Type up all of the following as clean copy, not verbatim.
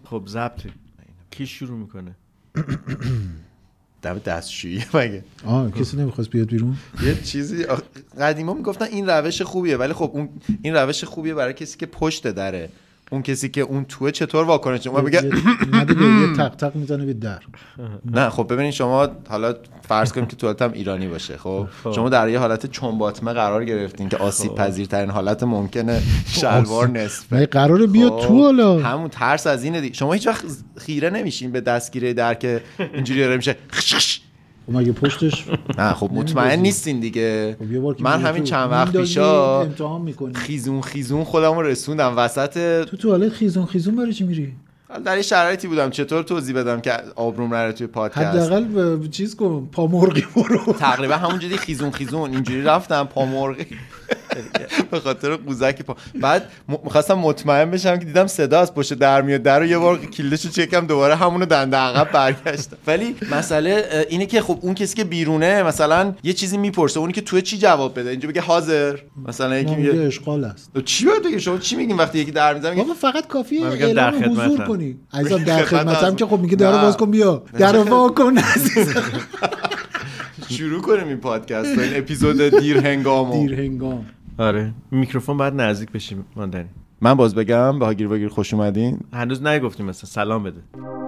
خب ضبط کی شروع میکنه؟ دستشویی مگه؟ کسی نمیخواست بیاد بیرون؟ یه چیزی قدیما میگفتن این روش خوبیه، ولی خب این روش خوبیه برای کسی که پشت دره. اون کسی که اون توه چطور واکنش شما میگه یه تق تق میزنه به در. نه خب ببینید شما حالا فرض کنیم که توالت هم ایرانی باشه، خب شما در یه حالت چنباتمه قرار گرفتین که آسیب پذیرترین حالت ممکنه شلوار نصفه. مگه قراره بیاد تو حالا؟ همون ترس از اینه دیگه. شما هیچ وقت خیره نمیشین به دستگیره در که اینجوری داره میشه مگه پشتش؟ نه خب مطمئن نیستین دیگه. من همین چند وقت پیشا خیزون خودمو رسوندم وسط تو توالت خیزون برای چی میری؟ در یه شرایطی بودم، چطور توضیح بدم که آبروم نره توی پادکست؟ حداقل چیز کن، پا مرغی برو. تقریبا همونجوری خیزون اینجوری رفتم پا مرغی به خاطر قوزک پا. بعد می‌خواستم مطمئن بشم که دیدم صدا از پشت در میاد، درو یه بار کلیدشو چکم دوباره همونو دنده عقب برگشتم. ولی مسئله اینه که خب اون کسی که بیرونه مثلا یه چیزی میپرسه، اونی که تو چی جواب بده؟ اینجا بگه حاضر، مثلا یکی میگه اشغال است. چی باید بگه؟ شما چی میگین وقتی یکی در میزنه؟ بابا فقط کافیه اعلام حضور کنی. عزیزم در خدمتم که خب میگه درو باز کن بیا. درو وا کن عزیزم. شروع کنیم این پادکست، این اپیزود دیر هنگام. آره میکروفون بعد نزدیک بشیم ماندنی. من باز بگم به هاگیر خوش اومدین. هنوز نگفتیم مثلا سلام بده.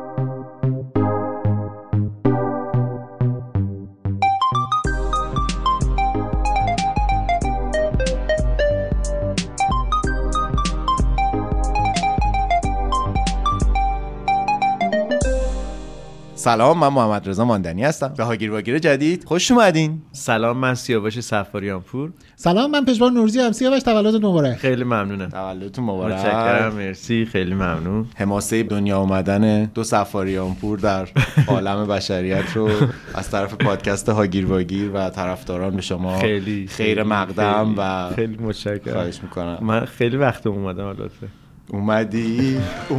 سلام، من محمد رضا ماندنی هستم. به هاگیر جدید خوش اومدین. سلام، من سیاوش صفاریان پور. سلام، من پژمان نوروزی هم. سیاوش تولدت مبارک. خیلی ممنونم. تولدتون مبارک. متشکرم، مرسی، خیلی ممنون. حماسه دنیا اومدن دو صفاریان پور در عالم بشریت رو از طرف پادکست هاگیر و طرفداران به شما خیلی خیر مقدم و خیلی متشکرم. خواهش میکنم. من خیلی وقت اومدم. البته اومدی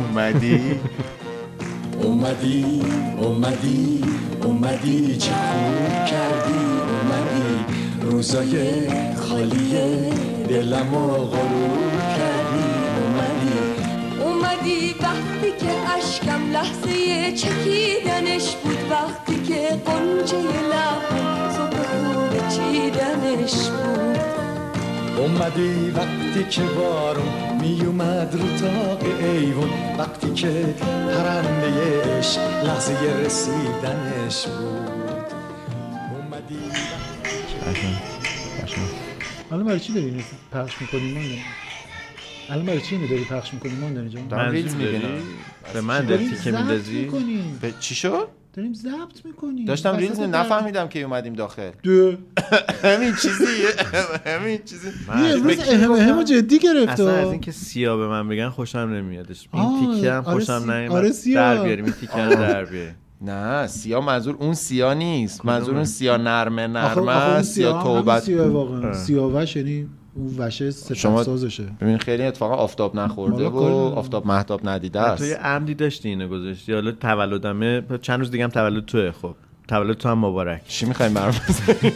چه خوب کردی، اومدی روزای خالی دلمو غروب کردی، اومدی وقتی که اشکم لحظه چکیدنش بود، وقتی که قنچه لبم صبح خوب چیدنش بود، اومدی وقتی که بارون می اومد رو تاق ایوون، وقتی که پرنده عشق لحظه رسیدنش بود، اومدی الان برای چی داری پخش میکنی ماندنی؟ الان برای چی داری پخش میکنی ماندنی جان؟ دارم ریلز میبینم. به من داری که میندازی؟ به چی شد؟ داریم ضبط میکنیم. داشتم ریلز نفهمیدم که اومدیم داخل. همین چیزی امروز همو جدی گرفت. اصلا از اینکه سیاه به من بگن خوشم نمیادش. این تیکه هم خوشم نمیاد. در بیاریم این تیکه رو در بیاریم. نه سیاه منظور اون سیاه نیست، منظور اون سیاه نرمه سیاه توبت. سیاه واقعا سیاوش یعنی اون وشه سازشه. ببین خیلی اتفاقا آفتاب نخورده و آفتاب مهتاب ندیده است. تو یه عمدی داشتی اینو گذاشتی. حالا تولدمه، چند روز دیگه هم تولد توئه. خب تولد تو هم مبارک. چی می‌خوایم برام بزنیم؟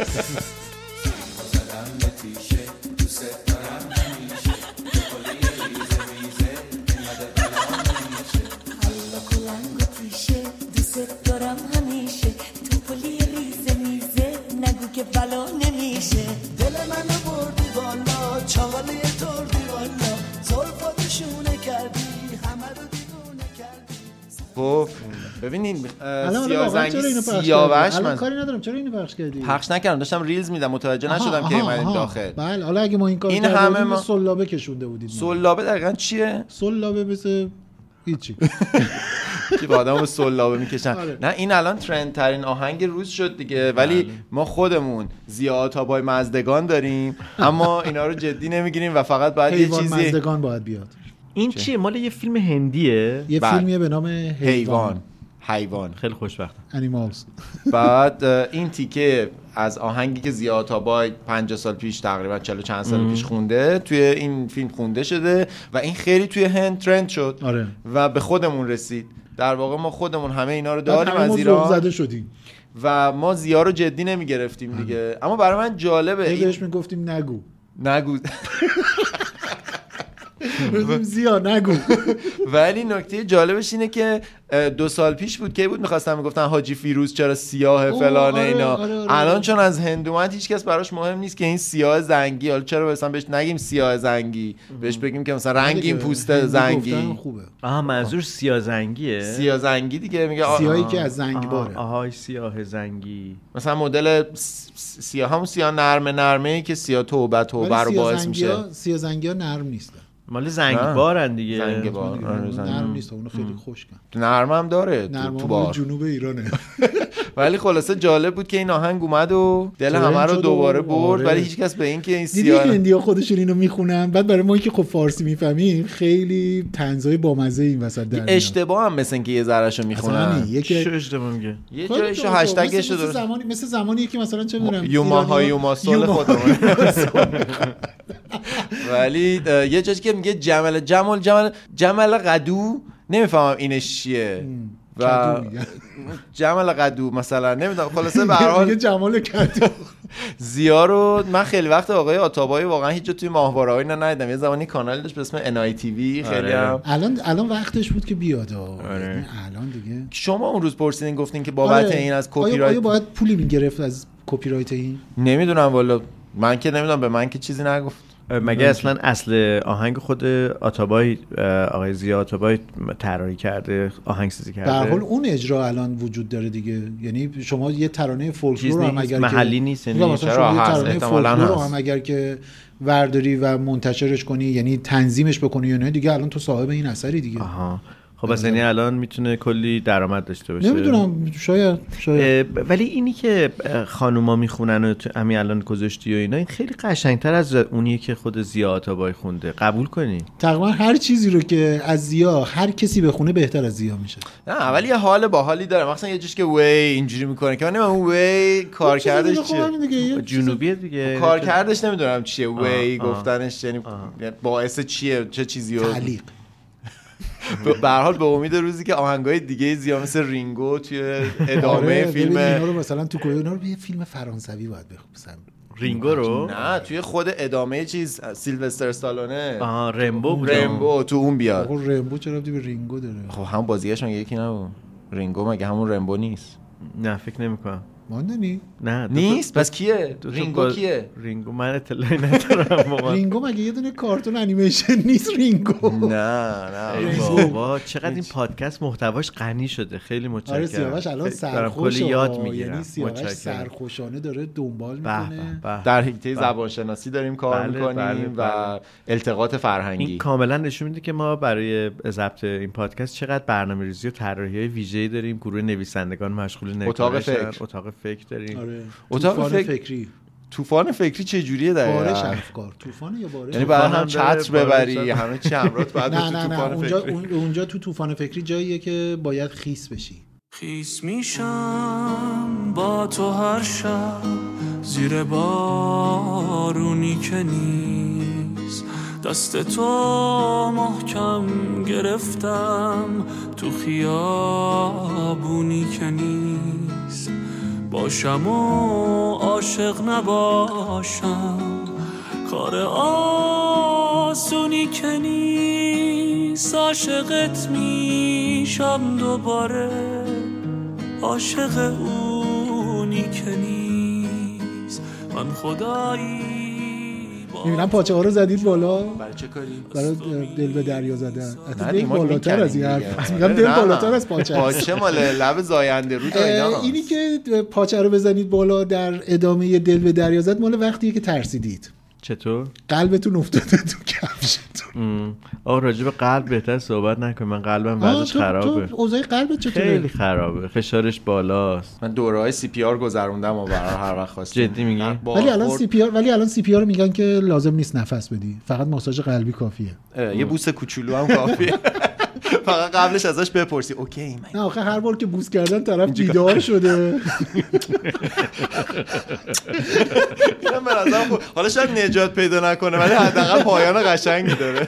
ببینین سیاوش من کاری ندارم. چرا اینو پخش کردی؟ پخش نکردم، داشتم ریلز میدم، متوجه نشدم که اومدیم داخل. بله حالا اگه ما این کارو کردیم سلابه کشونده بودید. سلابه دقیقاً چیه؟ سلابه مثل هیچی که با آدمو به سلابه میکشن. نه این الان ترند ترین آهنگ روز شد دیگه، ولی ما خودمون زیادتابای مزدگان داریم اما اینا رو جدی نمیگیریم و فقط باید یه چیزی مزدگان باید بیاد. این چیه؟ مال یه فیلم هندیه؟ یه فیلمیه به نام حیوان. خیلی خوشبختم. انیمالز. بعد این تیکه از آهنگی که زیادتابای 50 سال پیش تقریبا 40 چند سال پیش خونده توی این فیلم خونده شده و این خیلی توی هند ترند شد. آره. و به خودمون رسید. در واقع ما خودمون همه اینا رو داریم از ایران زده شدیم و ما زیا رو جدی نمیگرفتیم دیگه. اما برای من جالبه بهش میگفتیم نگو زیا نگو. ولی نکته جالبش اینه که 2 سال پیش بود که بود می‌خواستن میگفتن حاجی فیروز چرا سیاه فلان اینا. الان چون از هند اومد هیچ کس براش مهم نیست که این سیاه زنگی، حالا چرا مثلا بهش نگیم سیاه زنگی، بهش بگیم که مثلا رنگین پوست زنگی. آها منظور سیاه زنگیه. سیاه زنگی دیگه میگه سیاهی که از زنگ باره. آهای سیاه زنگی. مثلا مدل سیاه همون سیاه نرمه که سیاه توبه رو باعث میشه. سیاه زنگی‌ها نرم نیستن. مال زنگبارن دیگه. زنگبار نرم نیست، اون خیلی خشکن. نرم هم داره تو بار. جنوب ایرانه. ولی خلاصه جالب بود که این آهنگ اومد و دل همه رو دوباره برد، ولی هیچکس به این که این سیاه هندی‌ها خودشون اینو میخونن، بعد برای ما که خب فارسی میفهمیم خیلی طنزای بامزه این وسط در اشتباه هم مثل اینکه یه ذرهشو میخونن. چه اشتباه میگه؟ یه جایشو هشتگش رو درست مثل زمانی که مثلا چه میدونم یوما سال خودمون. ولی یه جایی که میگه جمل قدو، نمیفهمم اینش چیه و جمل قدو مثلا نمیدونم. خلاصه به هر حال میگه جمال قدو. زیا رو من خیلی وقت آقای آتابایی واقعا هیچ جا توی ماهواره‌ها اینا ندیدم. یه زمانی کانال داشت به اسم NITV خیلی هم الان وقتش بود که بیاد. الان دیگه شما اون روز پرسیدین گفتین که بابت این از کپی رایت آیا باید پولی میگرفت از کپی رایت این؟ نمیدونم والا، من که نمیدونم، به من که چیزی نگفت. مگه اصل آهنگ خود آتابای آقای زیا آتابای طراحی کرده، آهنگسازی کرده؟ در حال اون اجرا الان وجود داره دیگه. یعنی شما یه ترانه فولکلور رو هم اگر محلی نیست، یعنی چرا هست احتمالاً رو هم اگر که ورداری و منتشرش کنی، یعنی تنظیمش بکنی یا نه، دیگه الان تو صاحب این اثری دیگه. آها. خب بس یعنی الان میتونه کلی درآمد داشته باشه. نمیدونم، شاید. ولی اینی که خانوما میخونن و همین الان گذاشتی و اینا، این خیلی قشنگتر از اونیه که خود زیا آتابای خونده. قبول کنی؟ تقریبا هر چیزی رو که از زیا هر کسی بخونه بهتر از زیا میشه. نه ولی یه حال باحالی داره. مثلا یه جوش که وی اینجوری میکنه که من نمیدونم وی کارکردش چیه. جنوبیه دیگه. کارکردش نمیدونم چیه. وی گفتنش یعنی باعث چیه، چه چیزی رو تعلیق. به هر حال به امید روزی که آهنگای دیگه زیا مثل رینگو توی ادامه فیلم اینا رو مثلا تو اینا رو یه فیلم فرانسوی باید بخونن. رینگو رو نه توی خود ادامه چیز سیلوستر استالونه رمبو تو اون بیاد. آقا رمبو چرا ربطی به رینگو داره؟ خب هم بازیگرش مگه یکی نبود؟ رینگو مگه همون رمبو نیست؟ نه فکر نمی‌کنم. ماندنی؟ نه نیست. پس کیه؟ رینگو کیه؟ رینگو من اطلاعی ندارم. رینگو مگه یه دونه کارتون انیمیشن نیست رینگو؟ نه بابا چقدر این پادکست محتواش غنی شده. خیلی متشکرم. آره سیاوش الان سرخوشه، یاد میگیرم. یعنی سیاوش سرخوشانه داره دنبال میکنه. در حیطه زبانشناسی داریم کار میکنیم و التقاط فرهنگی. این کاملا نشون میده که ما برای ضبط این پادکست چقدر برنامه‌ریزی و طراحی‌های ویژه‌ای داریم. گروه نویسندگان مشغول نوشتن، اتاق فکر داریم. آره. اتاق فکری. طوفان فکری چه جوریه دقیقاً؟ بارش افکار. طوفان یا بارش؟ یعنی بعد هم چتر ببری همه چی همراهت بعد تو طوفان فکری. اونجا تو طوفان فکری جاییه که باید خیس بشی. خیس میشم با تو هر شب زیر بارونی که نیست، دست تو محکم گرفتم تو خیابونی که نیست. باشم و عاشق نباشم کار آسونی که نیست. عاشقت میشم دوباره، عاشق اونی که نیست. من خدایی میبینم پاچه ها رو زدید بالا. برای چه کاری؟ برای دل به دریا زدن. دل بالاتر از این حرف. میگم دل بالاتر از پاچه. پاچه مال لب زاینده رو اینا. اینی که پاچه رو بزنید بالا در ادامه دل به دریا زد مال وقتیه که ترسیدید. چطور؟ قلبتون افتاده تو کفشتون. راجع به قلب بهتر صحبت نکن. من قلبم وضعش خرابه. اوضاع قلبت چطوره؟ خیلی خرابه. فشارش بالاست. من دوره‌های CPR گذروندم و برای هر وقت خواستم. جدی میگی؟ ولی الان CPR میگن که لازم نیست نفس بدی. فقط ماساژ قلبی کافیه. یه بوس کوچولو هم کافیه. فقط قبلش ازش بپرسی اوکی. نه آخه هر بار که بوس کردن طرف بیدار شده. اینم به نظرم خوب. حالا شاید نجات پیدا نکنه ولی حداقل پایان قشنگی داره.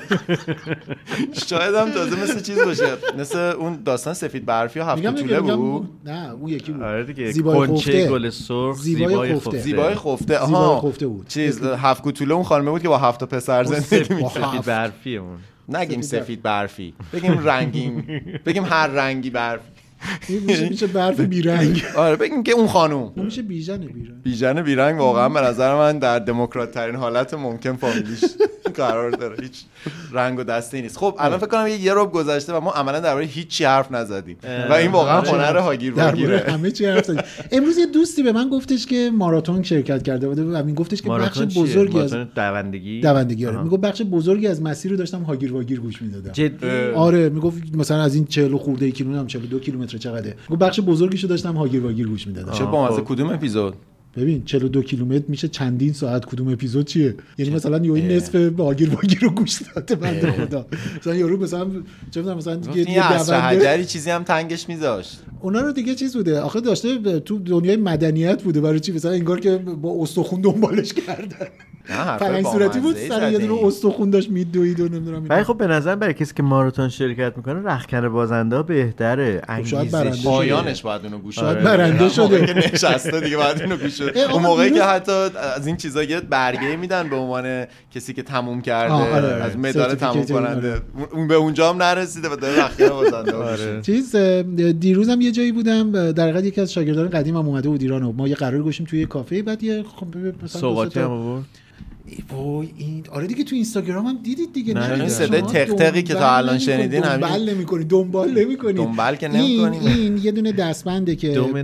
شاید هم تازه مثل چیز باشه، مثل اون داستان سفید برفی و هفت کوتوله بود. نه اون یکی بود. آره دیگه، زیبای خفته. گل سرخ، زیبای خفته. زیبای خفته بود. چیز هفت کوتوله اون خانمه بود که با 7 تا پسر زندگی می‌کرد. سفید برفی اون. نگیم سفید برفی، بگیم رنگین، بگیم هر رنگی برف. میشه برف بیرنگ. آره بگیم که اون خانوم میشه بیژن بیرنگ. واقعا به نظر من در دموکرات ترین حالت ممکن فامیلیش قرار داره، هیچ رنگ و دستی نیست. خب الان فکر کنم یه ربع گذشته و ما عملا درباره هیچی حرف نزدیم و این واقعا هنر هاگیر واگیره. همه چی حرف زدیم. امروز یه دوستی به من گفتش که ماراتون شرکت کرده بود و گفتش که بخش بزرگی از دوندگی آره میگفت بخش بزرگی از مسیر رو داشتم هاگیر واگیر گوش میدادم. آره میگفت مثلا از این 40 خورده کیلومتر 42 کیلومتر چقدره، میگفت بخش بزرگیشو داشتم هاگیر واگیر گوش میدادم. چه بامزه. کدوم اپیزود؟ ببین 42 کیلومتر میشه چندین ساعت، کدوم اپیزود چیه؟ یعنی مثلا یه نصف هاگیر واگیر رو گوش داده بنده خدا. مثلا یارو مثلا چه می‌دونم مثلا یه حجری چیزی هم تنگش میذاشت. اونا رو دیگه چیز بوده آخه داشته تو دنیای مدنیت بوده، برای چی مثلا انگار که با استخون دنبالش کردن. پلنگ صورتی بود سر یه دونه استخون داشت میدوید و نمیدونم. ولی خب به نظر برای کسی که ماراتون شرکت میکنه رخکن بازنده بهتره، انگیزش پایانش باید اونو گوش شاید برنده شده که نشسته دیگه بعد اونو گوش شد. اون موقعی که حتی از این چیزا یه برگه میدن به عنوان کسی که تموم کرده از مدال تموم کننده، اون به اونجا هم نرسیده و داره رخکن بازنده میشه. چیز دیروزم یه جایی بودم، در حقیقت یکی از شاگردان قدیمم اومده بود ایران و ما یه قرار گذاشتیم توی کافه، بعد یه مثلا سوغاتی هم بود. وای این آره دیگه تو اینستاگرام هم دیدید دیگه. نه این صدای تق که تا الان شنیدین همین دنبال که نمی‌کنیم. این یه دونه دستبنده که دوم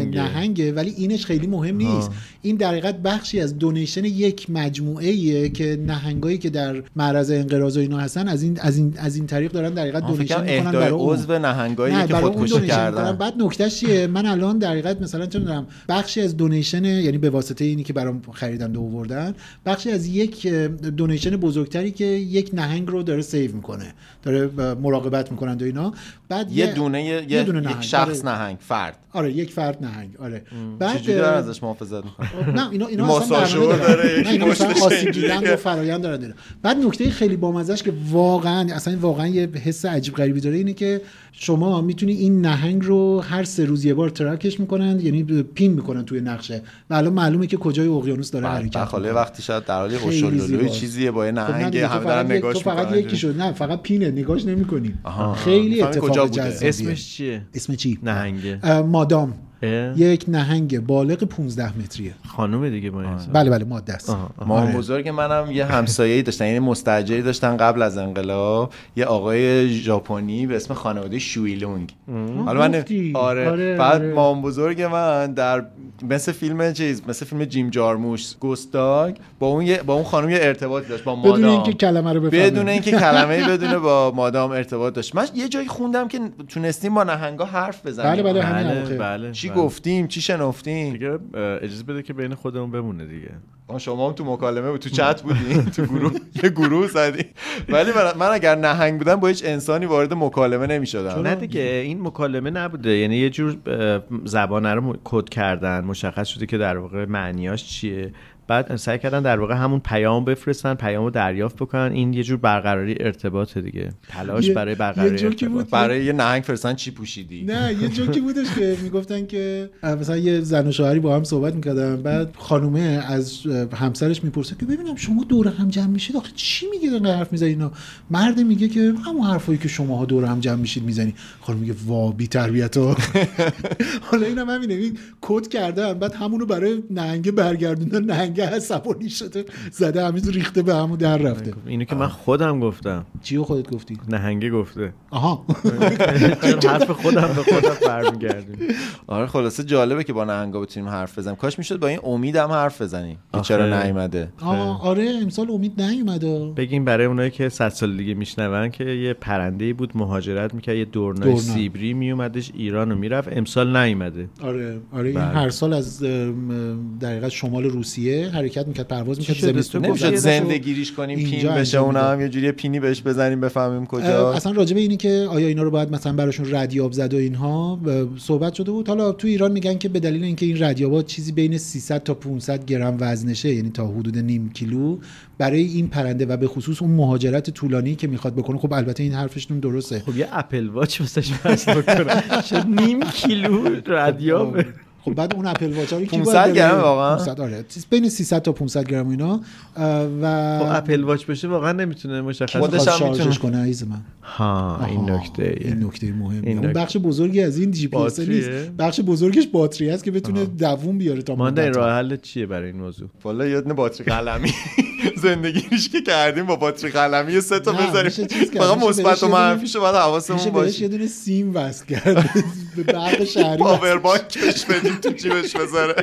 نهنگه ولی اینش خیلی مهم نیست. این در حقیقت بخشی از دونیشن یک مجموعه‌ایه که نهنگایی که در معرض انقراض و اینا هستن از این طریق دارن در حقیقت دونیشن می‌کنن برای عضو نهنگایی که خودکشی کردن. بعد نکتهش چیه؟ من الان در حقیقت مثلا چه می‌دونم بخشی از دونیشن، یعنی به واسطه اینی که برام خریدن و آوردن، بخشی از یک دونیشن بزرگتری که یک نهنگ رو داره سیو میکنه، داره مراقبت میکنن و اینا. بعد یه دونه یک شخص نهنگ فرد. آره یک فرد نهنگ. آره بعد چجوری دارن ازش محافظت میکنن؟ نه اینا ماساژور داره، اینا مثلا آسیب دیدن و فرآیند داره. بعد نکته خیلی بامزه‌اش که واقعا یه حس عجیب غریبی داره اینه که شما میتونی این نهنگ رو هر 3 روز یه بار ترکش میکنن، یعنی پین میکنن توی نقشه و الان معلومه که کجای اقیانوس داره حرکت میکنه. بخاله وقتی شاید در حال هوشلولوی چیزیه با نهنگ همه دارن نگاش میکنن. فقط یکی شد، نه فقط پینه، نگاش نمیکنی. خیلی اتفاق جذابیه. اسمش چیه؟ اسم چی؟ نهنگه مادام. یک نهنگ بالغ 15 متریه. خانومه دیگه با بله ماده است. مام بزرگ منم یه همسایه‌ای داشتن، یعنی مستاجری داشتن قبل از انقلاب، یه آقای ژاپنی به اسم خانواده شویلونگ. حالا من آره بعد مام بزرگ من در مثل فیلم جیم جارموش گوستاگ با اون خانم یه ارتباطی داشت با مادام، بدون اینکه کلمه رو بفهمه، بدون اینکه کلمه‌ای بدونه با مادام ارتباط داشت. من یه جایی خوندم که تونستیم با نهنگا حرف بزنیم. بله چی گفتیم چی شنفتیم دیگه، اجازه بده که بین خودمون بمونه دیگه. شما هم تو مکالمه بود، تو چت بودین، تو گروه زدین. ولی من اگر نهنگ بودم با هیچ انسانی وارد مکالمه نمی‌شدم. نه دیگه این مکالمه نبوده، یعنی یه جور زبان رو کد کردن، مشخص شده که در واقع معنیاش چیه، بعد سعی کردن در واقع همون پیام بفرستن، پیامو دریافت بکنن. این یه جور برقراری ارتباط دیگه، تلاش برای برقراری ارتباط. برای یه نهنگ فرستن چی پوشیدی؟ نه یه جوکی بودش که میگفتن که مثلا یه زن و شوهری با هم صحبت میکردن، بعد خانومه از همسرش میپرسه که ببینم شما دور هم جمع میشید آخه چی میگید انقدر حرف میزنید اینا؟ مرد میگه که همون حرفایی که شماها دور هم جمع میشید میزنی. خانم میگه وا بی تربیتا. حالا اینم همین کد کردن، بعد همونو برای نهنگ برگردوندن، نهنگ عصبانی شده زده همین ریخته به همون در رفته. اینو که من خودم گفتم. چیو خودت گفتی؟ نهنگه گفته. آها چون حرف خودم به خودم برمیگردیم. آره خلاصه جالبه که با نهنگا بتونیم حرف بزنیم. کاش میشد با این امید هم حرف بزنیم که چرا نیومده. آره امسال امید نیومده. بگیم برای اونایی که 100 سال دیگه میشنون که یه پرنده‌ای بود مهاجرت میکرد، یه دورنای سیبری میومدش ایران و میرفت، امسال نیومده. آره این هر سال از در حقیقت شمال روسیه حرکت میکرد، پرواز میکرد زمستون. نمیشد زندگیریش کنیم پین بشه اونم یه جوری پینی بهش بزنیم بفهمیم کجا. اصلا راجع به اینی که آیا اینا رو باید مثلا براشون ردیاب زد و اینها صحبت شده بود. حالا تو ایران میگن که به دلیل اینکه این ردیابا چیزی بین 300 تا 500 گرم وزنشه، یعنی تا حدود نیم کیلو، برای این پرنده و به خصوص اون مهاجرت طولانی که میخواد بکنه، خب البته این حرفشون درسته. خب یه اپل واچ واسش وصل بکنه شد نیم کیلو ردیاب. خب بعد اون اپل واچ رو 500 گرم واقعا 500 آره بین 300 تا 500 گرم اینا و خب اپل واچ بشه واقعا نمیتونه مشخص خودش هم شارژش کنه عزیز من. ها این نکته مهمه. اون بخش بزرگی از این جی پی اس نیست، بخش بزرگش باتری است که بتونه دووم بیاره تا مانده. راه حل چیه برای این موضوع؟ والا یه دونه باتری قلمی زندگیش که کردیم با باتری قلمی 3 تا بزنیم، فقط مثبت و منفیشو بعد حواسمون باشه. یه دونه سیم وصل کرد به برق شهری، پاور بانکش بدیم تو جیبش بذاره.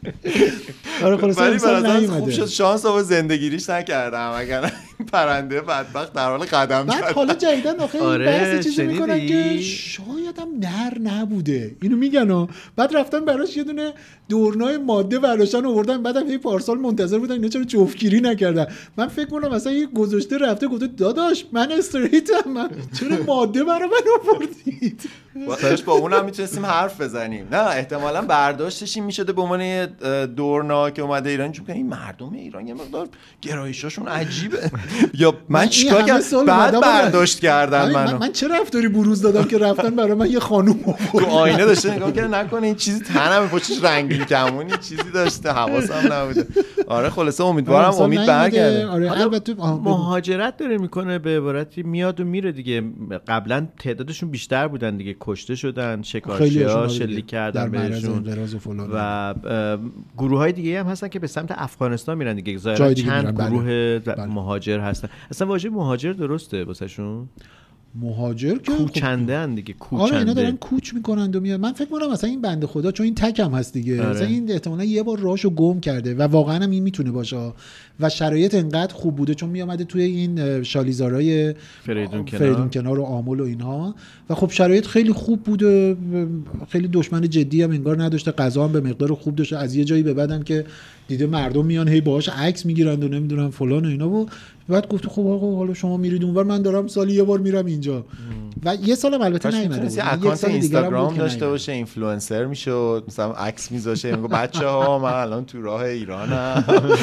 آره خلاص ولی خوب شد شانس رو زندگیریش نکردم، اگر پرنده بدبخت در حال قدم بعد زدن. حالا جدیدن آخه این بحث چیزی میکنن که شاید هم نر نبوده، اینو میگن و بعد رفتن براش یه دونه دورنای ماده برداشتن آوردن، بعدم هی پارسال منتظر بودن اینا چرا جفتگیری نکردن. من فکر کنم مثلا یه گذاشته رفته گفته داداش من استریتم، من چرا ماده برای من آوردید؟ واسش با اونم میتونستیم حرف بزنیم. نه احتمالاً برداشتش این میشده به عنوان دورنا که اومده ایران، چون این مردم ایران یه مقدار گرایشاشون عجیبه. یا من چیکار کردم بعد برداشت کردن من چه رفتاری بروز دادم که رفتن برای من یه خانم تو آینه داشته نگاه کرد نکنه این چیزی تنمه پشتش رنگین کمونی چیزی داشته، حواسم نبوده. آره خلاصه امیدوارم امید برگرده. آره البته مهاجرت داره میکنه، به عبارتی میاد و میره دیگه. قبلا تعدادشون بیشتر بودن دیگه، کشته شدن، شکارچی‌ها شلیک کردن بهشون و گروه‌های دیگه هم هستن که به سمت افغانستان میرن دیگه. ظاهرا چند گروه مهاجر هستن. اصلا واژه مهاجر درسته واسهشون؟ مهاجر که کوچنده ان دیگه، کوچنده. آره اینا دارن کوچ میکنن و میاد. من فکر می‌کنم مثلا این بنده خدا چون این تک هم هست دیگه، مثلا این احتمالاً یه بار راهشو گم کرده و واقعا هم این میتونه باشه و شرایط انقدر خوب بوده چون میامده توی این شالیزارای فریدون کنار و آمل و اینها و خب شرایط خیلی خوب بوده، خیلی دشمن جدی هم انگار نداشته، غذا هم به مقدار خوب داشته. از یه جایی به بعدم که دیده مردم میان هی باهاش عکس میگیرند و نمیدونم فلان و اینا، و بعد گفت خب آقا حالا شما میرید اونور، من دارم سالی یه بار میرم اینجا. و یه سالم البته نیومده بود. اکانت اینستاگرام داشته باشه، اینفلوئنسر میشد، مثلا عکس میذاشه میگه بچه‌ها من الان تو راه ایرانم.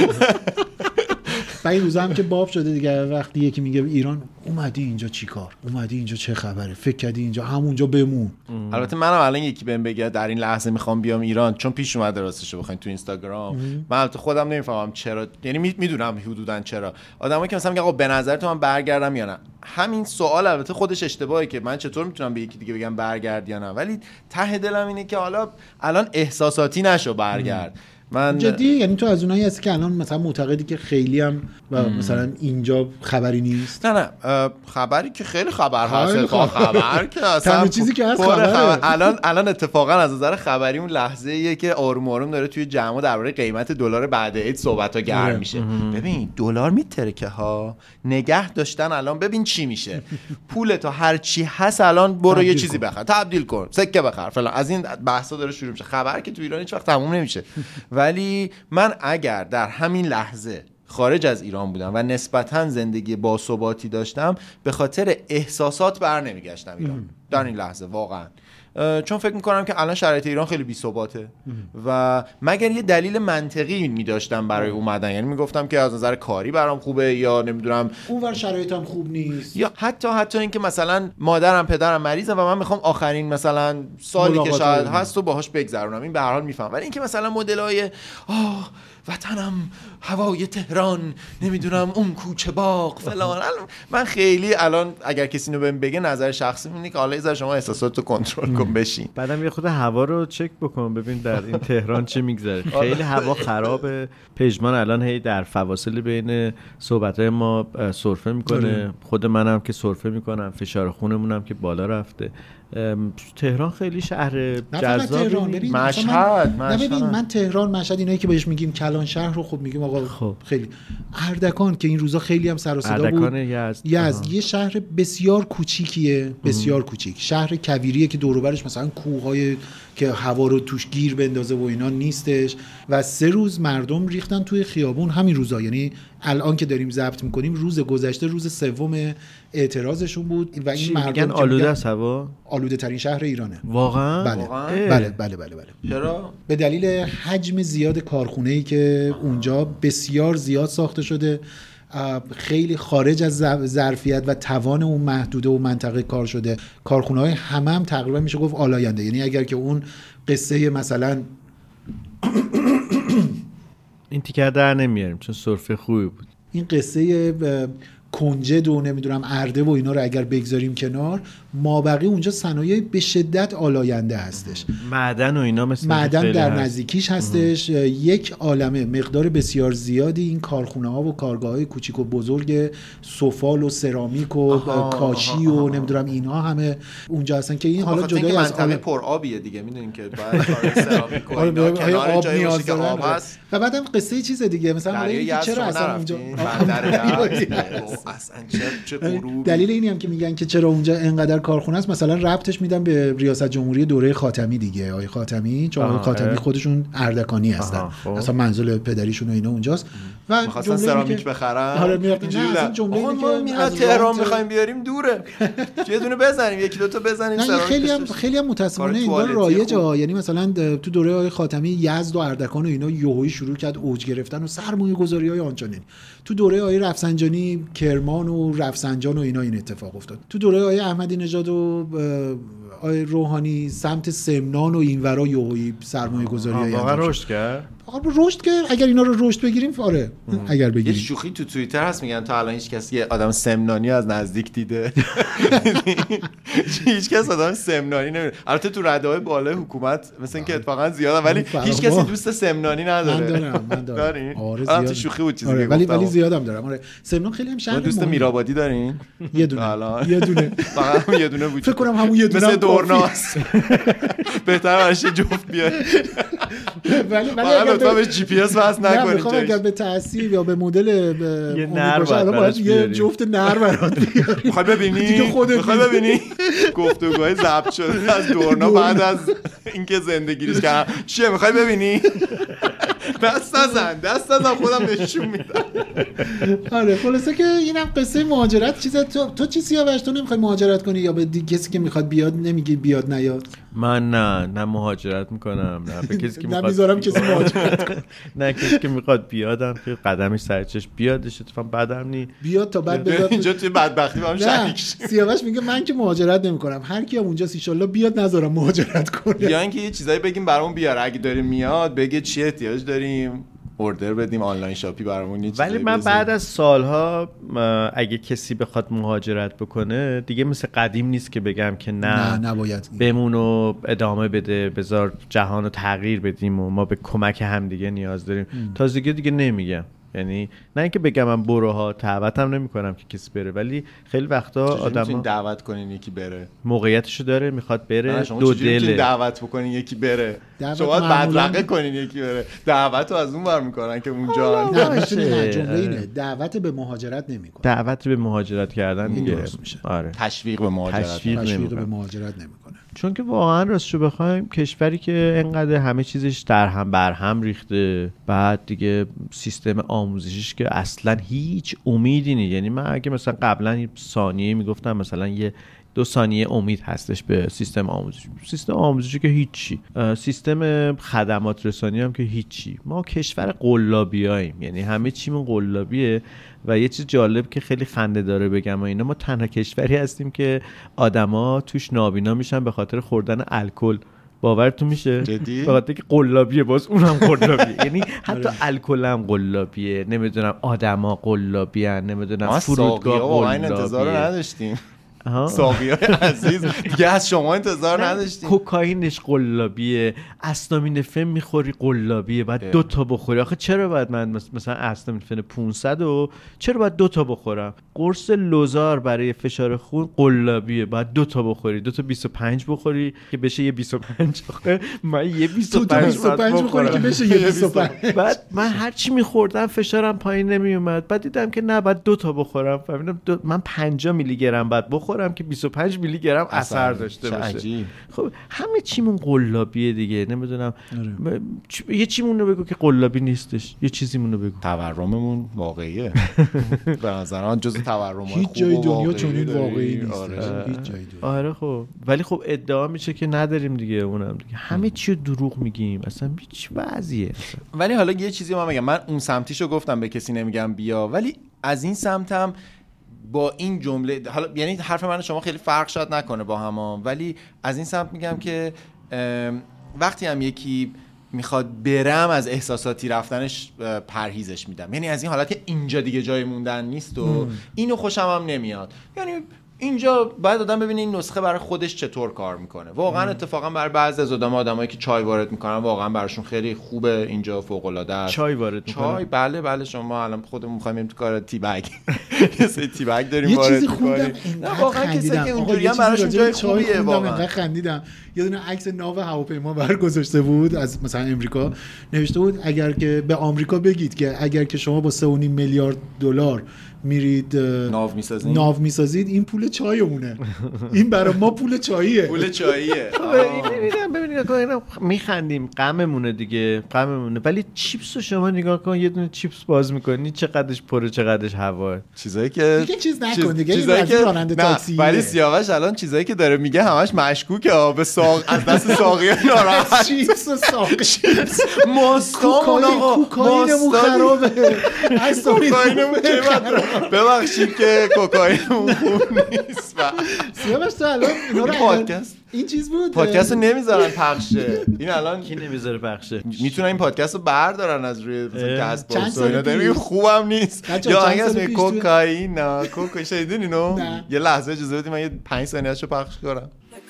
و این روزا هم که باب شده دیگه، وقتی یکی میگه ایران اومدی اینجا چیکار، اومدی اینجا چه خبره، فکر کردی اینجا همونجا بمون. البته منم الان یکی بهم بگه در این لحظه میخوام بیام ایران، چون پیش اومده راستش بخواید تو اینستاگرام، من البته خودم نمیفهمم چرا، یعنی میدونم حدوداً چرا آدمایی که مثلا میگن آقا به نظر تو من برگردم یا نه. همین سوال البته خودش اشتباهه که من چطور میتونم به یکی دیگه بگم برگرد یا نه، ولی ته دلم اینه که حالا الان احساساتی نشو برگرد. من جدی یعنی تو از اونایی هستی که الان مثلا معتقدی که خیلی هم مثلا اینجا خبری نیست؟ نه خبری که خیلی خبر هست، خبر که اصلا چیزی که هست خبره. الان اتفاقا از نظر خبری اون لحظه ایه که آروم آروم داره توی جمع درباره قیمت دلار بعد عید صحبت‌ها گرم میشه. ببین دلار میترکه ها، نگه داشتن الان ببین چی میشه. پول تو هر چی هست الان برو یه چیزی بخر، تبدیل کن، سکه بخر فلان، از این بحثا داره شروع میشه. خبر که تو ایران هیچ وقت تموم نمیشه. ولی من اگر در همین لحظه خارج از ایران بودم و نسبتاً زندگی باثباتی داشتم، به خاطر احساسات بر نمیگشتم ایران در این لحظه واقعا، چون فکر میکنم که الان شرایط ایران خیلی بی‌ثباته و مگر یه دلیل منطقی میداشتم برای اومدن، یعنی میگفتم که از نظر کاری برام خوبه یا نمیدونم اونور شرایطم خوب نیست، یا حتی اینکه مثلا مادرم پدرم مریضه و من میخوام آخرین مثلا سالی که شاید هست و باهاش بگذرونم، این به هر حال میفهم. ولی اینکه مثلا مدلای وطنم هوای تهران نمیدونم اون کوچه باغ فلان، من خیلی الان اگر کسی اینو بهم بگه نظر شخصی اینه که حالا شما احساساتتو کنترل کن بشین، بعدم یه خود هوا رو چک بکن ببین در این تهران چه میگذره. خیلی هوا خرابه. پژمان الان هی در فواصل بین صحبت‌های ما سرفه میکنه، خود منم که سرفه میکنم، فشار خونمونم که بالا رفته. تهران خیلی شهر جذابی. مشهد ببین من تهران مشهد اینایی که بهش میگیم کلان شهر رو خب میگیم آقا خب. خیلی اردکان که این روزا خیلی هم سر و صدا بود، یزد یه شهر بسیار کوچیکیه، بسیار کوچیک، شهر کویریه که دور و برش مثلا کوههای که هوا رو توش گیر بندازه و اینا نیستش و 3 روز مردم ریختن توی خیابون همین روزا، یعنی الان که داریم ضبط میکنیم روز گذشته روز 3 اعتراضشون بود و این مردم میگن آلوده است هوا، آلوده ترین شهر ایرانه. واقعا؟ بله. چرا؟ به دلیل حجم زیاد کارخونه‌ای که اونجا بسیار زیاد ساخته شده، خیلی خارج از ظرفیت و توان اون محدوده و منطقه کار شده. کارخونه‌های هم تقریبا میشه گفت آلاینده، یعنی اگر که اون قصه مثلا این تیکر در نمیاریم چون سرفه خوبی بود، این قصه کنجد و نمیدونم ارده و اینا رو اگر بگذاریم کنار، مابقی اونجا صنایع به شدت آلاینده هستش. معدن و اینا مثل معدن در نزدیکیش هستش. یک عالمه مقدار بسیار زیادی این کارخونه ها و کارگاه های کوچیک و بزرگ سفال و سرامیک و کاشی و نمیدونم اینها همه اونجا هستن که این حالا جدای از منطقه پر آبیه دیگه، میدونین که بعد کار سرامیک و اینا کنار جایی باشه که آب هست. و بعدم قصه چیز دیگه مثلا اینکه چرا اصلا اونجا اصلا چه غروبی. دلیل اینی هم که میگن که چرا اونجا اینقدر کارخونه است، مثلا ربطش میدن به ریاست جمهوری دوره خاتمی دیگه. آقای خاتمی، چون آقای خاتمی خودشون اردکانی هستن، اصلا منزل پدریشون و اینا اونجاست و می‌خواستن سرامیک بخرن. آره میرفتن اصلا جمله‌ای که میاد تهران می‌خوایم بیاریم دوره، یه دونه بزنیم، یکی دو تا بزنیم سرامیک. خیلی هم متأسفانه این کار رایجه. یعنی مثلا تو دوره آقای خاتمی یزد و اردکان و اینا یهویی شروع کرد اوج گرفتن و سرمایه‌گذاری‌های آنچنانی. تو دوره آقای رفسنجانی کرمان و رفسنجان و اینا این اتفاق افتاد. تو دوره آقای احمدی نژاد و آقای روحانی سمت سمنان و اینورا یهویی سرمایه‌گذاری‌های واقعا رشد کرد. رشد که اگر اینا رو رشد بگیریم آره اگر بگیریم. یه شوخی تو توییتر هست میگن تا الان هیچ کسی یه آدم سمنانی از نزدیک دیده؟ هیچ کس آدم سمنانی نمی‌بینه. البته تو رده‌های بالای حکومت مثلا اینکه اتفاقا زیاده، ولی هیچ کسی دوست سمنانی نداره. من دارم. آره زیاد. شوخی بود چیزی آره ولی زیادم دارم. آره سمنان خیلی هم شهر دوست میرآبادی دارین؟ یه دونه فقط یه دونه بود. فکر کنم همون یه دونه مثل دورناس بهتر باشه جفت بیاد. ولی لطفا به جی پی اس وصل نکنید. میخوام اگر به تأثیر یا به مدل یه نر باید یه جفت نر برات بیاریم. میخوای ببینی؟ میخوای ببینی؟ گفتگوهای ضبط شده از دورنا بعد از اینکه زندگیریش کردم چیه میخوای ببینی؟ دست نزن خودم نشون میدم. آره خلاصه که اینم قصه مهاجرت چیزه. تو چی سیاوش، تو نمیخوای مهاجرت کنی یا به کسی که میخواد بیاد نمیگی بیاد نیاد؟ من نه مهاجرت میکنم، نه به کسی که میخواد نمیذارم کسی مهاجرت کنه. نه کسی که میخواد بیادم که قدمش سر چشم بیادش، اتفاقا بعدم نی بیاد تا بعد بذار اینجا توی بدبختی با هم شریک. سیاوش میگه من که مهاجرت نمیکنم، هر کی اونجاست ان شاءالله بیاد نذارم مهاجرت کنه. یا اینکه یه چیزایی بگیم برامون بیاره، اگه داره میاد بگه چی احتیاج داریم اوردر بدیم آنلاین شاپی برامون یه چیزایی. ولی من بعد از سالها اگه کسی بخواد مهاجرت بکنه دیگه مثل قدیم نیست که بگم که نه نباید بمون و ادامه بده، بذار جهان رو تغییر بدیم و ما به کمک هم دیگه نیاز داریم. تازگی دیگه نمیگم، یعنی نه اینکه بگم من بروها دعوتم نمیکنم که کسی بره، ولی خیلی وقتا آدما دعوت کنین یکی بره، موقعیتشو داره میخواد بره، دو دله دعوت بکنین یکی بره، شما بدرقه کنین یکی بره، دعوتو از اون ور میکنن که اونجا نه جمله اینه دعوت به مهاجرت نمیکنه، دعوت به مهاجرت کردن دیگه میشه. آره تشویق به مهاجرت نمیکنه. چون که واقعا راستشو بخوایم کشوری که انقدر همه چیزش در هم بر هم ریخته، بعد دیگه سیستم آموزشیش که اصلا هیچ امیدی نیست. یعنی من اگه مثلا قبلا یه ثانیه میگفتم مثلا یه 2 ثانیه امید هستش به سیستم آموزشی که هیچی، سیستم خدمات رسانی هم که هیچی. ما کشور قلابیاییم، یعنی همه چیمون قلابیه. و یه چیز جالب که خیلی خنده داره بگم و اینا، ما تنها کشوری هستیم که آدما توش نابینا میشن به خاطر خوردن الکل. باورتون میشه؟ جدی؟ به خاطر که قلابیه، باز اونم قلابیه. یعنی حتی الکل هم قلابیه، نمیدونم آدما قلابیان، نمیدونم فرودگاه قلابیه. انتظار نداشتیم. ساقیای عزیز دیگه از شما انتظار نداشتیم. کوکائینش قلابیه، اسنامینفن میخوری قلابیه، بعد 2 تا بخوری. آخه چرا باید من مثلا اسنامینفن 500 و چرا باید 2 تا بخورم؟ قرص لوزار برای فشار خون قلابیه، بعد 2 تا بخوری، 2 تا 25 بخوری که بشه یه 25. آخه من یه 25 بخوری که بشه یه 25. بعد من هر چی میخوردم فشارم پایین نمیومد، بعد دیدم که نه بعد 2 تا بخورم، فهمیدم من 50 میلی گرم بعد بخورم بخورم که 25 میلی گرم اثر داشته باشه. عجیب. خب همه چیمون قلابیه دیگه، نمیدونم یه چیمون رو بگو که قلابی نیستش، یه چیزیمون رو بگو. تورممون واقعیه. به نظر من جزء تورم‌های خوب هیچ جای دنیا واقعی چنین واقعی نیست. آره. هیچ جای دنیا. آره خب ولی خب ادعا میشه که نداریم دیگه، اونم دیگه همه چی رو دروغ میگیم، اصلا هیچ وضعیه. ولی حالا یه چیزی من میگم، من اون سمتیشو گفتم به کسی نمیگم بیا، ولی از این سمتم با این جمله، حالا یعنی حرف من و شما خیلی فرق شاید نکنه با هم، ولی از این سمت میگم که وقتی هم یکی میخواد برم از احساساتی رفتنش پرهیزش میدم، یعنی از این حالت که اینجا دیگه جای موندن نیست و اینو خوشم هم نمیاد، یعنی اینجا باید آدم ببینه این نسخه برای خودش چطور کار میکنه. واقعا اتفاقا برای بعضی از آدمایی که چای وارد میکنن واقعا براشون خیلی خوبه، اینجا فوق العاده است. چای وارد میکنن؟ چای بله شما الان خودمون میخوایم بریم تو کار تی بگ. یه سری تی بگ داریم یه وارد چیزی میکنیم. خوندم نه واقعا کسایی که اونجوری هم براشون جای خوبیه. واقعا انقدر خندیدم. یه دونه عکس ناو هواپیما برگذاشته بود از مثلا امریکا، نوشته بود اگر که به آمریکا بگید که اگر که شما با 3.5 میلیارد دلار میرید ناو میسازید این پول چایمونه، این برای ما پول چاییه. پول چاییه. ببینید اینا میخندیم، غممونه دیگه، غممونه. ولی چیپس رو شما نگاه کن، یه دونه چیپس باز میکنی چقدرش پره چقدرش هواه. چیزایی که دیگه چیز نکن دیگه، چیزایی که راننده تاکسی. ولی سیاوش الان چیزایی که داره میگه همش مشکوکه، به ساق از دست ساقیه ناراحت. چیپس و ساق چیپس ماستامون آقا، کوکائینمون خرابه. کوکائینمون ببخشید که کوکائینمون خوب نیست. سیاوش تو الان اینا رو پادکست این چیز بود، پادکست رو نمیذارن پخشه. این الان کی نمیذاره پخشه؟ میتونن این پادکست رو بردارن از روی کسب باکس و اینا، داریم خوبم نیست. یا اگه اسم کوکائین شنیدین اینو؟ یه لحظه اجازه بدید من یه 5 ثانیه‌اشو پخش کنم.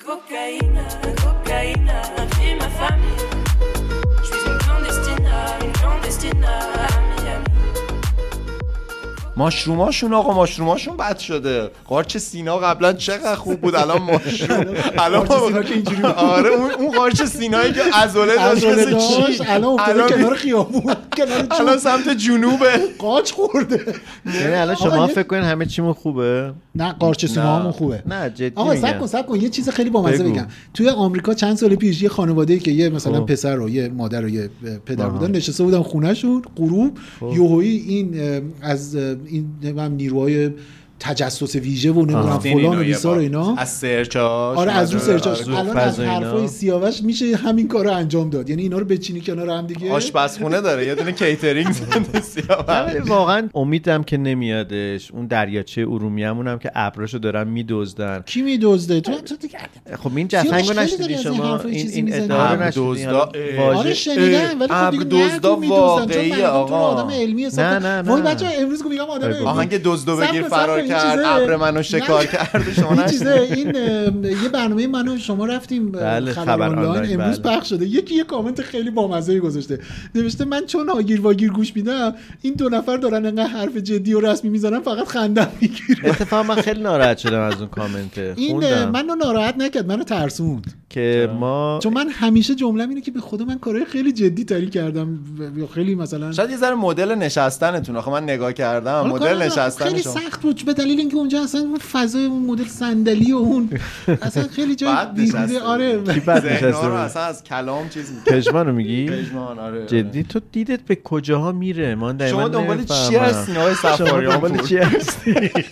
ماشروماشون آقا، ماشروماشون بد شده. قارچ سینا قبلا چقدر خوب بود، الان ماشروم الان سینا که اینجوری بود. آره اون قارچ سینایی که عضله داشت الان افتاده کنار خیابون، الان سمت جنوبه، قاچ خورده. یعنی الان شما فکر کنین همه چیمون خوبه؟ نه قارچ سینامون خوبه. نه جدی آقا صبر کن یه چیز خیلی بامزه بگم. توی آمریکا چند سال پیش یه خانواده‌ای که یه مثلا پسر و یه مادر و یه پدر بودن، نشسته بودن خونه‌شون غروب، یهویی این از این نیروهای تجسس ویژه و نمیدونم فلان و بیسار و اینا از سرچاش، آره از رو سرچاش، الان از حرفای سیاوش میشه همین کارو انجام داد. یعنی اینا رو بچینی کنار هم دیگه. آشپزخونه داره، یه دونه کیترینگ زده سیاوش. واقعا امیدم که نمیادش. اون دریاچه ارومیه‌مون هم که ابراشو دارن میدزدن. کی میدزده؟ تو دیگه خب این جفنگو نشدی شما؟ این ادعا رو نشدی؟ آره شنیدم، ولی خب دزدا واقعیه آقا. آدم علمی حساب. وای بچا امروز میگم آدم آهنگ دزدو بگیر فرار کرد، ابر منو شکار کرد. شما نشید این یه برنامه منو شما رفتیم خبر آنلاین امروز پخش شده. یکی یه کامنت خیلی بامزه گذاشته، نوشته من چون آگیر واگیر گوش میدم این دو نفر دارن انقدر حرف جدی و رسمی میزنن فقط خندم میگیره. اتفاقا من خیلی ناراحت شدم از اون کامنت. این منو ناراحت نکرد، منو ترسوند که ما، چون من همیشه جمله‌م اینه که به خدا من کارهای خیلی جدی تری کردم یا خیلی مثلا شاید یه ذره مدل نشستنتون. آخه من نگاه کردم مدل نشستن خیلی سخت بود به دلیل اینکه اونجا اصلا اون فضای اون مدل صندلی و اون اصلا خیلی جای دیده. آره کی بعد نشسته اصلا از کلام چیز میگه. پژمان رو میگی؟ پژمان آره. جدی تو دیدت به کجاها میره؟ من دائما شما دنبال چی هستین آقای صفاریان؟ دنبال چی هستی؟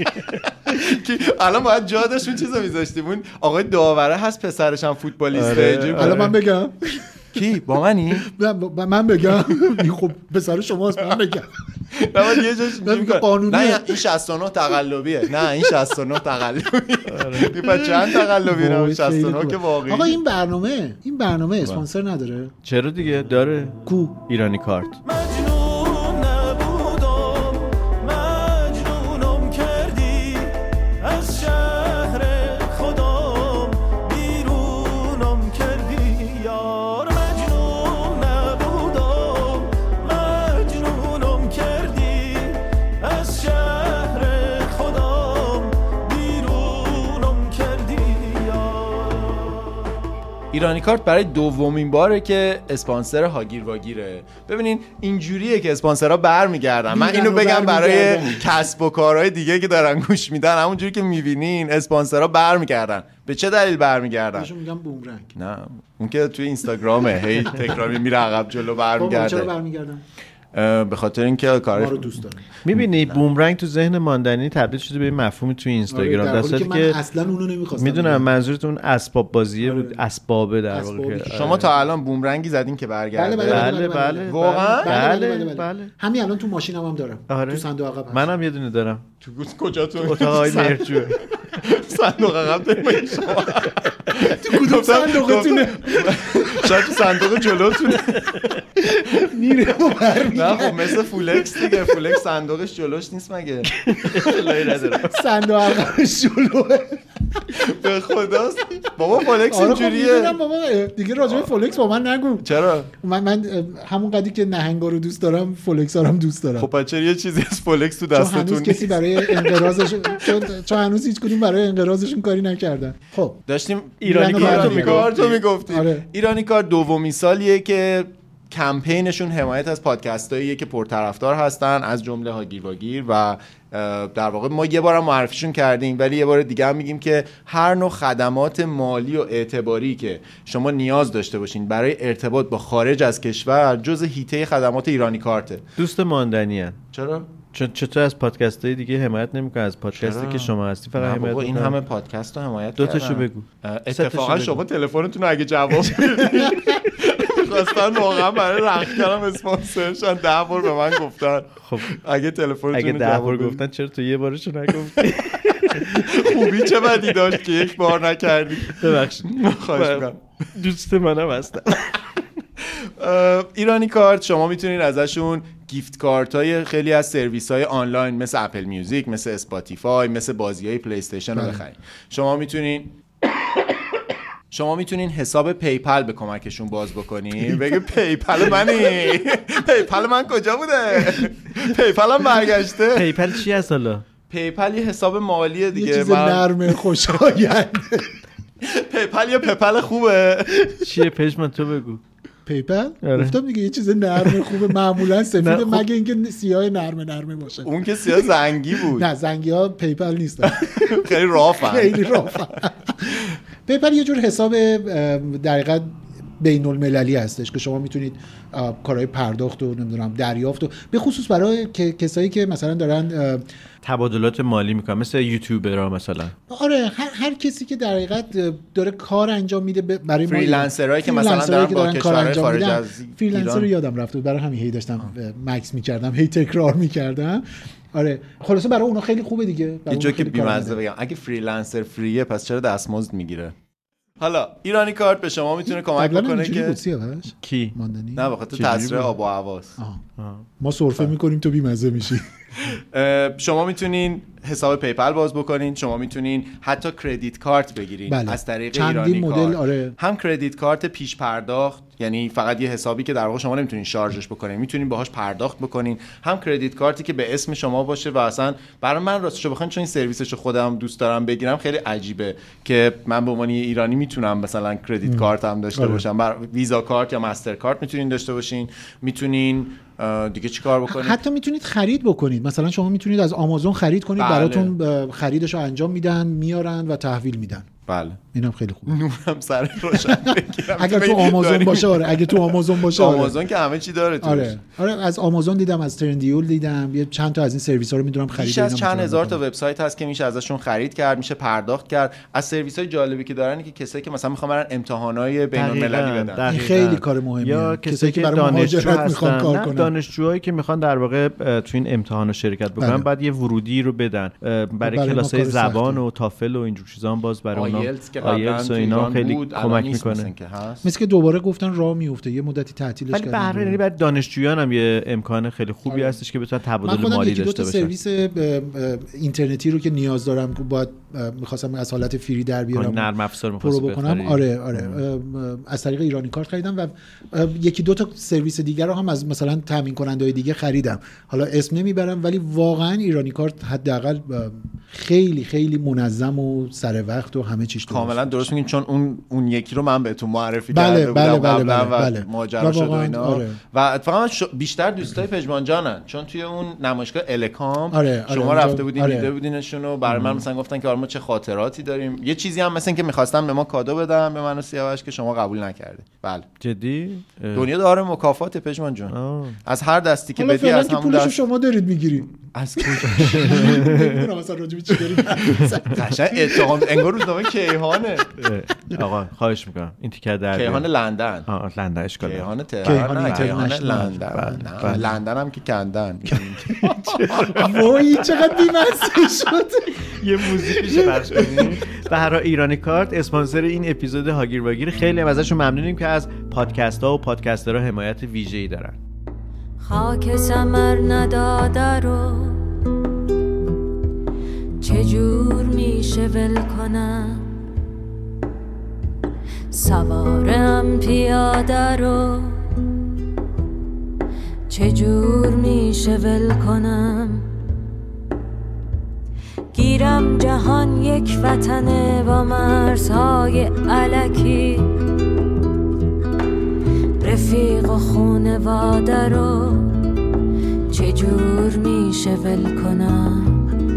الان باید جا داشت اون چیزو میذاشتیم. اون آقای داوره هست پسرش هم فوتبالیسته. الان من بگم کی با منی؟ من بگم خب پسر شماست، من بگم بعد یه جاش میگه قانونیه. نه این 69 تقلبیه. نه این 69 تقلبیه. میپا چند تقلبی نه 69 که واقعی. آقا این برنامه اسپانسر نداره؟ چرا دیگه داره. کو ایرانی کارت. ایرانی کارت برای دومین باره که اسپانسر هاگیر واگیره. ببینین اینجوریه که اسپانسرها برمیگردن. من اینو بگم برای کسب و کارهای دیگه که دارن گوش میدن، همونجوری که میبینین اسپانسرها برمیگردن. به چه دلیل برمیگردن؟ بهشون میگم بومرنگ. نه اون که توی اینستاگرامه هی تکرار میره عقب جلو برمیگرده. چرا برمیگردن؟ به خاطر اینکه کارش رو دوست دارم. میبینی بومرنگ تو ذهن ماندنی تبدیل شده به مفهومی توی اینستاگرام، در حالی که اصلا اونو نمی‌خواستم. میدونم منظورتون اسباب بازیه بود، اسبابه در واقع. شما تا الان بومرنگی زدین که برگرده؟ بله واقعا؟ بله. همین الان تو ماشینم هم دارم. تو صندوق عقب هست. منم یه دونه دارم. تو کجاتون؟ اتاقای مهرجو. صندوق عقب داریم شما. تو کدوم صندوقتونه؟ شاید تو صندوق جلوتونه. میره و برمیگرده. نه خب مثل فولکس دیگه، فولکس صندوقش جلوش نیست مگه؟ صندوق عقبش جلوه. به خداست بابا فولکس اینجوریه. میدونم بابا دیگه راجع به فولکس با من نگو. چرا؟ من همون قدری که نهنگا رو دوست دارم فولکس ها رو هم دوست دارم. خب بچه یه چیزی از فولکس تو دستتون نیست. چون هنوز کسی برای انقراضش چون هنوز هیچ کدوم برای انقراضشون کاری نکردن. خب داشتیم ایرانی کارتو میگفتیم. ایرانی کار دومین سالیه که کمپینشون حمایت از پادکستاییه که پرطرفدار هستن، از جمله هاگیر واگیر، و در واقع ما یه بارم معرفیشون کردیم ولی یه بار دیگه هم میگیم که هر نوع خدمات مالی و اعتباری که شما نیاز داشته باشین برای ارتباط با خارج از کشور جزء حیطه خدمات ایرانی کارته. دوست ماندنی ان. چرا؟ چطور از پادکست‌های دیگه حمایت نمی‌کنه؟ از پادکستی که شما هستی فقط حمایت این همه پادکست رو حمایت دو تاشو بگو. اتفاقا شما تلفنتون رو اگه جواب بدید خواستن واقعا برای رخت کردم اسپانسرشن 10 بار به من گفتن. خب اگه تلفنتون اگه 10 بار گفتن چرا تو یه بارشو نگفتی؟ خوبی چه بدی داشت که یک بار نکردی. ببخشید. خواهش می‌کنم. دوست منم هستم. ایرانی کارت شما میتونید ازشون گیفت کارت های خیلی از سرویس های آنلاین مثل اپل میوزیک، مثل اسپاتیفای، مثل بازی های پلی استیشن رو بخرید. شما میتونین حساب پیپل به کمکشون باز بکنین. بگه پیپل منی. پیپل من کجا بوده؟ پیپل هم برگشته. پیپل چی هست حالا؟ پیپل یه حساب مالیه دیگه. یه چیز نرم خوشایند. پیپل یه پیپل خوبه. چیه پشمان تو بگو. پیپل؟ گفتم دیگه یه چیز نرم خوبه، معمولا سفیده مگه اینکه سیاه نرمه باشه. اون که سیاه زنگی بود. نه زنگی ها پیپل نیستن. خیلی رافن. پیپل یه جور حساب در حقیقت بین المللی هستش که شما میتونید کارهای پرداخت و نمیدونم دریافت و به خصوص برای کسایی که مثلا دارن تبادلات مالی میکنن، مثل یوتیوبرها مثلا. آره هر کسی که در حقیقت داره کار انجام میده برای فریلنسرایی که مثلا دارن با کشورهای خارج از فریلنسر رو یادم رفت، برای همین هی داشتم مکس میکردم، هی تکرار میکردم. آره خلاصه برای اونا خیلی خوبه دیگه. یه جا که بی‌مزه بگم اگه فریلنسر فریه پس چرا دستمزد میگیره؟ حالا ایرانی کارت به شما میتونه کمک بکنه که کی ماندنی نه بخاطر تاثیر آب و هواست. ما سرفه میکنیم تو بی‌مزه میشی. شما میتونین حساب پیپل باز بکنین، شما میتونین حتی کردیت کارت بگیرین از طریق ایرانی کارت. آره. هم کردیت کارت پیش پرداخت، یعنی فقط یه حسابی که در واقع شما نمیتونین شارژش بکنین، میتونین باهاش پرداخت بکنین، هم کردیت کارتی که به اسم شما باشه و اصلا برای من راستش بخواین چون این سرویسش خودم دوست دارم بگیرم خیلی عجیبه که من به عنوان ایرانی میتونم مثلا کردیت کارت هم داشته باشم. برای ویزا کارت یا مستر کارت میتونین داشته باشین. میتونین دیگه چیکار بکنید؟ حتی میتونید خرید بکنید. مثلا شما میتونید از آمازون خرید کنید، براتون خریدش رو انجام میدن، میارن و تحویل میدن. بله اینم خیلی خوبه. نورم سر روشن بگیرم. اگه تو آمازون باشه آره، اگه تو آمازون باشه آمازون که همه چی داره توش. آره از آمازون دیدم، از ترندیول دیدم، یه چند تا از این سرویس‌ها رو میدونم خرید. بیش از چند هزار تا وبسایت هست که میشه ازشون خرید کرد، میشه پرداخت کرد. از سرویس‌های جالبی که دارن که کسایی که مثلا میخوان برن امتحانای بین‌المللی بدن، این خیلی کار مهمیه. یا کسایی که برای مهاجرت میخوان کار کنن، دانشجوهایی که میخوان در واقع تو این امتحانا شرکت بکنن، بعد یه ورودی رو بدن برای کلاس‌های زبان و تافل و اینجور چیزا هم باز برای اونها آیلتس و اینا خیلی کمک میکنه. مثل که دوباره گفتن راه میفته، یه مدتی تعطیلش کردن. ولی به هر حال یعنی برای دانشجویان هم یه امکان خیلی خوبی هستش که بتونن تبادل مالی داشته باشن. من سرویس اینترنتی رو که نیاز دارم که باید می‌خواستم از حالت فری در بیارم، نرم افزار پرو بکنم. آره از طریق ایرانی کارت خریدم و یکی دو تا سرویس دیگر رو هم از مثلا تامین کننده‌های دیگه خریدم. حالا اسم نمیبرم ولی واقعا ایرانی کارت حداقل خیلی خیلی منظم و سر وقت و همه همه چیش کاملا درست میگین، چون اون یکی رو من بهتون معرفی بله، کرده بودم قبلا بله. و ماجرا شد و اینا. آره. و اتفاقا بیشتر دوستای پژمان جانن، چون توی اون نمایشگاه الکام آره، شما رفته بودین آره. دیده بودینشون و برای من مثلا گفتن که ما چه خاطراتی داریم. یه چیزی هم مثلا که می‌خواستن به ما کادو بدن، به من و سیاوش، که شما قبول نکردید. بله جدی دنیا داره مکافات پژمان جان. از هر دستی که بدی حالا از که همون پولشو دست. شما دارید میگیرید. از کجا؟ نمیدونم مثلا راجع به چی دارید. قشنگ اتهام انگار روزنامه کیهانه. آقا خواهش میکنم این تیکر در کیهان لندن. لندن اشکال کیهان نداره. تهران نه، کیهان کیهان لندن. نه لندن هم که کندن. وای چقدر بی‌مزه شد. یه موزیکیشو پخش کنیم. به هر حال ایرانی کارت اسپانسر این اپیزود هاگیر واگیر، خیلی هم ازشون ممنونیم که از پادکست‌ها و پادکسترها حمایت ویژه‌ای دارن. خاک ثمر نداده رو چجور میشه ول کنم، سوارم پیاده رو چجور میشه ول کنم، گیرم جهان یک وطنه با مرزهای الکی، رفیق و خونواده رو چجور میشه ول کنم،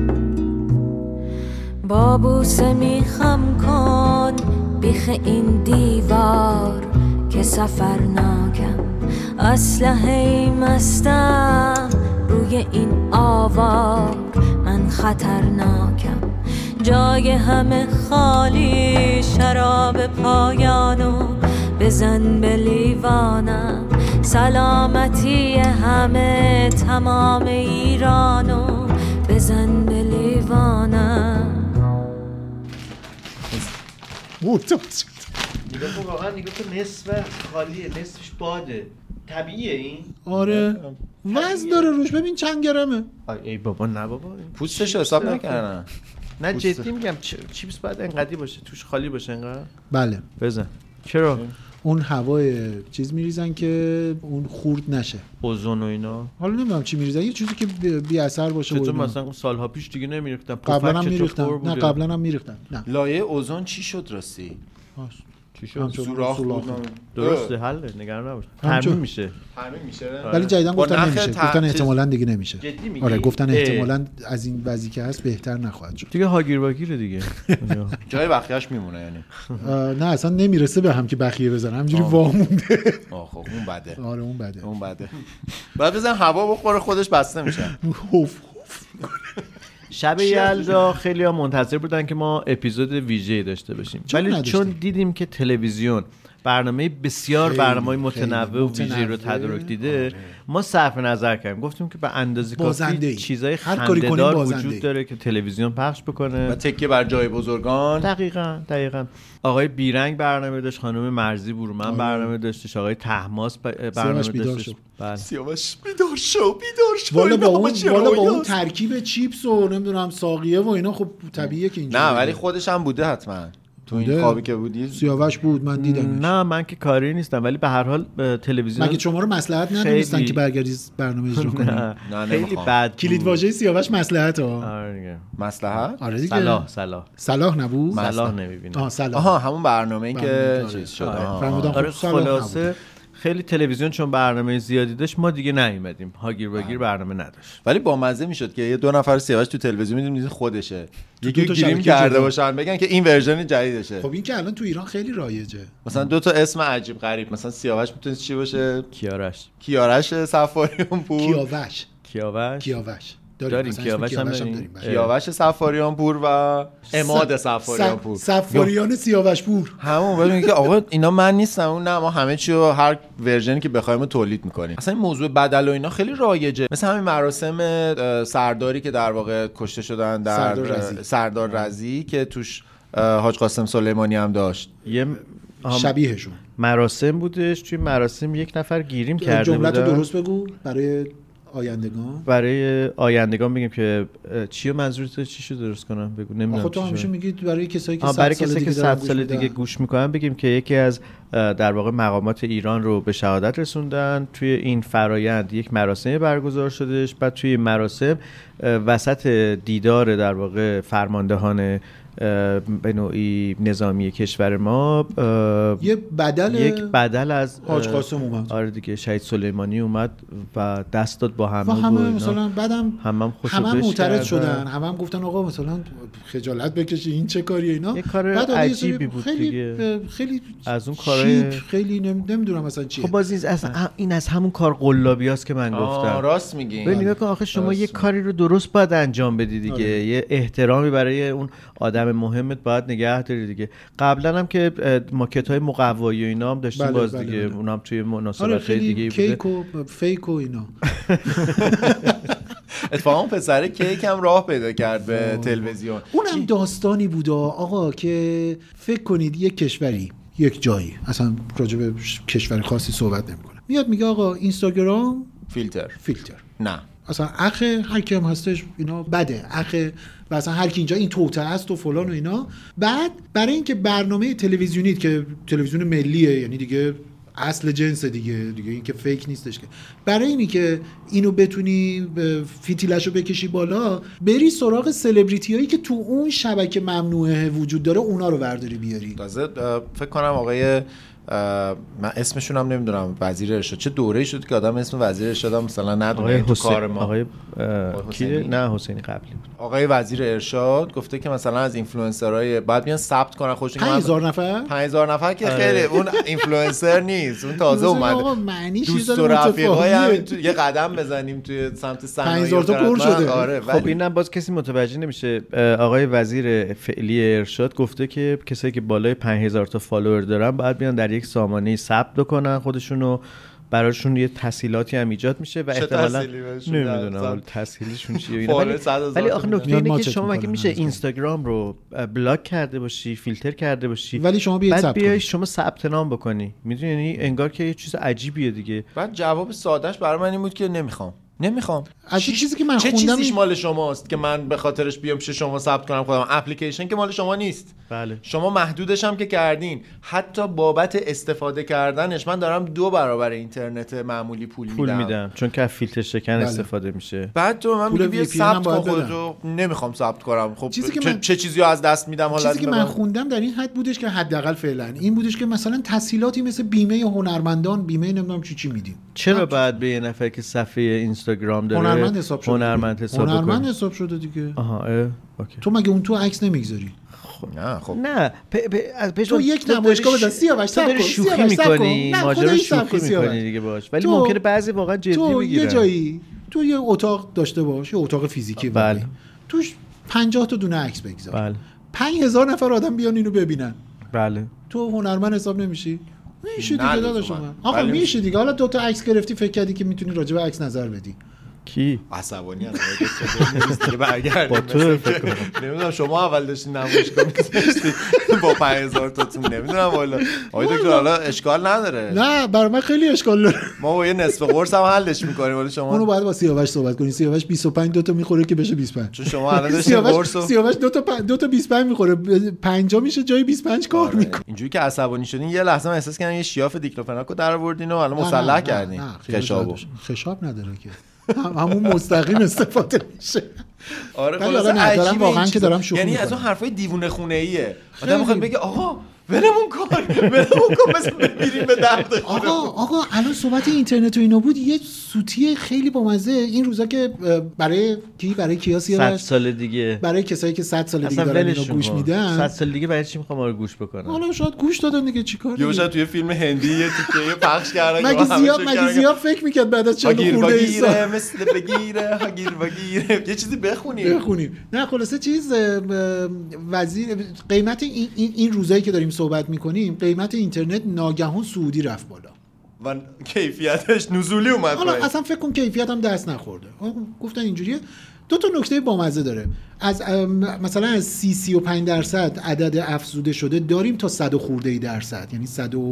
با بوسه میخم کن بیخ این دیوار که سفرناکم، اسلحه مستم روی این آوار، من خطرناکم، جای همه خالی، شراب پایانو بزن به لیوانم، سلامتی همه تمام ایرانو بزن به لیوانم. نگاه کن واقعا، نگاه کن نصف خالیه نصفش باده. طبیعیه این؟ آره وزن داره روش، ببین چند گرمه. ای بابا نه بابا، پوستش حساب نکردن. نه جدی میگم چیپس باید انقدی باشه توش خالی باشه انقدر. بله بزن. چرا؟ اون هوای چیز میریزن که اون خورد نشه، اوزون و اینا. حالا نمیدونم چی میریزن، یه چیزی که بی اثر باشه. چطور مثلا سالها پیش دیگه نمیریختن؟ قبلا هم میریختن. نه قبلا هم میریختن. نه لایه اوزون چی شد راستی؟ چی شد؟ سوراخ بود. درسته حله، نگران نباش. ترمیم میشه. ترمیم میشه. ولی جدیدن گفتن نمیشه. گفتن احتمالاً دیگه نمیشه. جدی میگی؟ آره گفتن احتمالاً از این وضعی که هست بهتر نخواهد شد. دیگه هاگیر واگیره دیگه. جای بخیه‌اش میمونه یعنی. نه اصلا نمیرسه به هم که بخیه بزنه، همینجوری وامونده. خب اون بده. آره اون بده. اون بده. بعد بزن هوا بخوره خودش بسته میشه. شب یلدا خیلی ها منتظر بودن که ما اپیزود ویژه‌ای داشته باشیم، ولی چون دیدیم که تلویزیون برنامه بسیار برنامه متنوع و ویژه‌ای رو تدارک دیده، ما صرف نظر کردیم، گفتیم که به اندازه کافی چیزای خنده‌دار وجود داره که تلویزیون پخش بکنه و تکیه بر جای بزرگان. دقیقاً آقای بیرنگ برنامه داشت، خانم مرزی برومن برنامه داشتش، آقای طهماس برنامه داشت. سیاوش بیدار شو. والا با اون ترکیب چیپس و نمیدونم ساقیه و اینا خب طبیعیه که اینجوری. نه ولی خودش هم بوده حتما تو این خوابی که بودی. سیاوش بود، من دیدم. نه من که کاری نیستم، ولی به هر حال تلویزیون مگه شما رو مصلحت ندونستن که برگردی برنامه اجرا کنی؟ نه خیلی بد. کلید واژه سیاوش مصلحت ها. آره دیگه. مصلحت؟ آره دیگه. صلاح نبود؟ صلاح نمیبینه. صلاح. همون برنامه‌ای که چیز شد. آره خلاصه خیلی تلویزیون چون برنامه زیادی داشت ما دیگه نیومدیم، هاگیر واگیر برنامه نداشت. ولی با مزه میشد که یه دو نفر سیاوش تو تلویزیون میدیم خودشه، یکی گریم کرده باشن بگن که این ورژن جدیدشه. خب این که الان تو ایران خیلی رایجه. مثلا دو تا اسم عجیب غریب، مثلا سیاوش میتونه چی باشه؟ کیارش سفاریان پور. کیاوش داریم کیاوش سفاریان پور و اماد سفاریان پور، سفاریان سیاوش پور. همون ببین که آقا اینا من نیستم، اون نه، ما همه چی رو هر ورژنی که بخوایم تولید میکنیم. اصلا این موضوع بدل و اینا خیلی رایجه، مثل همین مراسم سرداری که در واقع کشته شدن در سردار رضی که توش حاج قاسم سلیمانی هم داشت، یه شبیهشون مراسم بودش. توی مراسم یک نفر گیریم کرده بودن. جملت درست بگو برای آیندگان بگیم که چی منظورت، چیشو درست کنم بگو. نمیدونم خب تو همیشه میگی برای کسایی که 100 سال دیگه گوش میکنن بگیم که یکی از در واقع مقامات ایران رو به شهادت رسوندن. توی این فرایند یک مراسم برگزار شدش، بعد توی مراسم وسط دیدار در واقع فرماندهان به نوعی نظامی کشور ما یک بدل از حاج قاسم اومد. آره دیگه شهید سلیمانی اومد و دست داد با همه مثلا بعدم همه معترض شدن، همه گفتن آقا مثلا خجالت بکشی این چه کاریه اینا. یه کار عجیبی بود دیگه، خیلی از اون کارهای خیلی نمیدونم مثلا چیه. خب باز این از همون کار قلابیاست که من گفتم. راست میگی. ببین نگاه کن آخه شما یه کاری رو درست باید انجام بدی دیگه. یه احترامی برای اون آدم مهمت باید نگه داری دیگه. قبلا هم که ماکت‌های مقوایی و اینا هم داشتیم باز دیگه. اونم توی مناسبت دیگه بوده. کیک و فیک و اینا. اتفاقا پسر کیک هم راه پیدا کرد به تلویزیون. اونم داستانی بود آقا که فکر کنید یک کشوری یک جایی اصلا راجع به کشور خاصی صحبت نمی‌کنه، میاد میگه آقا اینستاگرام فیلتر نه اصلا اخه هر کی هم هستش اینا بده اخه و اصلا هر کی اینجا این توته است و فلان و اینا. بعد برای اینکه برنامه تلویزیونی که تلویزیون ملیه، یعنی دیگه اصل جنس دیگه این که فیک نیستش، که برای اینی که اینو بتونی فیتیلشو بکشی بالا، بری سراغ سلبریتی هایی که تو اون شبکه ممنوعه وجود داره، اونا رو برداری بیاری. تازه فکر کنم آقای من اسمشون هم نمیدونم، وزیر ارشاد، چه دوره‌ای شد که آدم اسم وزیر ارشاد هم مثلا ندونه تو کار ما. آقای نه حسینی قبلی بود. آقای وزیر ارشاد گفته که مثلا از اینفلوئنسرهای بعد میان ثبت کنن خودشون 5000 نفر که خیلی اون اینفلوئنسر نیست، اون تازه اومده. دوست و رفیقای هم یه قدم بزنیم توی سمت صنایع 5000 تا پر شده. آره خب اینم باز کسی متوجه نمیشه. آقای وزیر فعلی ارشاد گفته که کسایی که بالای 5000 تا فالوور دارن باید بیان در یک سامانه ثبت بکنن خودشونو، براشون یه تسهیلاتی هم ایجاد میشه و احتمالاً نمیدونم تسهیلشون چیه اینا. ولی آخه نکته اینه که شما مگه میشه اینستاگرام رو بلاک کرده باشی، فیلتر کرده باشی، ولی شما بیای شما ثبت نام بکنی؟ میدونی یعنی انگار که یه چیز عجیبیه دیگه. بعد جواب سادهش برای من این بود که نمیخوام. از چیزی که من چه خوندم چیزیش مال شماست که من به خاطرش بیام پیش شما ثبت کنم خودم؟ اپلیکیشن که مال شما نیست. بله. شما محدودش هم که کردین، حتی بابت استفاده کردنش من دارم 2 برابر اینترنت معمولی پول میدم چون که فیلتر شکن استفاده میشه. بعد تو من میگم ثبت کن خودتو، نمیخوام ثبت کنم. خب چه چیزی رو از دست میدم؟ حالا چیزی که من خوندم در این حد بودش که حداقل فعلا این بودش که مثلا تسهیلاتی مثل بیمه هنرمندان، بیمه نمیدونم چی میدیم. چرا بعد به یه نفر که صفحه اینستاگرام داره هنرمند حساب شده دیگه؟ اوکی. تو مگه اون تو عکس نمیگذاری؟ نه خب نه تو یک نمایشگاه بزن سیاوش صبر کن، شوخی می‌کنی، ماجرا شوخی می‌کنی دیگه باش، ولی ممکنه بعضی واقعا جدی بگیرن. تو یه جایی تو یه اتاق داشته باش، یه اتاق فیزیکی، بله، توش 50 تا دونه عکس بگذار، بله، 5000 نفر آدم بیان اینو ببینن، بله، تو هنرمند حساب نمیشی؟ میشه دیگه داداش من. آقا میشه دیگه. حالا 2 تا عکس گرفتی فکر کردی که میتونی راجع به عکس نظر بدی. کی عصبانی که برگردیم با تو فکر کنم. نمیدونم شما اول داشتین نمایشگاه می‌ذاشتید با 5000 تا تون، نمیدونم والا. آقای دکتر حالا اشکال نداره. نه برای من خیلی اشکال داره. ما با یه نصف قرص هم حلش می‌کنیم، ولی شما اونو باید با سیاوش صحبت کنی. سیاوش 25 2 تا میخوره که بشه 25. چون شما الان داشتین قرصو سیاوش 2 تا 25 میخوره، 50 میشه جای 25 کار میکنه. اینجوری که عصبانی شدین یه لحظه من احساس کردم یه شیاف دیکلوفناکو درآوردین و الان مسلح کردین. خشاب نداره که همون مستقیم استفاده میشه. آره خلاص عجیبه واقعا که دارم شوخی یعنی از اون حرفای دیوونه خونه ایه. آدم میخواد بگه آقا ولمون کن مثلا بمیریم به درد خودمون. آقا الان صحبت اینترنت و اینا بود، یه سوتی خیلی بامزه این روزا که برای کیا 100 سال دیگه، برای کسایی که 100 سال دیگه دارن اینو گوش میدن. 100 سال دیگه برای چی میخوام ما رو گوش بکنن؟ حالا شاید گوش دادن دیگه، چیکار یه شاید توی فیلم هندی یه تیکه پخش کردن. مگه زیاد فکر میکرد بعد از 40 خورده سال مثل بگیره هاگیر بگیره یه چیزی بخونیم. نه خلاصه چیز وزیر قیمت این روزایی که داریم صحبت میکنیم، قیمت اینترنت ناگهان صعودی رفت بالا و کیفیتش نزولی اومد. حالا اصلا فکر کنم کیفیت هم دست نخورده. گفتن اینجوریه. 2 تا نکته بامزه داره. از مثلا از 35% عدد افزوده شده داریم تا 100 خورده درصد، یعنی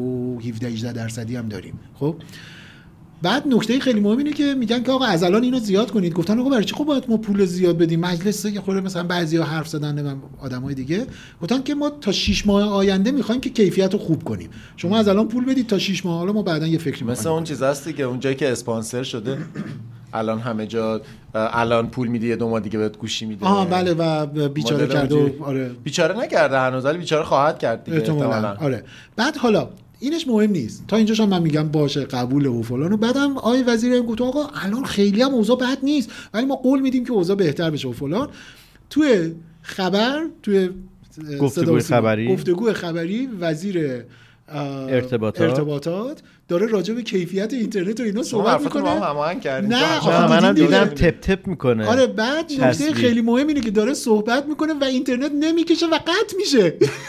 117-18% هم داریم. خب بعد نکته خیلی مهم اینه که میگن که آقا از الان اینو زیاد کنید. گفتن آقا برای چی؟ خب باید ما پول زیاد بدیم. مجلس یه خورده مثلا بعضیا حرف زدن، آدمای دیگه گفتن که ما تا 6 ماه آینده میخوایم که کیفیت رو خوب کنیم. شما از الان پول بدید تا 6 ماه، حالا ما بعداً یه فکری می‌کنیم. مثلا اون چیز هستی که اون جایی که اسپانسر شده الان همه جا الان پول میدی یه 2 ماه دیگه بهت گوشی میده. بله و بیچاره کرده. آره بیچاره نکرده هنوز ولی بیچاره خواهد کرد دیگه احتمالاً. آره بعد حالا اینش مهم نیست تا اینجاش هم من میگم باشه قبوله و فلان و بعدم آقای وزیر گفت آقا الان خیلی هم اوضاع بد نیست ولی ما قول میدیم که اوضاع بهتر بشه و فلان. توی گفتگو خبری وزیر ارتباطات داره راجع به کیفیت اینترنت و اینا صحبت میکنه. نه منم دیدم تپ تپ میکنه. آره بعد نکته خیلی مهم اینه که داره صحبت میکنه و اینترنت نمیکشه و قطع میشه.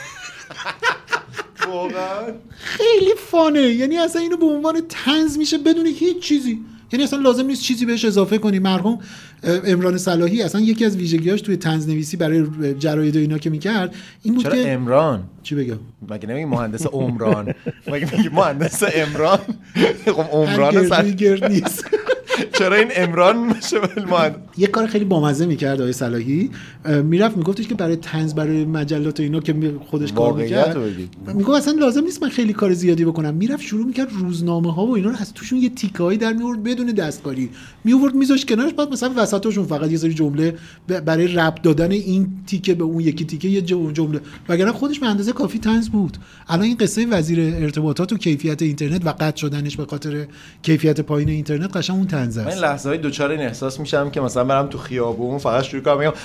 خیلی فانه، یعنی اصلا اینو به عنوان طنز میشه بدون هیچ چیزی، یعنی اصلا لازم نیست چیزی بهش اضافه کنی. مرحوم عمران صلاحی اصلا یکی از ویژگیاش توی طنز نویسی برای جراید و اینا که میکرد این بود که عمران چی بگم؟ مگه نمیگی مهندس عمران؟ مگه میگی مهندس عمران؟ خب عمران گرد نیست. چرا این عمران میشه مهندس؟ یه کار خیلی بامزه میکرد آقای صلاحی، میرفت میگفتش که برای طنز برای مجلات و اینا که خودش کار میکرد میگفت اصلا لازم نیست من خیلی کار زیادی بکنم. میرفت شروع میکرد روزنامه ها و اینا رو از توشون یه تیکه‌ای در میورد بدون دستکاری، میورد میذاش کنارش، بعد مثلا وسطاشون فقط یه سری جمله برای ربط دادن این تیکه به اون یکی تیکه یه جمله، وگرنه خودش به اندازه کافی طنز بود. الان این قصه وزیر ارتباطات و کیفیت اینترنت و قطع شدنش به خاطر کیفیت پایین اینترنت قشنگ اون طنز است. من لحظه‌های دوچار این احساس میشم که مثلا برم تو خیابون فقط شروع کنم میگم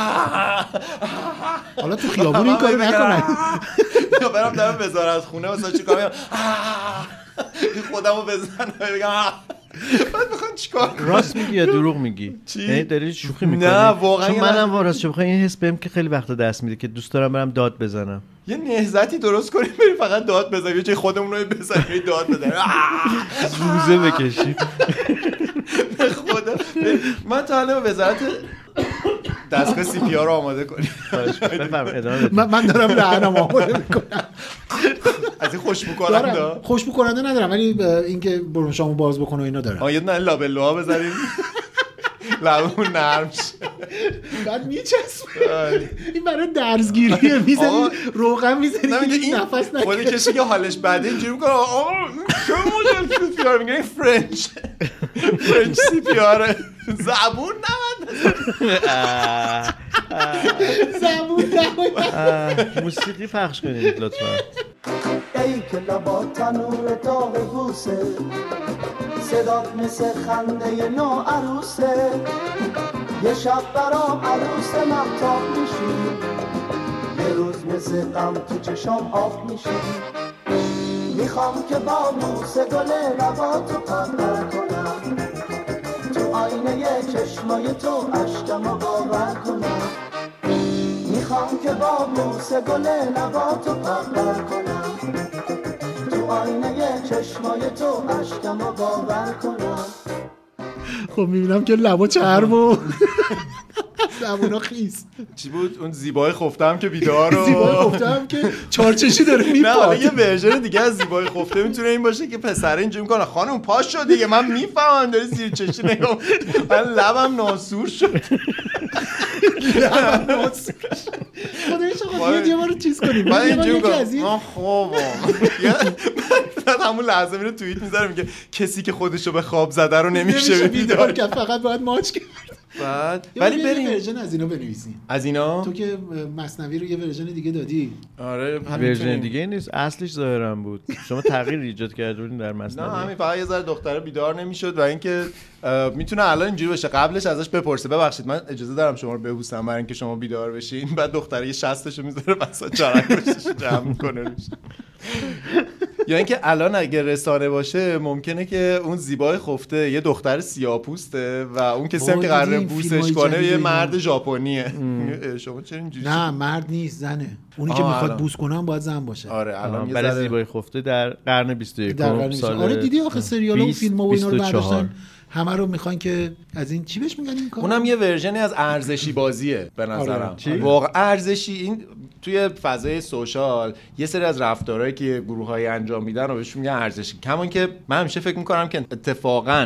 حالا تو خیابون این کارو نکنن، یا برم در وزارت خونه مثلا چیکار میگم خودمو بزنم بگم بعد میخوام چیکار کنم؟ راست میگی یا دروغ میگی؟ یعنی داری شوخی میکنی؟ نه واقعا چون منم راستش بخوام این حس بهم که خیلی وقتا دست میده که دوست دارم برم داد بزنم. یه نهضتی درست کنیم بریم فقط داد بزنیم، یه جای خودمون رو بزنیم یه داد بزنیم زوزه بکشیم. خدا من تا حالا وزارت دستگاه سی پی آر رو آماده کنیم. من دارم لعنم آماده میکنم. از این خوشبو کننده خوشبو کننده ندارم ولی اینکه برونشامو باز بکنه اینا دارم. یه دونه لابلوها بذاریم لبمون نرم شه بعد میچسبه. این برای درزگیریه، میزنی روغن میزنی که نفس نکنه. خودی کشی که حالش بده اینجوری میکنه چه مدل سی پی آر میگه فرنچ سی پی آر زبون زبون موسیقی پخش کنید لطفا. ای که لبا تنور داغ بوسه، صدات مثل خنده نو عروسه، یه شب برام عروس مهتاب میشی، یه روز مثل غم تو چشام آب میشی. میخوام که با بوسه گل لباتو پاکر کنم، تو آینه چشمای تو عشقمو باور کنم. میخوام که با بوسه گل لباتو پاکر کنم، تو آینه چشمای تو عشقمو باور کنم. خب میبینم که لبا چرب و زبونا خیس. چی بود اون زیبای خفتم که بیدار رو زیبای خفتم که چارچشی داره میپاد. نه حالا یه ورژن دیگه از زیبای خفته میتونه این باشه که پسر اینجوری میکنه خانم پاش شد دیگه، من میفهمم داری زیر چشی نگاه، من لبم ناسور شد. لبم ناسور شد. خدایش خواهد یه بار چیز کنیم من اینجوری میکنم خوبم. بعد همون لحظه میره توییت میذاره میگه کسی که خودشو به خواب زده رو نمیشه بیدار کرد، فقط باید ماچ کرد. بعد ولی بریم ورژن از اینا بنویسیم. از اینا تو که مثنوی رو یه ورژن دیگه دادی. آره ورژن دیگه نیست، اصلش ظاهرا بود، شما تغییر ایجاد کردین در مثنوی. نه همین فقط یه ذره دختره بیدار نمیشد و اینکه میتونه الان اینجوری باشه قبلش ازش بپرسه ببخشید من اجازه دارم شما رو ببوسم برای اینکه شما بیدار بشین، بعد دختره یه شستشو میذاره وسط چرخ بشش جمع میکنه. یا اینکه الان اگه رسانه باشه ممکنه که اون زیبای خفته یه دختر سیاه‌پوسته و اون کسی هم که قراره بوسش کنه یه مرد ژاپنیه. شما چرا اینجوری؟ نه مرد نیست، زنه. اونی که میخواد بوس کنه باید زن باشه. آره الان برای زیبای خفته در قرن 21 سال. آره دیدی آخه سریال‌ها و فیلم‌ها و اینا رو برداشتن همه رو میخوان که از این چی بهش میگن این کار. اونم یه ورژنی از ارزشی بازیه به نظرم. واقعا ارزشی این توی فضای سوشال یه سری از رفتارهایی که گروه‌های انجام میدن رو بهش میگن ارزشی. کمان که من همیشه فکر میکنم که اتفاقاً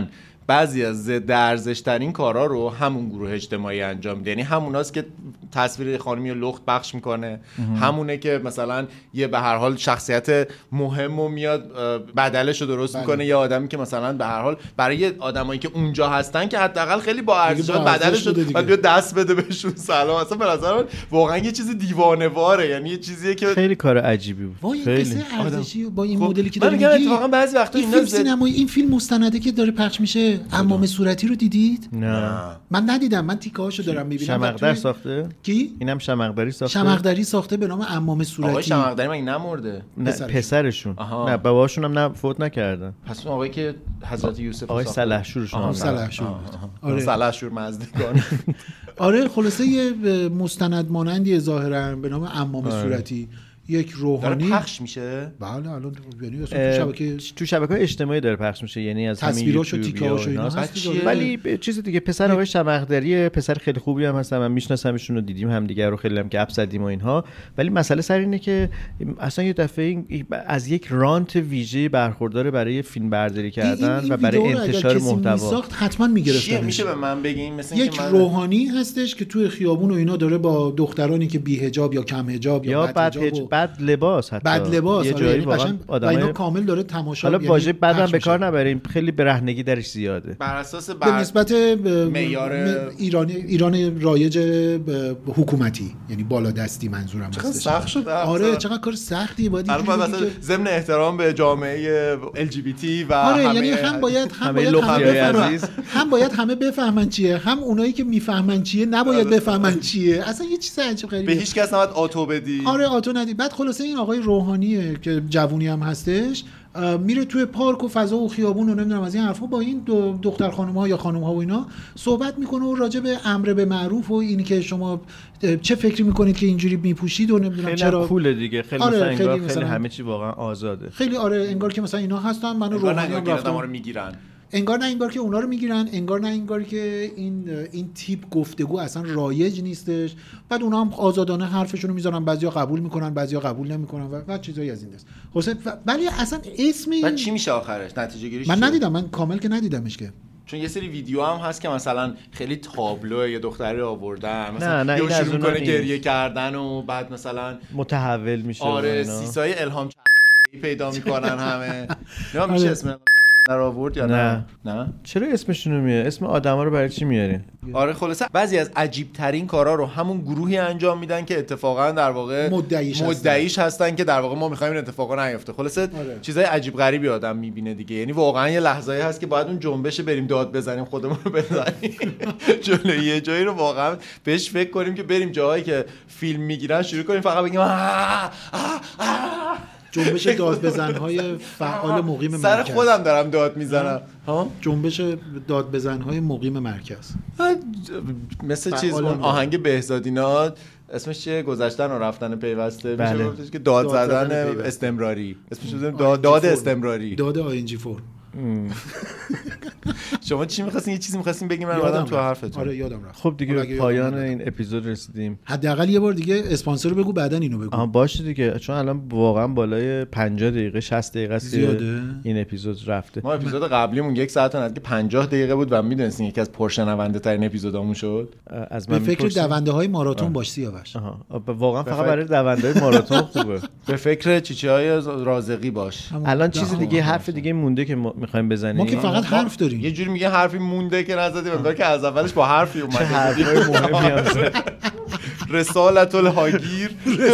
بعضی از ضد ارزش ترین کارا رو همون گروه اجتماعی انجام میده. یعنی هموناست که تصویر خانمی رو لخت پخش میکنه، همونه که مثلا یه به هر حال شخصیت مهمو میاد بدلش رو درست میکنه، یا آدمی که مثلا به هر حال برای آدمایی که اونجا هستن که حداقل خیلی با ارزش بدلش رو بعد بیا دست بده بهشون سلام. اصلا به نظر من واقعا یه چیز دیوانه واره، یعنی یه چیزیه که خیلی کار عجیبی بود. وای خیلی قصه ارزشی با این خب مدلی که داره میگه میگی. اتفاقا بعضی وقتا این فیلم سینمایی، این فیلم مستنده که داره پخش میشه، عمام صورتی رو دیدید؟ نه من ندیدم، من تیکه‌هاشو دارم میبینم. شمقدر ساخته؟ کی؟ اینم شمقدری ساخته. شمقدری ساخته به نام عمام صورتی. آقای شمقدری مگه نمرده؟ نه پسرشون. نه باباشون هم نه فوت نکردن. پس اون آقایی که حضرت یوسف آقای سلحشورشون. سلحشور. آره سلحشور مزدگان. آره خلاصه یه مستند مانندی ظاهرا به نام عمام صورتی، یک روحانی داره پخش میشه. بله الان یعنی اصلا تو شبکه‌های اجتماعی داره پخش میشه، یعنی از تصویراشو تیکه‌هاشو اینا هست. ولی چیز دیگه پسر آقای شمقدری پسر خیلی خوبی هم هستن، من میشناسمشون و دیدیم همدیگه رو، خیلی هم گپ زدیم و اینها. ولی مسئله سر اینه که اصلا یه دفعه از یک رانت ویژه برخوردار برای فیلم برداری کردن و برای انتشار محتوا ساخت حتما میگرفتن. میشه به من بگین مثلا یک روحانی هستش که توی خیابون و اینا داره با دخترانی که بی حجاب یا کم حجاب یا بد لباس، حتی بد لباس، یه جایی واقعا آدمای کامل داره تماشا. حالا واژه بعدم به کار نبریم، خیلی برهنگی درش زیاده بر اساس به نسبت معیار ایران رایج حکومتی، یعنی بالادستی منظورم هستش. چقدر سخت شده. آره چقدر کار سختی باید مثلا ضمن احترام به جامعه LGBT و آره یعنی هم باید همه بفهمن چیه، هم اونایی که میفهمن چیه نباید بفهمن چیه. اصلا یه چیز عجیب غریبه. به هیچ کس نباید آتو بدی. آره آتو ندی. بعد خلاصه این آقای روحانیه که جوونی هم هستش، میره توی پارک و فضا و خیابون و نمیدونم از این حرفا با این دختر خانم‌ها یا خانم‌ها و اینا صحبت میکنه و راجع به امر به معروف و این که شما چه فکری میکنید که اینجوری میپوشید و نمیدونم چرا کوله دیگه. خیلی آره خیلی همه چی واقعا آزاده. خیلی آره انگار که مثلا اینا هستن منو روحانی رو میگیرن، انگار نه انگار که اونا رو میگیرن، انگار نه انگار که این تیپ گفتگو اصلا رایج نیستش. بعد اونا هم آزادانه حرفشون رو میذارن، بعضیا قبول میکنن بعضیا قبول نمیکنن و چیزایی از این دست. ولی اصلا اسم بعد چی میشه آخرش؟ نتیجه گیریش من ندیدم، من کامل که ندیدمش که. چون یه سری ویدیو هم هست که مثلا خیلی تابلو یه دختری آوردن، مثلا نه یا شروع کنه گریه کردن و بعد مثلا متحول میشه. آره سیسای الهام پیدا میکنن همه. نه میشه اسم در آورد یا نه؟ چرا اسمشونو میاره؟ اسم آدما رو برای چی میارین؟ آره خلاصه بعضی از عجیب ترین کارا رو همون گروهی انجام میدن که اتفاقا در واقع مدعیش هستن که در واقع ما میخوایم این اتفاقا نیفته. خلاصه چیزای عجیب غریبی آدم میبینه دیگه. یعنی واقعا یه لحظه‌ای هست که باید اون جنبش بریم داد بزنیم، خودمون رو بزنیم جلوی یه جایی رو واقعا بهش فکر کنیم که بریم جایی که فیلم میگیرن شروع کنیم فقط بگیم جنبش داد بزن‌های فعال مقیم مرکز. سر خودم دارم داد میزنم. جنبش داد بزن‌های مقیم مرکز. مثل چیز اون آهنگ بهزادینا اسمش چیه؟ گذشتن و رفتن پیوسته. بله. میشه گفتش که داد زدن استمراری. اسمش داد استمراری. داد ING4. شما چی می‌خواستین؟ یه چیزی می‌خواستین بگین من اومدم تو حرفتون. آره یادم رفت. خب دیگه پایان این اپیزود رسیدیم. حداقل یه بار دیگه اسپانسر رو بگو بعدن اینو بگو. باشه دیگه، چون الان واقعا بالای 50 دقیقه 60 دقیقه است این اپیزود رفته. ما اپیزود قبلیمون 1 ساعت و نزدیک 50 دقیقه بود و میدونستین یکی از پرشنونده ترین اپیزودامون شد. از من به فکر دونده های ماراتون باش سیاوش. واقعا فقط برای دونده های ماراتون خوبه. به فکر چیچه‌های رازقی باش. الان چیز دیگه حرف دیگه مونده که می‌خوایم بزنیم. ما که فقط حرف داریم. یه جوری میگه حرفی مونده که نزدیم، انگار که از اولش با حرفی اومده. حرفای مهمی هم رسالت الحاگیر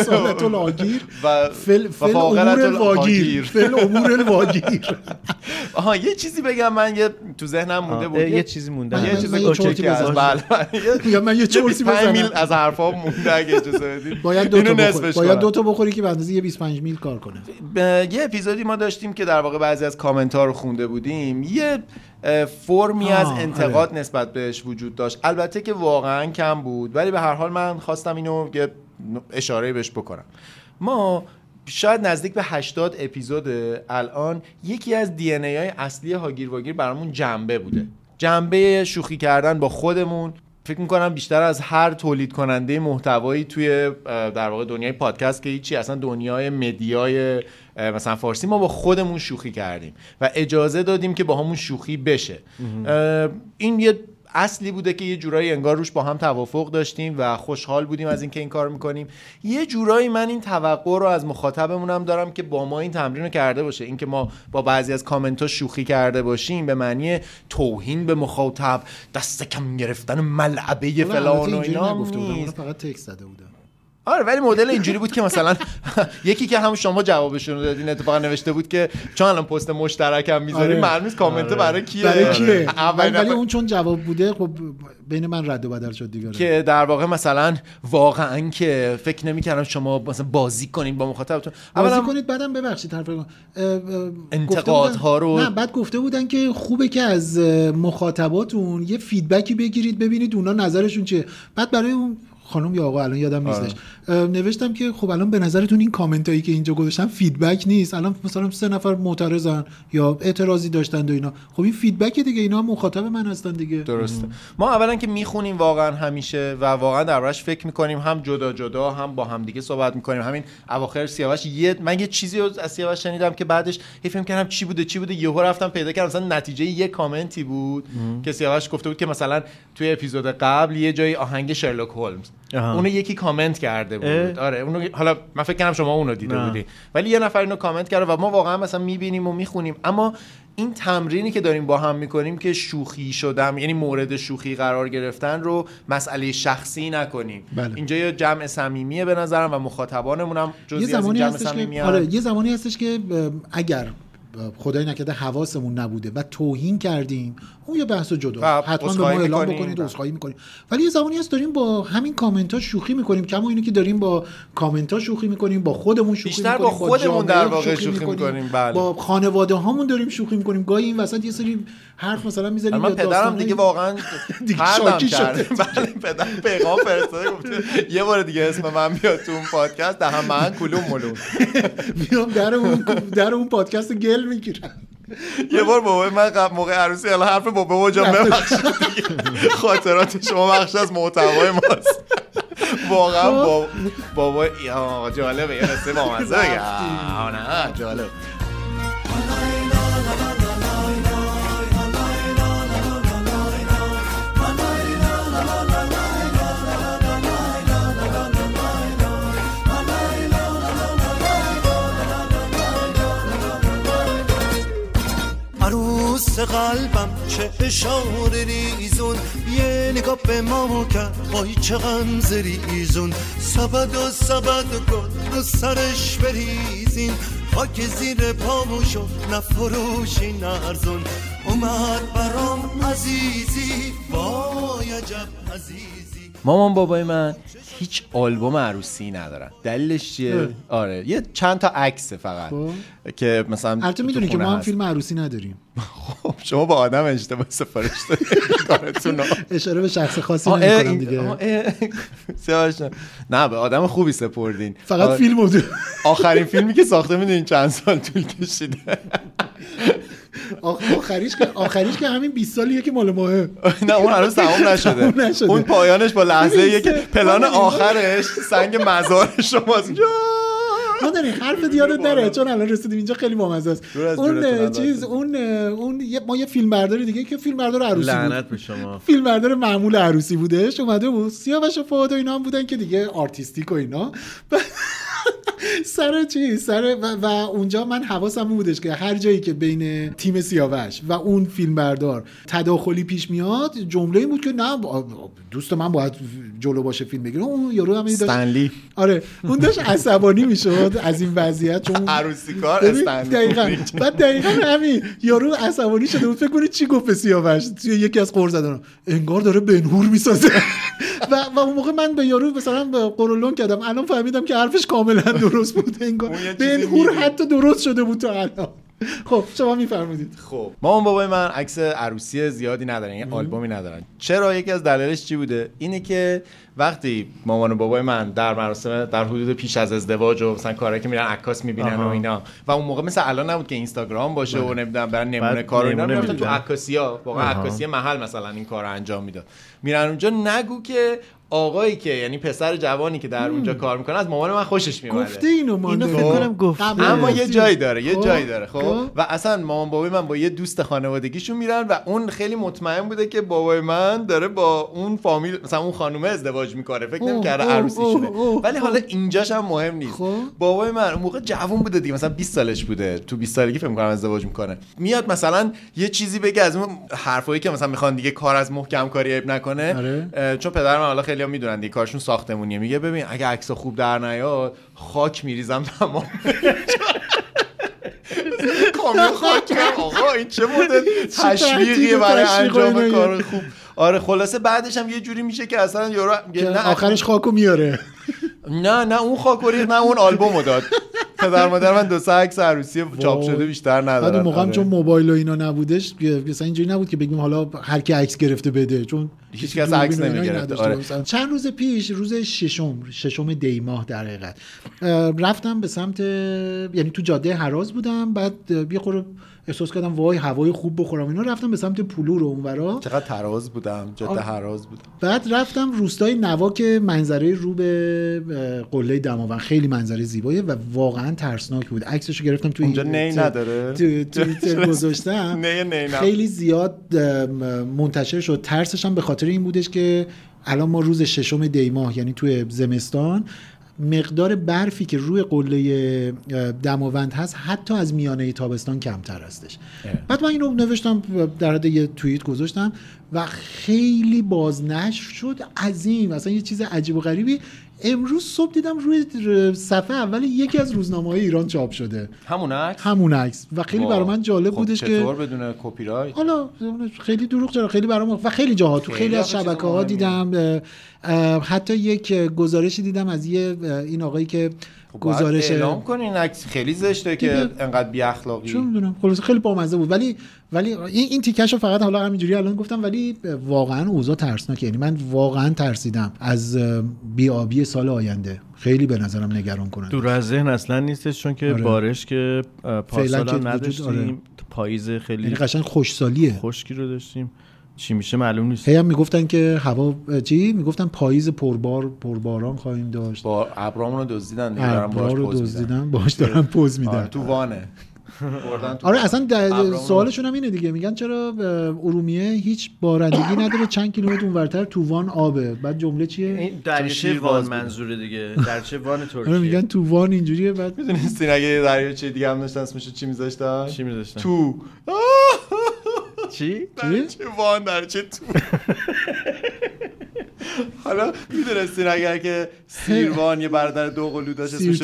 و فاقلت الواگیر فل امور الواگیر. آها یه چیزی بگم، من یه تو ذهنم مونده بود، یه چیزی مونده، یه چیزی کوچیکی از من یه چورسی بزنم 5 میل از حرفا مونده اگه اجازه بدید. باید دو تا بخوری که به اندازه یه 25 میل کار کنه. یه اپیزودی ما داشتیم که در واقع بعضی از کامنت ها رو خونده بودیم، یه فرمی از انتقاد نسبت بهش وجود داشت، البته که واقعا کم بود، ولی به هر حال من خواستم اینو یه اشاره بهش بکنم. ما شاید نزدیک به 80 اپیزود الان یکی از دی ان ای های اصلی هاگیر واگیر برامون جنبه بوده، جنبه شوخی کردن با خودمون، فکر میکنم بیشتر از هر تولید کننده محتوایی توی در واقع دنیای پادکست که هیچی، اصلا دنیای مدیای مثلا فارسی، ما با خودمون شوخی کردیم و اجازه دادیم که با همون شوخی بشه. این یه اصلی بوده که یه جورایی انگار روش با هم توافق داشتیم و خوشحال بودیم از اینکه این کار میکنیم. یه جورایی من این توقع رو از مخاطبمونم دارم که با ما این تمرین رو کرده باشه. اینکه ما با بعضی از کامنت ها شوخی کرده باشیم به معنی توهین به مخاطب، دست کم گرفتن ملعبه فلان و اینا نگفته بودم، فقط تکست زده بودم. آره ولی مدل اینجوری بود که مثلا یکی که هم شما جوابشون رو دادین اتفاقا نوشته بود که چون الان پست مشترک هم میذاریم معلوم نیست کامنت برای کیه. ولی اون چون جواب بوده خب بین من رد و بدل شد دیگه، که در واقع مثلا واقعا که فکر نمی‌کردم شما مثلا بازی کنین با مخاطبتون، بازی کنید بعدم ببخشید حرف انتقادها رو نه بعد گفته بودن که خوبه که از مخاطباتون یه فیدبکی بگیرید ببینید اونا نظرشون چیه. بعد برای اون خانم یا آقا الان یادم نیستش نوشتم که خب الان به نظرتون این کامنت هایی که اینجا گذاشتم فیدبک نیست؟ الان مثلا 3 نفر معترضن یا اعتراضی داشتن و اینا، خب این فیدبک دیگه، اینا مخاطب من هستن دیگه. درسته. ما اولا که میخونیم واقعا همیشه و واقعا دربارش فکر میکنیم، هم جدا جدا هم با هم دیگه صحبت میکنیم. همین اواخر سیاوش من یه چیزی رو از سیاوش شنیدم که بعدش فکر کردم چی بوده یهو رفتم پیدا کردم مثلا نتیجه یه کامنتی بود که سیاوش گفته بود که مثلا توی اپیزود قبل یه جای آهنگ شرلوک هولمز اونو یکی کامنت کرده بود. آره اونو حالا من فکر کنم شما اونو دیده بودی، ولی یه نفر اینو کامنت کرده و ما واقعا مثلا میبینیم و میخونیم. اما این تمرینی که داریم با هم میکنیم که شوخی شدم، یعنی مورد شوخی قرار گرفتن رو مسئله شخصی نکنیم. اینجا یه جمع صمیمیه به نظرم و مخاطبانمون هم جزئی از این جمع صمیمیه. آره یه زمانی هستش که اگر خدای نکرده حواسمون نبوده و توهین کردیم، اون یه بحث جدا، حتما به ما اعلام بکنید، عذرخواهی میکنیم. ولی یه زمانی هست داریم با همین کامنت ها شوخی میکنیم، کما اینو که داریم با کامنت ها شوخی میکنیم، با خودمون شوخی بیشتر میکنیم، با خودمون در واقع شوخی میکنیم، با خانواده هامون داریم شوخی میکنیم. گاهی این وسط یه سری حرف مثلا میذاریم. من پدرم دیگه واقعا شاکی شده. بله پدرم پیغام فرستاده گفته یه بار دیگه اسم من بیاد تو اون پادکست، دهم من کلوم ملون میام در اون پادکست گل میگیرم. یه بار بابای من موقع عروسی الان حرف بابا جان ببخشید دیگه، خاطرات شما بخش از محتوای ماست. واقعا بابا جالبه، یه قصه بامزه بگم. نه جالب. عروس قلبم چه اشاره ریزون، یه نگاه به ما کرد وای چه غمزه ریزون، سبد گل رو سرش بریزین، خاک زیر پامون شد نفروشی نرزون، اومد برام عزیزی وای عجب عزیزی. مامان بابای من هیچ آلبوم عروسی ندارن. دلیلش چیه؟ آره یه چند تا عکس فقط که مثلا البته میدونی که ما هم فیلم عروسی نداریم. خب شما با آدم اشتباه سفارش دادید کارتون. اشاره به شخص خاصی نمی‌کنم دیگه. نه به آدم خوبی سپردین. فقط فیلمو آخرین فیلمی که ساخته میدونین چند سال طول کشیده؟ آخریش که همین 20 سالیه که مال ماه. نه اون هنوز تمام نشده. اون پایانش با لحظه‌ایه که پلان آخرش سنگ مزار شماست. ما داریم حرف دیارت نره چون الان رسیدیم اینجا خیلی بامزه است. ما یه فیلم برداری دیگه که فیلم بردار عروسی بود. لعنت به شما. فیلم بردار معمول عروسی بودش، اومده بود سیاوش و فؤاد و اینا هم بودن که دیگه آرتیستیک و اینا. و اونجا من حواسم بودش که هر جایی که بین تیم سیاوش و اون فیلم بردار تداخلی پیش میاد، جمله این بود که نه دوست من باید جلو باشه فیلم بگیره. اون یارو هم استنلی. آره اون داشت عصبانی میشد از این وضعیت چون عروسی کار استنلی. بعد دقیقاً همین یارو عصبانی شده بود. فکر کنید چی گفت به سیاوش توی یکی از قرض زدن، انگار داره بنهور میسازه. و اون موقع من به یارو مثلا قرولون کردم، الان فهمیدم که حرفش کاملا درست بود. انگار بنهور حتی درست شده بود تا الان. خب شما میفرمودید. خب مامان بابای من عکس عروسی زیادی ندارن، یعنی آلبومی ندارن. چرا؟ یکی از دلایلش چی بوده؟ اینه که وقتی مامان و بابای من در مراسم در حدود پیش از ازدواج و مثلا کارهایی که میرن عکاس میبینن و اینا، و اون موقع مثل الان نبود که اینستاگرام باشه و نمیدونم برن نمونه کارو اینا، میرفتن تو عکاسی‌ها، واقعا عکاسی محل مثلا این کارو انجام میداد. میرن اونجا، نگو که آقایی که یعنی پسر جوانی که در اونجا کار میکنه از مامان من خوشش میومده. گفته اینو فکر کنم گفته، اما یه جایی داره خب. و اصلا مامان بابای من با یه دوست خانوادگیشون میرن و اون خیلی مطمئن بوده که بابای من داره با اون فامیل مثلا اون خانومه ازدواج میکنه، فکر نمی‌کرده عروسیشونه. ولی حالا اینجاش هم مهم نیست. بابای من اون موقع جوون بوده دیگه، مثلا 20 سالش بوده، تو 20 سالگی فکر می‌کنم ازدواج میکنه. میاد مثلا یه چیزی بگه از اون حرفایی که مثلا میخوان دیگه کار از محکم کاری عیب نکنه. چون پدر من حالا خیلی‌ها میدونن دیگه کارشون ساختمونیه. میگه ببین اگه عکس خوب در نیاد خاک میریزم تمام. کامیون خاک. آقا این چه مدل تشویقیه برای انجام کار خوب. آره خلاصه بعدش هم یه جوری میشه که اصلا یارو نه آخرش خاکو میاره. نه اون خاکوری، نه اون آلبومو داد. پدر مادر من 2 عکس عروسی چاپ شده بیشتر ندارن. بعد اون موقع چون موبایل و اینا نبودش مثلا اینجوری نبود که بگیم حالا هر کی عکس گرفته بده، چون هیچ کس عکس نمیگرفت. آره. چند روز پیش روز ششم دی ماه در حقیقت رفتم به سمت، یعنی تو جاده هراز بودم، بعد یه خورده احساس کردم وای هوای خوب بخورم اینا، رفتم به سمت پولور و اونورا. چقدر تراز بودم، جاده هراز بودم. بعد رفتم روستای نوا که منظره رو به قله دماوند، خیلی منظره زیباییه و واقعا ترسناک بود. عکسشو گرفتم تو اونجا نی نداره، تو توییتر گذاشتم. نه خیلی زیاد منتشر شد. ترسش هم به خاطر این بودش که الان ما روز ششم دی ماه یعنی توی زمستان مقدار برفی که روی قله دماوند هست حتی از میانه تابستان کمتر هستش. بعد من اینو نوشتم در حد یه توییت گذاشتم و خیلی بازنشر شد، عظیم، اصلا یه چیز عجیب و غریبی. امروز صبح دیدم روی صفحه اول یکی از روزنامه‌های ایران چاپ شده همون عکس و خیلی برای من جالب بودش که چطور بدون کپی رایت. حالا خیلی دروغ چرا، خیلی برام و خیلی جاها تو خیلی از شبکه‌ها دیدم. حتی یک گزارشی دیدم از این آقایی که گزارش اعلام کنین عکس خیلی زشته که انقدر بی اخلاقی. چون میدونم خلاص خیلی بامزه بود، ولی این تیکشو فقط حالا همینجوری الان گفتم، ولی واقعا اوضاع ترسناکه. یعنی من واقعا ترسیدم از بی‌آبی سال آینده. خیلی به نظرم نگران کننده. دور از ذهن اصلا نیستش، چون که بارش که پارسال هم نداشتیم. پاییز خیلی یعنی قشنگ خوشسالیه، خشکی رو داشتیم. چی میشه معلوم نیست. هم میگفتن که هوا میگفتن پاییز پرباران خواهیم داشت. با ابرامون رو دزدیدن دیگه، باهاش دارن پوز میدن. تو وانه. آره اصلا سوالشون هم اینه دیگه، میگن چرا ارومیه هیچ بارندگی نداره، چند کیلومتر اونورتر تو وان آبه. بعد جمله چیه؟ این دریاچه وان منظوره دیگه، دریاچه وان ترکیه. میگن تو وان اینجوریه. بعد میدونستین اگه دریاچه دیگه هم داشتن اسمش چی میذاشتن؟ تو چی؟ وان دریاچه تو. حالا میدونستین اگر که سیروان یه برادر دوقلو داشت اسمش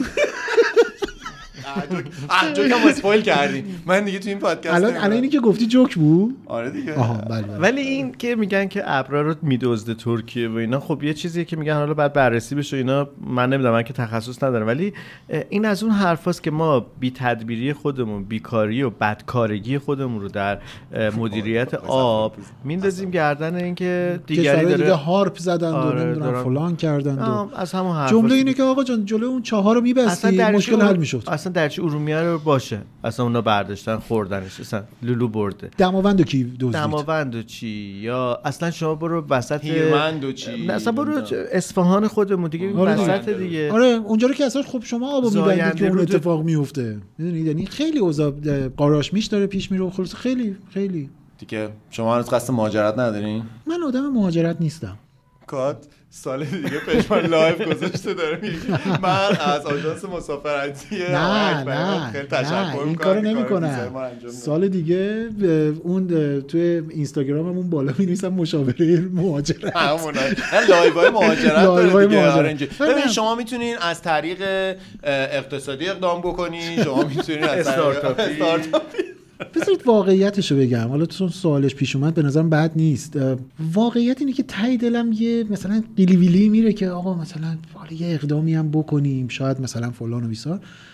جوک هم اسپویل کردی. من دیگه تو این پادکست الان اینی که گفتی جوک بود. آره دیگه. بله. ولی این که میگن که ابرا رو میدزده ترکیه و اینا، خب یه چیزیه که میگن حالا بعد بررسی بشه اینا. من نمیدونم، من که تخصص ندارم، ولی این از اون حرفاست که ما بی تدبیری خودمون، بیکاری و بدکارگی خودمون رو در مدیریت آب میندازیم گردن این که دیگری داره دیگه هارپ زدن و نمیدونم فلان کردن. از همون حرف جمله اینه که آقا جان جلوی اون چاها رو میبستی مشکل حل میشد. اصلا درچه ارومیه رو باشه، اصلا اونا برداشتن خوردنش، اصلا لولو برده. دماوندو کی دزدید؟ دماوندو چی؟ یا اصلا شما برو وسط هیرمندو چی؟ نه اصلا برو اصفهان خودمون دیگه، وسط دیگه. آره اونجا رو که اصلا خب شما آبو میبندید که اون اتفاق میفته. میدونید یعنی خیلی اوضاع قاراش میش داره پیش میره. خلاص خیلی دیگه. شما هنوز قصد مهاجرت ندارین؟ من آدم مهاجرت نیستم. کات سال دیگه پشمان لایو گذاشته داره میگه من از آژانس مسافرتی نه خیلی تشکر میکنم. این کارو نمیکنم. سال دیگه اون توی اینستاگراممون بالا می‌نویسم مشاوره مهاجرت. همونه لایوهای مهاجرت داره دیگه. ببین شما میتونین از طریق اقتصادی اقدام بکنین، شما میتونین از استارتاپی. بذارید واقعیتشو بگم. حالا تو سوالش پیش اومد به نظرم بد نیست. واقعیت اینه که ته دلم یه مثلا قیلی ویلی میره که آقا مثلا حالا یه اقدامی هم بکنیم، شاید مثلا فلان و بیسار.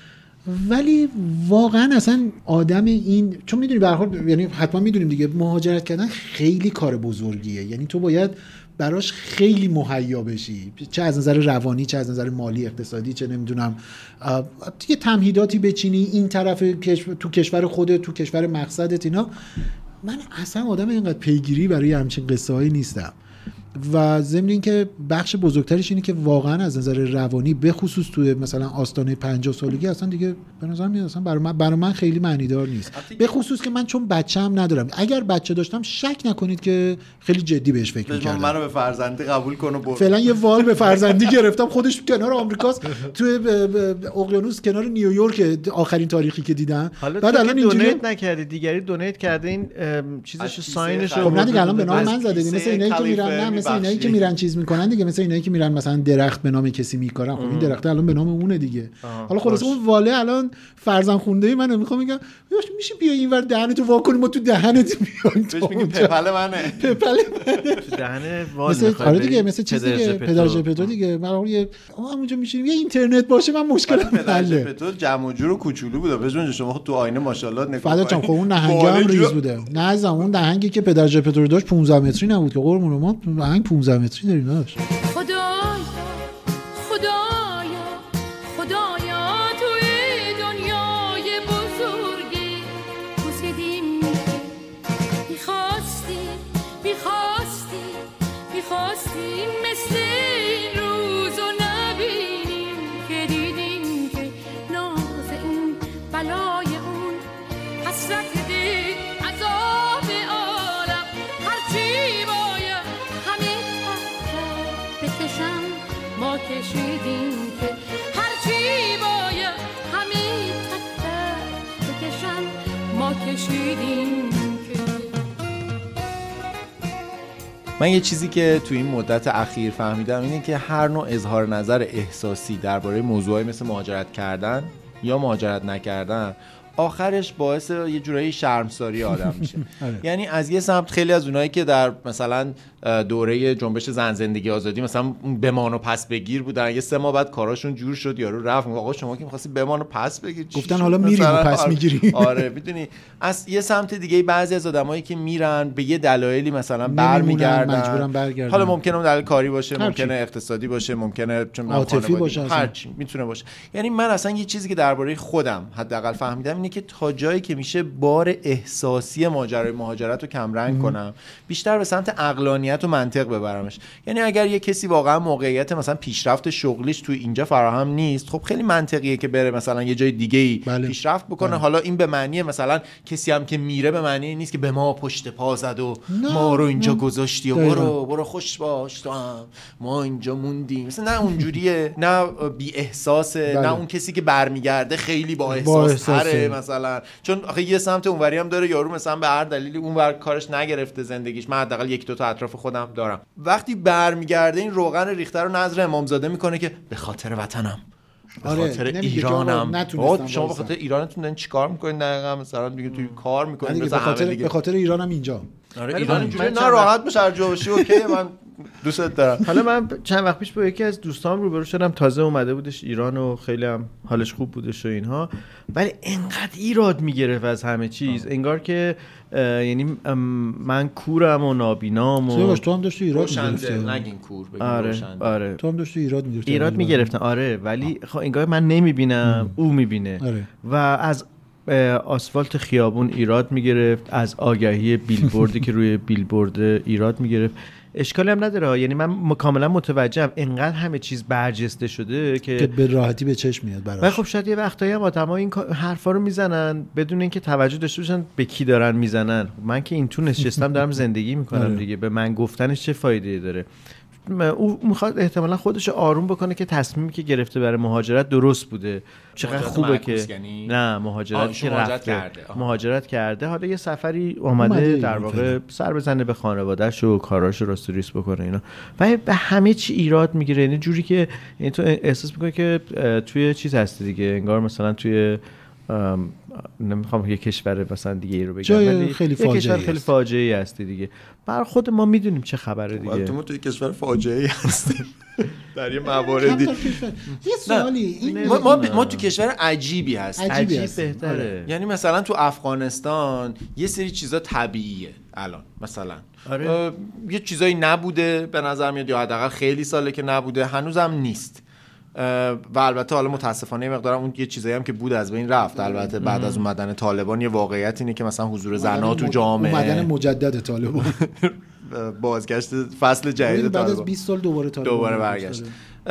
ولی واقعا اصلا آدم این، چون میدونی به هر حال یعنی حتما میدونیم دیگه، مهاجرت کردن خیلی کار بزرگیه، یعنی تو باید براش خیلی مهیا بشی، چه از نظر روانی، چه از نظر مالی، اقتصادی، چه نمیدونم دیگه تمهیداتی بچینی این طرف تو کشور خودت، تو کشور مقصدت. اینا من اصلا آدم اینقدر پیگیری برای همچین قصه هایی نیستم و ضمن این که بخش بزرگترش اینه که واقعا از نظر روانی به خصوص توی مثلا آستانه 50 سالگی اصلا دیگه به نظر میاد اصلا برای من خیلی معنی دار نیست، به خصوص که من چون بچه‌ام ندارم. اگر بچه داشتم شک نکنید که خیلی جدی بهش فکر می‌کردم. منو به فرزندی قبول کن و برو. فعلا یه وال به فرزندی گرفتم، خودش کنار آمریکاست، توی اقیانوس کنار نیویورک آخرین تاریخی که دیدم. بعد الان دونیت نکردی، دیگری دونیت کرده این چیزش ساینشو. خب نه دیگه الان به نام من زده، مثل اینایی که میرن، مثل اینایی که میرن چیز میکنن دیگه، مثل اینایی که میرن مثلا درخت به نام کسی میکارن، خب این درخت الان به نام اونه دیگه. حالا خلاص اون واله الان فرزند خونده منو میخوام میگم میشه بیا اینور دهنتو وا کنیم ما تو دهنت میایم، بهش میگیم پپل منه، پپل منه تو دهن وال. آره دیگه مثل چیزی که پدر ژپتو دیگه، من اونجا میشینیم یه اینترنت باشه من مشکلم پدر ژپتو جمع و جور و کوچولو بوده، ببین شما تو آینه ماشاءالله نگاه فدا جان. خب اون نهنگ هم ریز بوده، نه از اون نهنگی که پدر ژپتو رو داشت 15 متری نبود که قرمون ما نهنگ 15 متری داریم داشت. من یه چیزی که تو این مدت اخیر فهمیدم اینه که هر نوع اظهار نظر احساسی درباره موضوعی مثل مهاجرت کردن یا مهاجرت نکردن آخرش باعث یه جورایی شرمساری آدم میشه. یعنی از یه سمت خیلی از اونایی که در مثلا دوره جنبش زن زندگی آزادی مثلا بمان و پس بگیر بودن، یه 3 ماه بعد کاراشون جور شد، یارو رفت آقا شما که می‌خواستی بمان و پس بگیر گفتن حالا میریم و پس میگیری. آره میدونی از یه سمت دیگه بعضی از آدمایی که میرن به یه دلایلی مثلا برمیگردن، مجبورن برگردن، حالا ممکنه اون دلیل کاری باشه، ممکنه اقتصادی باشه، ممکنه چون عاطفی باشه، هر چی میتونه باشه. یعنی من اصلا یه چیزی که درباره خودم حداقل فهمیدم اینه که تا جایی که میشه بار احساسی ماجرای مهاجرت رو کم رنگ کنم، بیشتر به سمت عقلانیت و منطق ببرمش. یعنی اگر یه کسی واقعا موقعیت مثلا پیشرفت شغلیش تو اینجا فراهم نیست، خب خیلی منطقیه که بره مثلا یه جای دیگه‌ای پیشرفت بکنه. حالا این به معنی مثلا کسی هم که میره به معنی نیست که به ما پشت پا زد و ما رو اینجا گذاشتی و برو خوش باش تو هم ما اینجا موندیم، مثلا نه اونجوریه، نه بی احساسه، نه اون کسی که برمیگرده خیلی با احساس تره مثلا، چون آخه یه سمت اونوری هم داره، یارو مثلا به هر دلیلی اونور کارش نگرفته زندگیش. من حداقل 1-2 تا اطراف خودم دارم، وقتی برمیگرده این روغن ریخته رو نظر امامزاده میکنه که به خاطر وطنم، به خاطر ایرانم. شما به خاطر ایرانتون دارین چیکار میکنین دقیقاً؟ مثلا دیگه توی کار میکنین به خاطر ایرانم اینجا. آره ایران اینجوری نه راحت بشه هر جا باشی اوکی، من دوستت دارم. حالا من چند وقت پیش با یکی از دوستام روبرو شدم، تازه اومده بودش ایران و خیلی هم حالش خوب بودش و اینها، ولی انقدر ایراد میگرفت از همه چیز، انگار که یعنی من کورم و نابینام و تو هم داشتی ایراد میگرفتی. نگین کور بگین آره تو هم داشتی ایراد میگرفتن آره، ولی خب انگار من نمیبینم او میبینه و از آسفالت خیابون ایراد میگرفت، از آگهی بیلبوردی که روی بیلبورد ایراد میگرفت. اشکالی هم نداره، یعنی من کاملا متوجهم انقدر همه چیز برجسته شده که به راحتی به چشم میاد براش. ولی خب شاید یه وقتایی هم آدم‌ها این حرفا رو میزنن بدون اینکه توجه داشته باشن به کی دارن میزنن. من که این تو نشستم دارم زندگی میکنم دیگه، به من گفتنش چه فایده‌ای داره؟ او میخواد احتمالاً خودش آروم بکنه که تصمیمی که گرفته برای مهاجرت درست بوده، چقدر خوبه که نه مهاجرت که رفته مهاجرت کرده، حالا یه سفری اومده در واقع سر بزنه به خانواده‌اش و کاراشو راست و ریس بکنه اینا، و به همه چی ایراد میگیره. یعنی جوری که تو احساس میکنی که توی چیز هستی دیگه، انگار مثلا توی نمیخوام یه کشور مثلا دیگه ای رو بگم، جای خیلی فاجعه، کشور خیلی فاجعه‌ای هستی دیگه. بر خود ما میدونیم چه خبره دیگه. تو توی کشور فاجعه‌ای هستیم در یه مواردی. یه سوالی، ما تو کشور عجیبی هستیم. عجیب بهتره. یعنی مثلا تو افغانستان یه سری چیزا طبیعیه الان، مثلا یه چیزایی نبوده به نظر میاد، یا حداقل خیلی ساله که نبوده، هنوزم نیست. و البته حالا متاسفانه مقدارم اون یه چیزایی هم که بود از بین رفت. البته بعد از اومدن طالبان یه واقعیت اینه که مثلا حضور زن‌ها تو جامعه، اومدن مجدد طالبان، بازگشت فصل جدید بعد از 20 سال دوباره برگشت.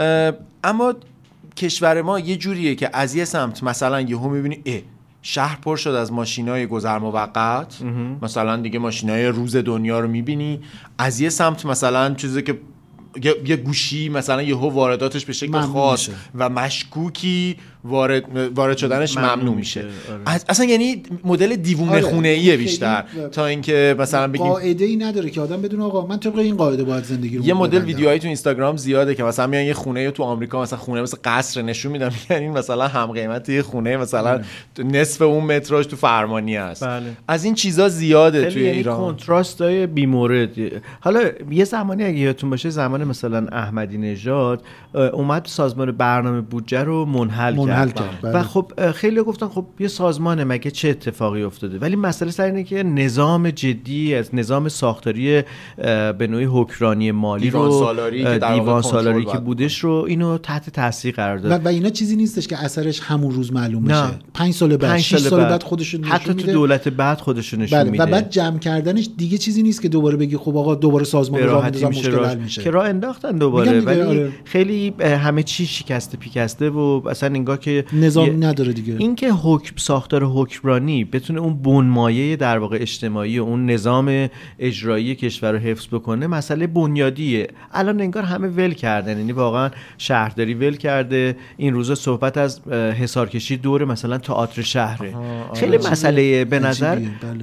اما کشور ما یه جوریه که از یه سمت مثلا یهو می‌بینی شهر پر شد از ماشینای گذر موقت، مثلا دیگه ماشینای روز دنیا رو می‌بینی. از یه سمت مثلا چیزی که یه گوشی مثلا یهو وارداتش به شکل خاص و مشکوکی وارد شدنش ممنوع میشه. اصلا یعنی مدل دیوونه خونه‌ایه بیشتر تا اینکه مثلا بگیم قاعده‌ای نداره که آدم بدون آقا من طبق این قاعده باید زندگی رو. یه مدل ویدیوهایی تو اینستاگرام زیاده که مثلا میان یه خونه تو آمریکا، مثلا خونه مثل قصر نشون میدن، یعنی مثلا هم قیمت یه خونه مثلا نصف اون متراژ تو فرمانی است. از این چیزا زیاده توی ایران، کنتراستای بیمورد. حالا یه زمانی اگه یادتون باشه، زمان مثلا احمدی نژاد اومد سازمان برنامه بودجه رو منحل کرد. و خب خیلی گفتن خب یه سازمانه، مگه چه اتفاقی افتاده؟ ولی مسئله سر اینه که نظام جدی از نظام ساختاری به نوعی حکمرانی مالی دیوان سالاری که بودش رو اینو تحت تاثیر قرار داد. و اینا چیزی نیستش که اثرش همون روز معلوم میشه. 5 سال بعد 6 سال بعد خودش نشون میده، حتی تو دولت بعد خودش نشون میده. و بعد جمع کردنش دیگه چیزی نیست که دوباره بگی خب آقا دوباره سازمان راه میندازم مشکل حل میشه. که راه انداختن دوباره، ولی خیلی همه چی شکسته پیکسته و اصلا انگار که نظام نداره دیگه. این که ساختار حکمرانی بتونه اون بنمایه در واقع اجتماعی اون نظام اجرایی کشور رو حفظ بکنه مسئله بنیادیه. الان انگار همه ول کردن، یعنی واقعا شهرداری ول کرده. این روزا صحبت از حصارکشی دور مثلا تئاتر شهره. خیلی مسئله به نظر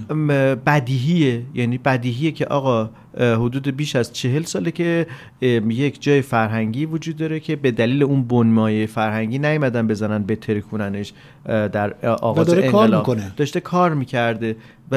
بدیهیه، یعنی بدیهیه که آقا حدود بیش از 40 ساله که یک جای فرهنگی وجود داره که به دلیل اون بنمایه فرهنگی نیومدن بزنن بترکوننش در آغاز انقلاب. داشته کار میکرده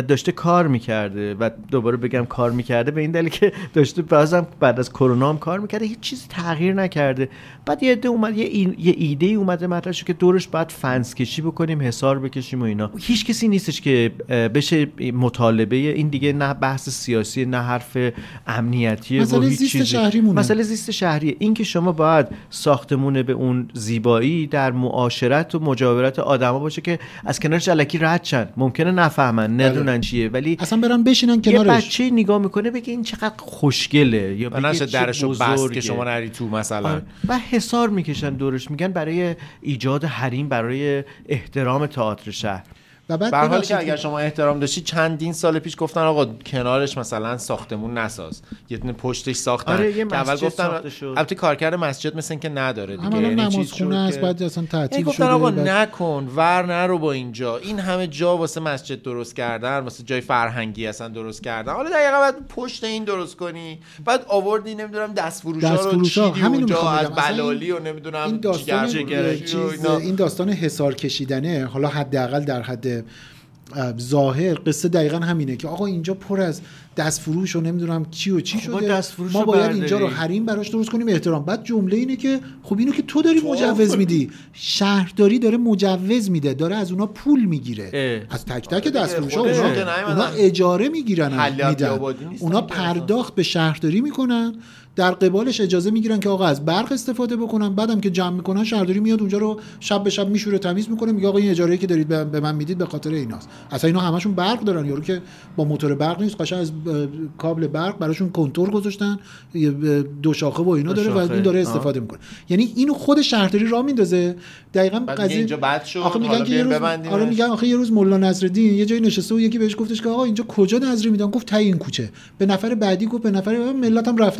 و دوباره بگم کار میکرده به این دلیل که داشته بازم بعد از کرونا هم کار میکرده، هیچ چیزی تغییر نکرده. بعد یه عده اومد یه ایده اومده مطرح شد که دورش باید فنس کشی بکنیم، حصار بکشیم و اینا. هیچ کسی نیستش که بشه مطالبه این دیگه، نه بحث سیاسی نه حرف امنیتی و هیچ چیزی. مسئله زیست شهریه. این که شما باید ساختمون به اون زیبایی در معاشرت و مجاورت آدما باشه که از کنارش الکی رد شن، ممکنه نفهمن ندونن چیه، ولی اصلا برن بشینن کنارش. یه بچه نگاه میکنه بگه این چقدر خوشگله، یا بگه چه درشو بست که شما نری تو مثلا. و حصار میکشن دورش، میگن برای ایجاد حریم، برای احترام تئاتر شهر. و بعد به حالی که اگر شما احترام داشتی چندین سال پیش گفتن آقا کنارش مثلا ساختمون نساز، یه دونه پشتش ساختن که اول گفتن البته کارکرد مسجد مثلا که نداره دیگه، یعنی نمازخونه است بعد اصلا تعطیل شده. آقا نکن، ور نرو با اینجا، این همه جا واسه مسجد درست کردن، واسه جای فرهنگی اصلا درست کردن، حالا دقیقاً بعد پشت این درست کنی، بعد آوردی نمیدونم دستفروشا رو چیدی اونجا از بلالی و نمیدونم این داستان حصار کشیدنه. حالا حداقل در حد ظاهر قصه دقیقا همینه که آقا اینجا پر از دستفروش و نمیدونم چی و چی شده، ما باید اینجا رو حریم براش درست کنیم احترام. بعد جمله اینه که خب اینو که تو داری مجوز میدی، شهرداری داره مجوز میده، داره از اونا پول میگیره، از تک تک دستفروشا اونا اجاره میگیرن، میدن، اونا پرداخت به شهرداری میکنن، در قبالش اجازه میگیرن که آقا از برق استفاده بکنن. بعدم که جمع میکنن شهرداری میاد اونجا رو شب به شب میشوره تمیز میکنه، میگه آقا این اجاره‌ای که دارید به من میدید به خاطر ایناست. اصلا اینا همشون برق دارن، یارو که با موتور برق نیست، قشنگ از کابل برق براشون کنتور گذاشتن، دو شاخه و اینا داره و این داره استفاده میکنه. یعنی اینو خود شهرداری راه میندازه. دقیقاً قضیه اینجا بد شد. آخه میگن که میگن آخه یه روز مولا نصرالدین یه جایی نشسته و یکی بهش گفتش که آقا اینجا کجا نظری میدن؟ گفت تای این کوچه. به نفر بعدی گفت به نفر ملتم رفتن.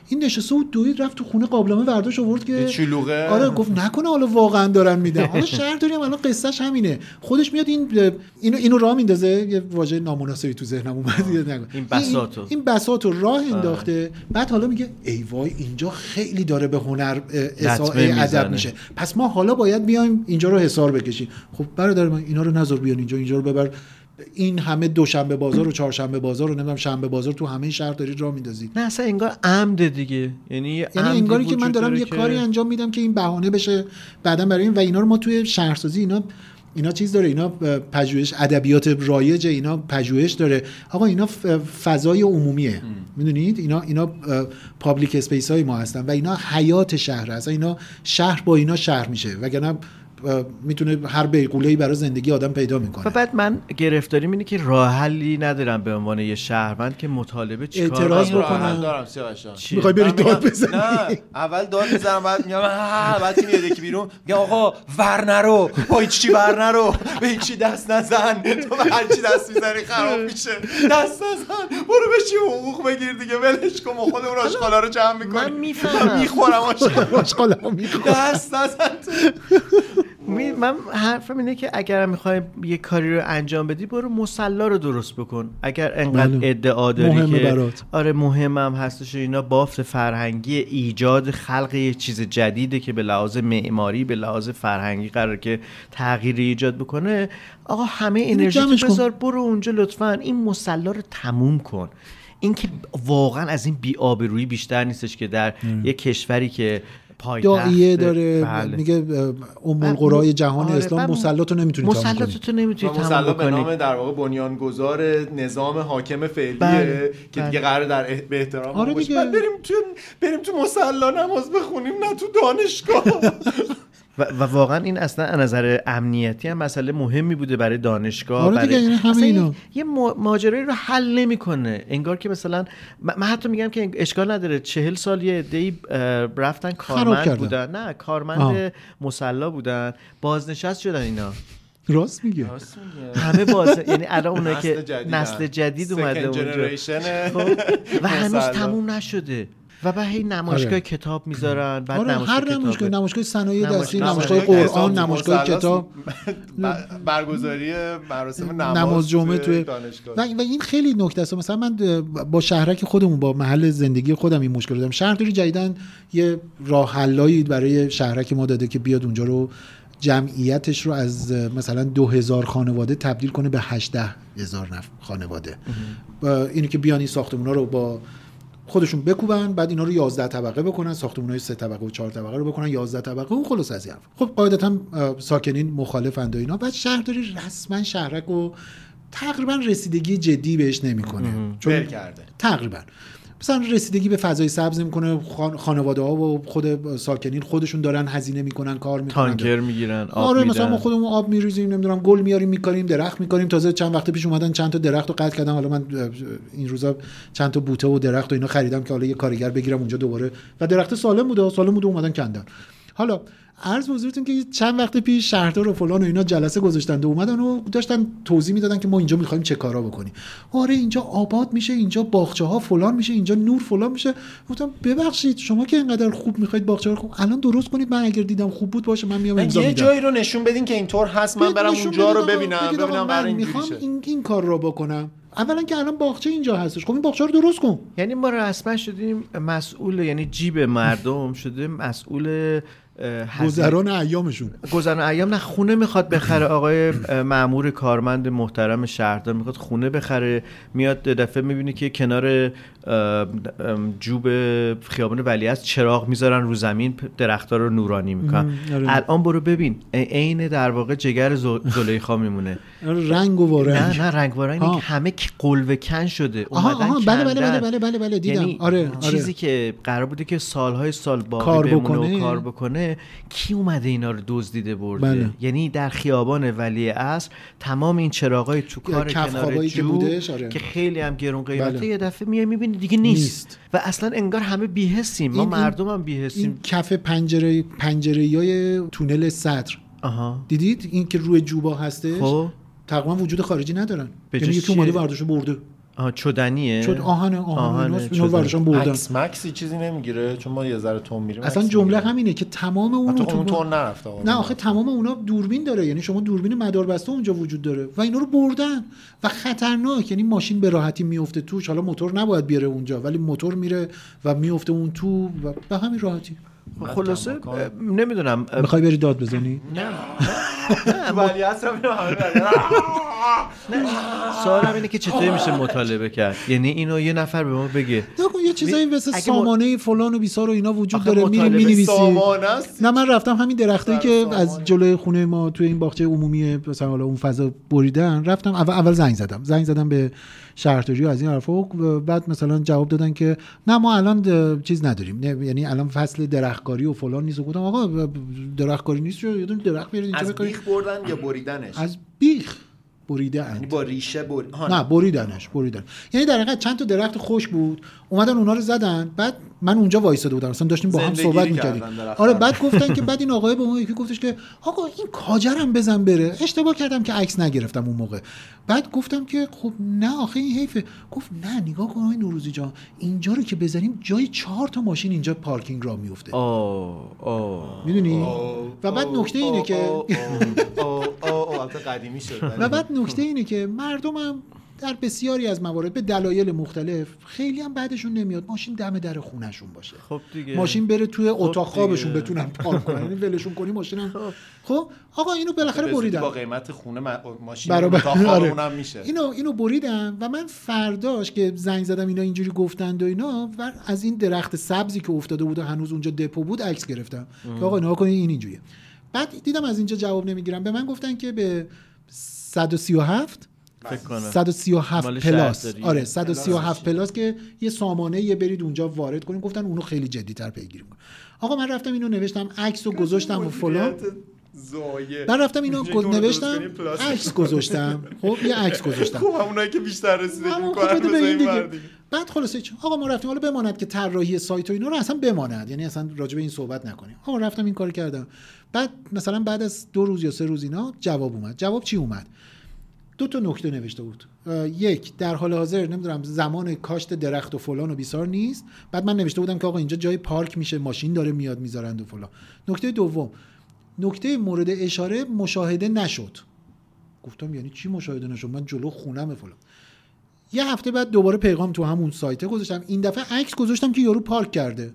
این نشسته و دوید رفت تو خونه قابلمه برداشت آورد که شلوغه. آره گفت نکنه حالا واقعا دارن میدن. حالا شهرداری هم الان قصهش همینه، خودش میاد اینو راه میندازه. یه واژه نامناسبی تو ذهنم اومد، این بساطو راه انداخته، بعد حالا میگه ای وای اینجا خیلی داره به هنر ادب میشه، پس ما حالا باید بیایم اینجا رو حصار بکشیم. خب برادر من اینا رو نذار بیان اینجا رو ببر. این همه دوشنبه بازار و چهارشنبه بازار و نمیدونم شنبه بازار تو همه شهر دارید راه میندازید. نه اصلا انگار عمد دیگه، یعنی انگاری که من دارم یه کاری انجام میدم که این بهانه بشه بعداً برای این. و اینا رو ما توی شهرسازی اینا چیز داره، اینا پژوهش ادبیات رایجه، اینا پژوهش داره آقا، اینا فضای عمومیه میدونید، اینا پابلیک اسپیس های ما هستن و اینا حیات شهر هستن. اینا شهر با اینا شهر میشه، وگرنه میتونه هر بیغوله‌ای برای زندگی آدم پیدا میکنه. و بعد من گرفتاریم اینه که راه حلی ندارم به عنوان یه شهروند که مطالبه چیکار اعتراض بکنم. دارم سیاوشان میخوای بری داد بزنی؟ نه اول داد میزنم بعد میگم بعد که میاد یکی بیرون میگم آقا ور نرو، با هیچ چی ور نرو، به هیچ چی دست نزن، تو به هر چی دست میزنی خراب میشه، دست نزن، برو بشی حقوق بگیر دیگه، ولش کن، ما خودمون آشغالا رو جمع میکنیم. من میفهمم میخورم آشغالا میخورم، دست نزن. من حرفم اینه که اگر میخوای یه کاری رو انجام بدی برو مصلا رو درست بکن. اگر انقدر ادعا داری که برات. آره مهمم هستش اینا، بافت فرهنگی ایجاد خلق یه چیز جدیده که به لحاظ معماری به لحاظ فرهنگی قراره که تغییر ایجاد بکنه، آقا همه انرژی تو بذار برو اونجا لطفاً این مصلا رو تموم کن. این که واقعا از این بی‌آبرویی بیشتر نیستش که در یک کشوری که داعیه داره میگه ام القرای جهان اسلام مسلطو نمیتونی تمام کنی. مسلطو نمیتونی تمام کنی. به نام در واقع بنیانگذار نظام حاکم فعلیه که دیگه قراره به احترام باشه. بریم تو مصلا نماز بخونیم، نه تو دانشگاه. و واقعا این اصلا از نظر امنیتی هم مسئله مهمی بوده برای دانشگاه. آره دیگه یعنی همه اینا یه ماجرایی رو حل نمیکنه. انگار که مثلا من حتی میگم که اشکال نداره 40 سال یه عده‌ای رفتن کارمند بودن، نه کارمند مصلا بودن، بازنشست شدن اینا. راست میگه همه یعنی الان اونایی که نسل جدید اومده اونجا و هنوز تموم نشده و بعد هی نمایشگاه کتاب میذارن، بعد نمایشگاه صنایع دستی، نمایشگاه قرآن، نمایشگاه کتاب، برگزاری مراسم نماز جمعه توی دانشگاه. و این خیلی نکته است. مثلا من با شهرک خودمون، با محل زندگی خودم این مشکل دارم. شهرداری جدیداً یه راه حلایی برای شهرک ما داده که بیاد اونجا رو جمعیتش رو از مثلا 2000 خانواده تبدیل کنه به 18000 خانواده. اینی که بیان این ساختمونا رو با خودشون بکوبن، بعد اینا رو 11 طبقه بکنن، ساختمان‌های 3 طبقه و 4 طبقه رو بکنن 11 طبقه و خلاص از این. خب قاعدتاً ساکنین مخالفند و اینا. بعد شهرداری رسما شهرک رو تقریبا رسیدگی جدی بهش نمی‌کنه، چون کرده تقریبا مثلا رسیدگی به فضای سبز نمی‌کنه. خانواده‌ها و خود ساکنین خودشون دارن هزینه می‌کنن، کار می‌کنن، تانکر می‌گیرن، آب میدن. مثلا ما خودمون آب می‌ریزیم، نمیدونم گل میاریم می‌کاریم، درخت می‌کاریم. تازه چند وقت پیش اومدن چند تا درخت رو قطع کردن. حالا من این روزا چند تا بوته و درخت و اینا خریدم که حالا یه کارگر بگیرم اونجا دوباره، و درخت سالم بوده اومدن کندن. حالا عرض حضورتون که چند وقت پیش شهردار و فلان و اینا جلسه گذاشتن و اومدن و داشتن توضیح میدادن که ما اینجا می‌خوایم چه کارا بکنیم. آره اینجا آباد میشه، اینجا باغچه‌ها فلان میشه، اینجا نور فلان میشه. گفتم ببخشید شما که اینقدر خوب می‌خواید باغچه رو خوب الان درست کنید، من اگر دیدم خوب بود باشه من میام امضا میدم. یه جایی رو نشون بدین که اینطور هست، من برم اونجا رو ببینم قرار اینجوری شه. این کار رو بکنم. اولا که الان باغچه اینجا هستش، خب این باغچه رو درست کن. یعنی ما رسما شدیم مسئول، یعنی جیب مردم شده مسئول گذران ایامشون. گذران ایام. نه خونه میخواد بخره، آقای مأمور کارمند محترم شهردار میخواد خونه بخره، میاد دفعه میبینی که کنار جوب خیابان ولیعصر چراغ میذارن رو زمین، درخت‌ها رو نورانی میکنن. الان برو ببین عین در واقع جگر زلیخا میمونه. رنگ و وارنگ. نه رنگ وارنگ همه قلوه کن شده. اومدن بله دیدم. یعنی آره. چیزی که قرار بوده که سالهای سال باقی بمونه و کار بکنه، کی اومده اینا رو دزدیده برده؟ یعنی در خیابان ولیعصر تمام این چراغای تو کار کنار جو که خیلی هم گرون قیمته، یه دفعه میبینی دیگه نیست. و اصلا انگار همه بی‌حسیم، ما مردم هم بی‌حسیم. این کف پنجره‌های تونل صدر دیدید؟ این که روی جوبا هستش، تقریبا وجود خارجی ندارن، یعنی یکی اومده برداشته برده. چدنیه چود آهن اینو ورشون بردن. مکس مکسی چیزی نمیگیره چون ما یه ذره تون میریم. اصلا جمله همینه که تمام اون تون نرفته. نه آخه تمام اونا دوربین داره، یعنی شما دوربین مداربسته اونجا وجود داره و اینا رو بردن و خطرناک، یعنی ماشین به راحتی میفته توش. حالا موتور نباید بیاره اونجا ولی موتور میره و میفته اون تو و به همین راحتی. خلاصه نمیدونم میخوای بری داد بزنی؟ نه ولی اصلا سوالم اینه که چطوری میشه مطالبه کرد، یعنی اینو یه نفر به ما بگه یه چیزایی مثل سامانه فلان و بیسار و اینا وجود داره، میریم مینویسی. نه من رفتم همین درختایی که از جلوی خونه ما توی این باغچه عمومی مثلا حالا اون فضا بریدن، رفتم اول زنگ زدم به شهرداری از این حرفا، بعد مثلا جواب دادن که نه ما الان چیز نداریم، یعنی الان فصل درختکاری و فلان نیست. گفتم آقا درختکاری نیست، یه دونه درخت بیارید اینجا بکنید. از بیخ بردن یا بریدنش؟ از بیخ بریدن، یعنی با ریشه نه بریدن. یعنی در حقیقت چند تا درخت خوش بود، اومدن اونا رو زدن. بعد من اونجا وایساده بودم، اصلا داشتیم با هم صحبت می‌کردیم. آره بعد گفتن که بعد این آقای به اون یکی گفتش که آقا این کاجرم بزن بره. اشتباه کردم که عکس نگرفتم اون موقع. بعد گفتم که خب نه آخه این حیفه. گفت نه نگاه کن آقای نوروزی جان، اینجا رو که بزنیم جای 4 تا ماشین اینجا پارکینگ را میفته. میدونی؟ و بعد نکته اینه که قدیمی شد. و بعد نکته اینه که مردمم در بسیاری از موارد به دلایل مختلف خیلی هم بعدشون نمیاد ماشین دم در خونهشون باشه. خب دیگه ماشین بره توی اتاق خوابشون بتونن پارک کنن، یعنی ولشون کنی ماشینم. خب آقا اینو بالاخره بریدن با قیمت خونه ماشین اتاق خوابمون میشه. اینو بریدن و من فرداش که زنگ زدم اینا اینجوری گفتند و اینا و از این درخت سبزی که افتاده بود و هنوز اونجا دپو بود عکس گرفتم که آقا نگاه کنید این اینجوریه. بعد دیدم از اینجا جواب نمیگیرم، به من گفتن که به 137 پلاس، آره 137 پلاس که یه سامانه یه برید اونجا وارد کنیم. گفتن اونو خیلی جدی‌تر پیگیری می‌کنن. آقا من رفتم اینو نوشتم، عکسو گذاشتم و فلان. من رفتم اینو نوشتم، عکس گذاشتم. خب یه عکس گذاشتم. خب همونایی که بیشتر رسیدگی می‌کنن. بعد خلاصه آقا ما رفتیم حالا بماند که طراحی سایت و اینا رو اصلا بماند، یعنی اصلا راجع به این صحبت نکنیم. آقا رفتم این کارو کردم. بعد مثلا بعد از 2 روز یا 3 روز اینا جواب اومد. جواب چی اومد؟ 2 تا نکته نوشته بود. یک، در حال حاضر نمیدونم زمان کاشت درخت و فلان و بیسار نیست. بعد من نوشته بودم که آقا اینجا جای پارک میشه، ماشین داره میاد میذارند و فلان. نکته دوم، نکته مورد اشاره مشاهده نشد. گفتم یعنی چی مشاهده نشد؟ من جلو خونم فلان. یه هفته بعد دوباره پیغام تو همون سایت گذاشتم، این دفعه عکس گذاشتم که یارو پارک کرده.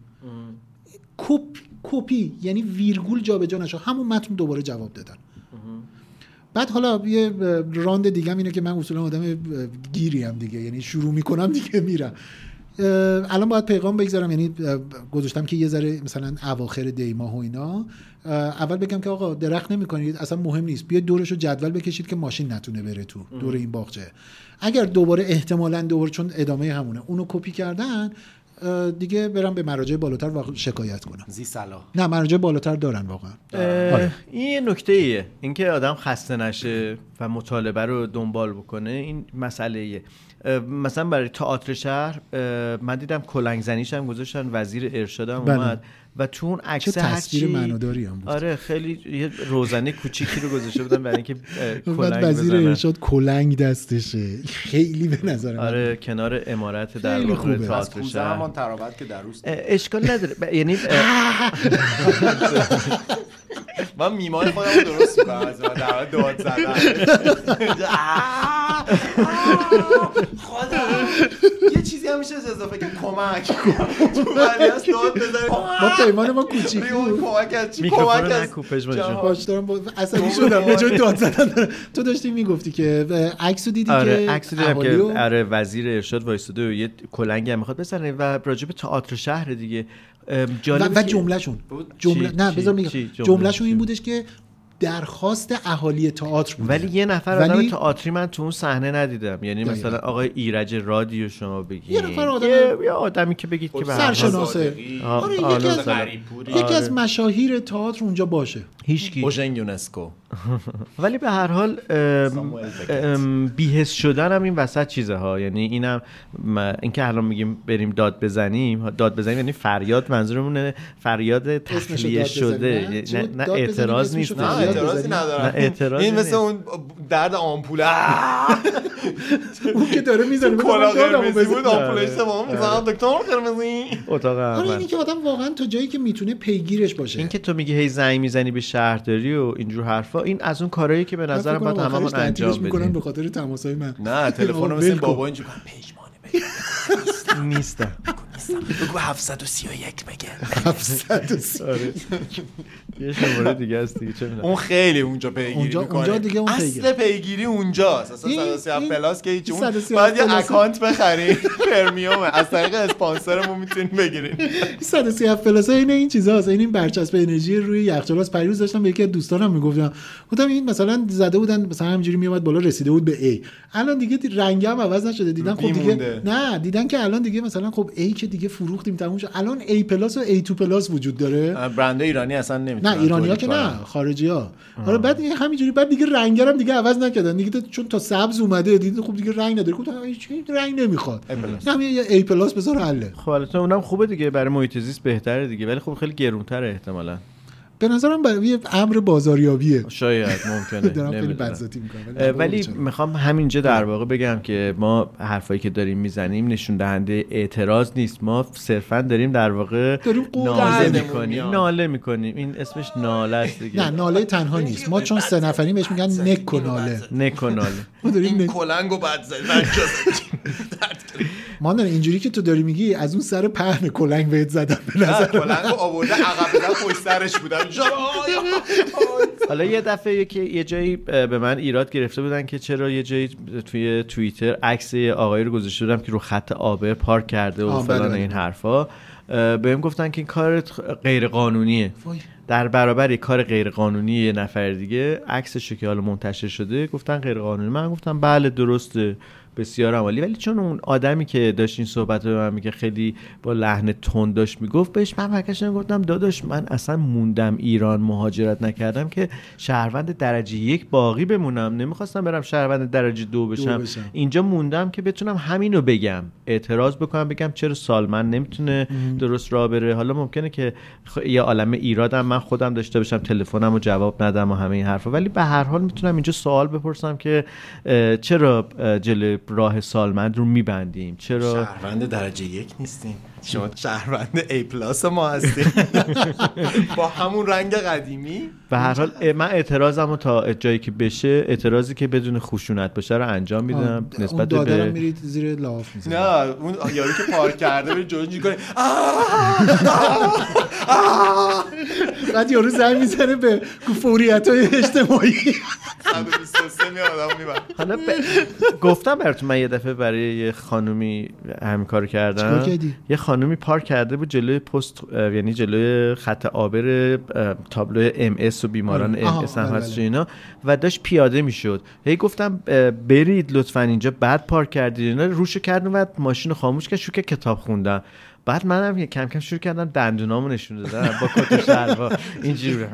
کپی یعنی ویرگول جابجا نشد، همون متن دوباره جواب دادن. بعد حالا یه راند دیگه هم اینه که من اصولا آدم گیری هم دیگه، یعنی شروع میکنم دیگه میرم. الان باید پیغام بگذارم، یعنی گذاشتم که یه ذره مثلا اواخر دی ماه و اینا اول بگم که آقا درخت نمی‌کنید، اصلا مهم نیست، بیاید دورشو جدول بکشید که ماشین نتونه بره تو دور این باغچه. اگر دوباره احتمالاً دوباره چون ادامه همونه اونو کپی کردن دیگه برم به مراجع بالاتر و شکایت کنم. زی صلاح. نه مراجع بالاتر دارن واقعا. این یه نکته ایه، اینکه آدم خسته نشه و مطالبه رو دنبال بکنه، این مسئله ایه. مثلا برای تئاتر شهر من دیدم کلنگ زنیش هم گذاشتن، وزیر ارشاد هم اومد و تو اون عکس تصویر معناداری هم بود. آره خیلی یه روزنه کوچیکی رو گذاشته بودن برای اینکه کلنگ وزیر ارشاد کلنگ دستشه، خیلی به نظر من آره کنار عمارت در واقع تئاتر شهر همون تراوت که در روست اشکال نداره. یعنی من میمان خودم رو درست میکنم از من در داد زدن خدا یه چیزی هم میشه اضافه که کمک تو ولی از داد بزنید. ما پیمان ما کوچیک بود، کمک از چی؟ میکروفون نکوپش باش دارم عصبی شدم به جای داد زدن. تو داشتی میگفتی که عکسو دیدی که عکس دیدم که آره وزیر ارشاد وایساده و یه کلنگ هم میخواد بزنه و راجع به تئاتر شهر دیگه و جملهشون نه بذار میگم جملهشون این بودش که درخواست اهالی تئاتر بود، ولی یه نفر آدم تئاتری من تو اون صحنه ندیدم. یعنی مثلا آقای ایرج رادیو شما بگید یه نفر آدمی که بگید که سرشناسه یکی از مشاهیر تئاتر اونجا باشه، هیچکی اوژن یونسکو. ولی به هر حال بی‌حس شدن هم این وسط چیزه ها. یعنی اینم اینکه الان میگیم بریم داد بزنیم یعنی فریاد، منظورمونه فریاد تخلیه شده، نه اعتراض نیست. نه اعتراضی ندارم. این مثل اون درد آمپوله اون که داره میزنه کلا قرمزی بود آمپولش تمام میزنم دکتر قرمزی اتاق اول. اینی که آدم واقعا تا جایی که میتونه پیگیرش باشه. این که تو میگی هی زنگ میزنی به شهرداری و اینجور حرفا، این از اون کارهایی که به نظرم باید هممون انجام بدیم. به خاطر تماسای من نه تلفن مثل بابا اینجوری پیشمانه نیستم. بگو 731 بگه 731 یه شماره دیگه است دیگه، چه می‌دونم اون خیلی اونجا پیگیری میکنه. اونجا دیگه اون اصل پیگیری اونجاست. اصلا 137 پلاس که هیچ، اون باید یه اکانت بخرین پرمیومه، از طریق اسپانسرمون میتونین بگیرین. 137 پلاس این چیزاست. این برچسب انرژی روی یخچالاست. پیروز داشتم به یکی از دوستانم میگفتم، گفتم این مثلا زده بودن مثلا همینجوری میومد بالا رسیده بود به A، الان دیگه رنگم عوض نشده. دیدن خب دیگه نه، دیدن که الان دیگه مثلا خب A که دیگه فروختیم تموم شد، الان A پلاس و A2 پلاس وجود داره. برند ایرانی اصلا نمیتونن، نه ایرانی‌ها که نه، خارجی‌ها. حالا بعد همینجوری بعد دیگه رنگرم دیگه عوض نکردن دیگه، چون تا سبز اومده دیدن خب دیگه رنگ نداره، گفتن هیچ رنگ نمیخواد، همین یه A پلاس بذار حله. خب البته اونم خوبه دیگه، برای محیط زیست بهتره دیگه، ولی خب خیلی گرونتره احتمالاً. به نظرم برای امر بازاریابیه، شاید ممکنه دارم خیلی بدذاتی میکنم، ولی میخوام همینجا در واقع بگم که ما حرفایی که داریم میزنیم نشون دهنده اعتراض نیست، ما صرفا داریم در واقع ناله میکنیم. این اسمش ناله است دیگه. نه ناله تنها نیست، ما چون 3 نفریم بهش میگن نک و ناله. ما داریم این کلنگو بد زدیم. ما نه اینجوری که تو داری میگی از اون سر پهن کلنگ بهت زدم، به نظر کلنگو آورده عقب زدن پشت سرش بودم. حالا یه دفعه که یه جایی به من ایراد گرفته بودن که چرا یه جایی توی توییتر عکس آقایی رو گذاشته بودم که رو خط آبر پارک کرده و فلان این حرفا، بهم گفتن که این کار غیر قانونیه. در برابر کار غیر قانونی یه نفر دیگه عکسش که حالا منتشر شده گفتن غیر قانونی. من گفتم بله درسته، بسیار عالی. ولی چون اون آدمی که داشت این صحبت رو به من میگه خیلی با لحن تند داشت میگفت بهش، من برگشتم گفتم داداش من اصلا موندم ایران، مهاجرت نکردم که شهروند درجه 1 باقی بمونم، نمیخواستم برم شهروند درجه 2 بشم. اینجا موندم که بتونم همینو بگم، اعتراض بکنم، بگم چرا سالمن نمیتونه درست راه بره. حالا ممکنه که یه عالم ایرادم من خودم داشته باشم، تلفنمو جواب ندم و همه این حرفا، ولی به هر حال میتونم اینجا سوال بپرسم که چرا جلوی راه سالمند رو میبندیم، چرا شهروند درجه 1 نیستیم؟ شما شهروند A پلاس ما هستیم با همون رنگ قدیمی. به هر حال من اعتراضمو تا جایی که بشه، اعتراضی که بدون خشونت باشه رو انجام میدم. نسبت به دادرم میرید زیر لاف میزنید. نه اون یارو که پارک کرده بره جلو میکنه بعد یارو زنگ میزنه به فوریت‌های اجتماعی 123 میادم میبرم. حالا گفتم براتون من یه دفعه برای یه خانومی همین کارو کردم. یه خانومی پارک کرده بود جلوی پست، یعنی جلوی خط آبر تابلو MS و بیماران MS هم هست اینا، و داشت پیاده میشد. هی گفتم برید لطفا اینجا، بعد پارک کردید اینا، روشو کردم و ماشین رو خاموش کردم، شروع که کتاب خوندم. بعد منم کم کم شروع کردم دندونامو نشون دادم با کت و شلوار اینجوری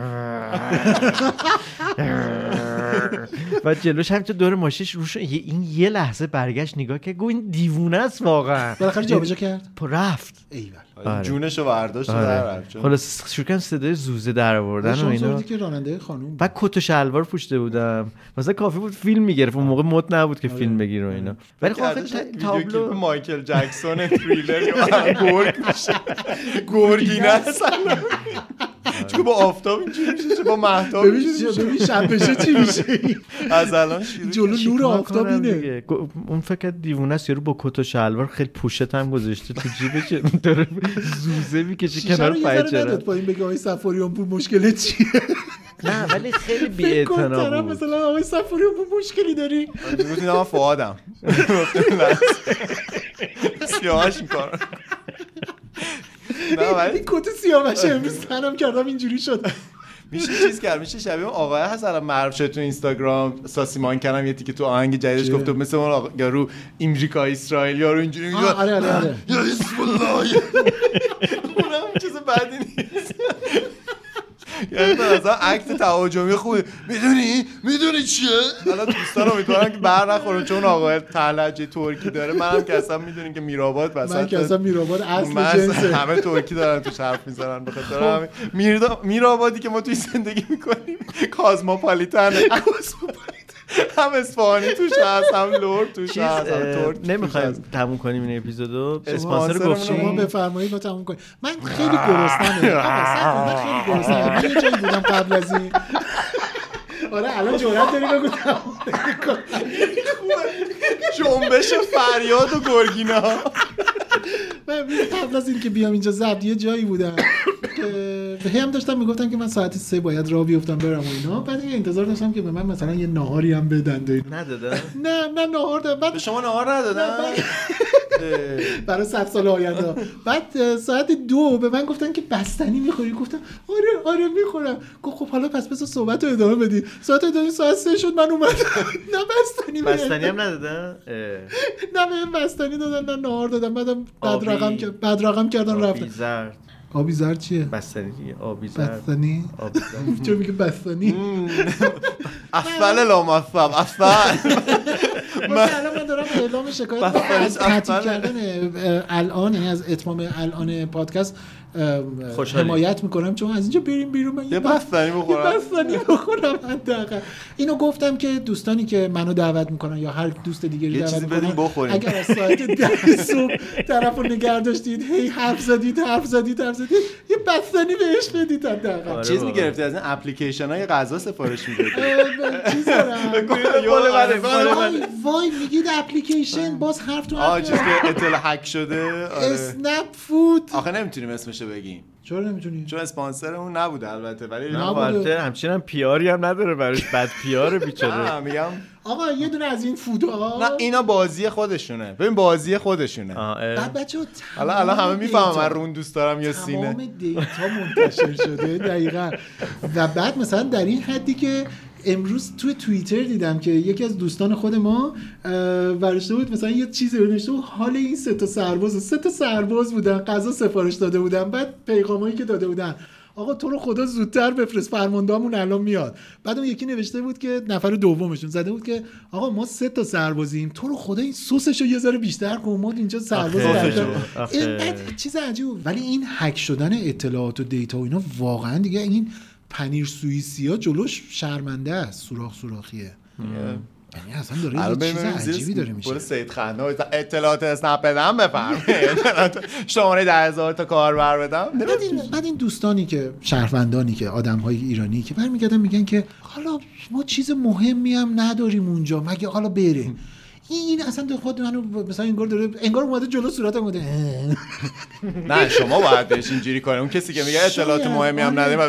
و جلوش همینطور دور ماشینش روش. این یه لحظه برگشت نگاه که گو این دیوونه است واقعا. بالاخره جابجا کرد، رفت. ایول جونشو برداشت و رفت. خلاص شروع کردم صدای زوزه در آوردن و اینا. که راننده خانم بعد کت و شلوار پوشیده بودم، مثلا کافی بود فیلم میگرفت، اون موقع مد نبود که فیلم بگیره و اینا. ولی خب تابلو مایکل جکسون تریلر گورگ میشه، گورگینه اصلا چون با آفتاب اینجوری میشه، با مهتاب ببین شب بشه چی میشه. از الان شروع جلو نور آفتاب اینه. اون فکر دیوونه است، یارو با کت و شلوار خیلی پوشت هم گذاشته تو جیبش، داره زوزه میکشه کنار پنجره. نداد پایین بگه آقای صفاریان پور مشکلت چیه؟ نه ولی خیلی بی‌اعتنا بود. مثلا آقای صفاریان پور مشکلی داری؟ گفتم من فؤادم سیاهش این کار. نه ولی کت سیاوش امروز تنم کردم اینجوری شد. میشه چیز کرد، میشه شبیه آقای هست الان معروف شد تو اینستاگرام، ساسیمان کردم یه تیکه تو آهنگ جدیدش گفت مثل اون آقا یارو امریکا اسرائیل یارو اینجوری میگه آره یا حزب الله. اونم چیز بدی نیست. یعنی مثلا عکس تهاجمی خوبه، میدونی چیه؟ حالا دوستان امیدوارم که بر نخورن چون آقا لهجه ترکی داره. منم که اصلا میدونین که میرآباد من که اصلا میرآباد اصل جنسه، همه ترکی دارن توش حرف میزنن. به خاطر همین میرآبادی که ما توی زندگی میکنیم کازموپالیتن، هم اصفهانی توش هست، هم لرد توش هست، هم ترک. نمیخوایم تموم کنیم این اپیزودو، اسپانسر گفتیم شما بفرمایید ما تموم کنیم. من خیلی گرسنه‌ام. من خیلی گرسنه‌ام. من یه جایی بودم قبل از این. آره الان جرأت داری بگو تموم کن. جنبش فریاد و گرگینا. من قبل از این که بیام اینجا ضبط یه جایی بودم که هم داشتم میگفتن که من ساعت 3 باید راه بیفتم برم و اینا. بعد انتظار داشتم که به من مثلا یه ناهاری هم بدن. ندادن؟ نه ناهار دادن. به شما ناهار ندادن؟ برای 100 سال آینده. بعد ساعت 2 به من گفتن که بستنی میخوری؟ گفتم آره میخورم. گفت خب حالا پس بذار صحبت رو ادامه بدی. ساعت 3 شد من اومدم. نه بستنی هم ندادن؟ نه به بستنی دادن نه ناهار دادن. بعدم بد رقم کردن رفتن. آبی زرد چیه؟ بستنی دیگه. آبی زرد. بستنی؟ چرا میگه بستنی؟ افل لامصب افل. الان من دارم اعلام شکایت از تعطیل کردن الان، یعنی از اتمام الان پادکست حمایت میکنم، چون از اینجا بریم بیرون من یه بستنی بخورم. حداقل اینو گفتم که دوستانی که منو دعوت میکنن یا هر دوست دیگری دعوت میکنن اگر از ساعت 10 صبح طرفو نگه داشتید هی حرف زدید یه بستنی بهش بدید. حداقل چیز میگرفتی از این اپلیکیشن‌های غذا سفارش میدید؟ چیز دارم وای میگید اپلیکیشن باز حرف تو حرف چیز که اطلاع هک شده. اسنپ فود آخه نمیتونیم اسمشو بگیم. چرا نمیتونی؟ چون اسپانسرمون نبوده البته، ولی البته همچنین هم پیاری هم نداره براش، بد پیاره بیچاره. میگم آقا یه دونه از این فودها، نه اینا بازی خودشونه. ببین بازی خودشونه. بعد بچه‌ها الان همه میفهمن من رون دوست دارم یا سینه. تمام دیتا منتشر شده دقیقاً. و بعد مثلا در این حدی که امروز توی توییتر دیدم که یکی از دوستان خود ما ورشته بود مثلا یه چیزی رو نوشته بود حال این 3 سرباز بودن غذا سفارش داده بودن. بعد پیغامایی که داده بودن آقا تو رو خدا زودتر بفرست فرماندهمون الان میاد. بعد اون یکی نوشته بود که نفر دومشون زده بود که آقا ما 3 سربازیم تو رو خدا این سسشو یه ذره بیشتر کن ما اینجا سرباز بعد چیز عجیبه. ولی این هک شدن اطلاعات و دیتا و اینا واقعا دیگه این پنیر سوئیسیا جلوش شرمنده است. سوراخیه. یعنی اصلا داره یه چیز عجیبی داره میشه. سید خنده اطلاعات اسنپ بدم بفرمایید. شماره 10,000 تا کاربر بدم. بعد این دوستانی که شهروندانی که آدم‌های ایرانی که برمیگردن میگن که حالا ما چیز مهمی هم نداریم اونجا مگه حالا بریم. این اصلا خود منو مثلا انگار اومده جلو صورتم اومده. نه شما باید بهش اینجوری کنید. اون کسی که میگه اطلاعات مهمی هم نداریم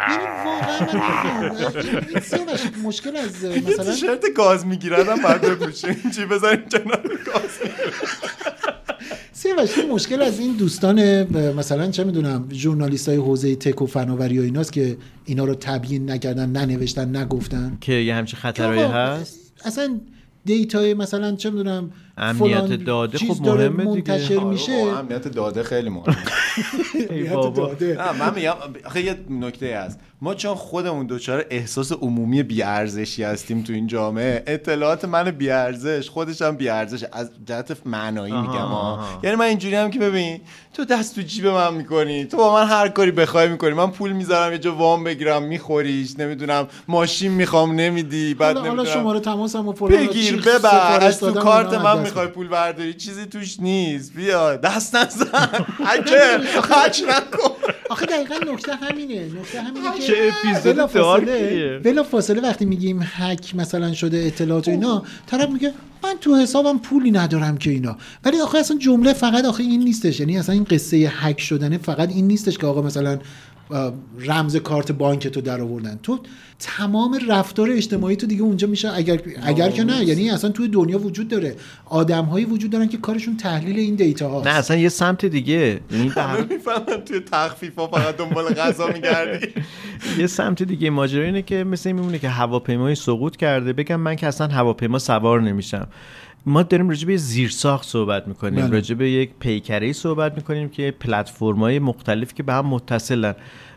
واقعا مشکل از مثلا تیشرت گاز میگیردم بعد بپوشین چی بذارین کنار گاز. سیاوش مشکل از این دوستان مثلا چه میدونم ژورنالیستای حوزه تک و فناوری و ایناست که اینا رو تبیین نکردن، ننوشتن، نگفتن که یه همچین خطرایی هست. اصلا دیتای مثلا چه میدونم امنیت داده خب مهمه منتشر میشه. امنیت داده خیلی مهمه. ای بابا من میگم آخه یه نکته هست، ما چون خودمون دوچار احساس عمومی بی‌ارزشی هستیم تو این جامعه، اطلاعات من بی‌ارزش خودش هم بی‌ارزش از جهت معنایی میگم. یعنی من اینجوری هم که ببین تو دست تو جیب من میکنی، تو با من هر کاری بخوای میکنی، من پول میذارم یه جا وام بگیرم میخوریش، نمیدونم ماشین میخوام نمیدی، بعد نمیدونم حالا شماره تماسم و فلان بگیر ببر، از تو کارت من میخوای پول برداری، چیزی توش نیست، بیا دست نزن هک نکن. آخه دقیقاً نکته همینه که چه اپیزود دارکیه. بلا فاصله وقتی میگیم هک مثلا شده اطلاعات و اینا، طرف میگه من تو حسابم پولی ندارم که اینا. ولی آخه اصلا جمله فقط آخه این نیستش. یعنی اصلا این قصه هک شدن فقط این نیستش که آقا مثلا رمز کارت بانک تو در آوردن، تو تمام رفتار اجتماعی تو دیگه اونجا میشه. اگر که نه، یعنی اصلا توی دنیا وجود داره آدم‌هایی وجود دارن که کارشون تحلیل این دیتا هاست. نه اصلا یه سمت دیگه، یعنی میفهمن توی تخفیفا فقط دنبال غذا میگردی. یه سمت دیگه ماجرا اینه که مثلا این میمونه که هواپیمایی سقوط کرده، بگم من که اصلا هواپیما سوار نمیشم. ما داریم راجع به زیرساخت صحبت میکنیم، راجع به یک پیکره‌ای صحبت میکنیم که پلتفرم‌های مختلفی که به هم متصلن.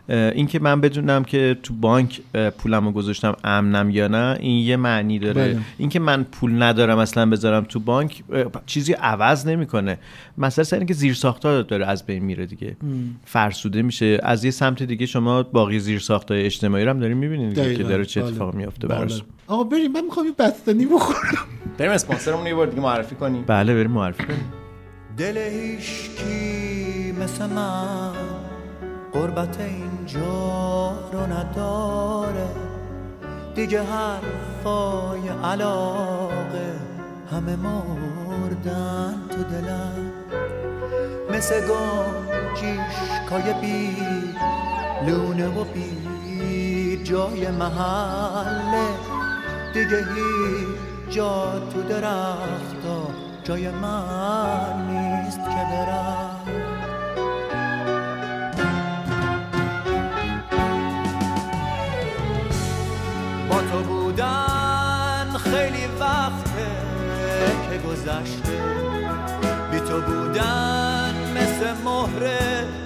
این که من بدونم که تو بانک پولمو گذاشتم امنم یا نه این یه معنی داره. این که من پول ندارم اصلا بذارم تو بانک چیزی عوض نمیکنه. مثلا سر اینکه زیرساخت‌ها داره از بین میره دیگه، فرسوده میشه. از یه سمت دیگه شما باقی زیرساخت‌های اجتماعی رو هم دارین میبینید که داره چه اتفاقی میفته براش. آقا بریم، من میخوام این بستنی بخورم. بریم اسپانسرمون یه بار دیگه معرفی کنیم. بله بریم معرفی کنیم. دل هیچکی مثل من غربت اینجا رو نداره، دیگه حرفای علاقه همه مردن تو دلم، مثل گنجیشکای بی لونه و بی جای محله، دیگه هیچ جا تو درختا جای من نیست که برم. با تو بودن خیلی وقته که گذشته، بی تو بودن مثل مهر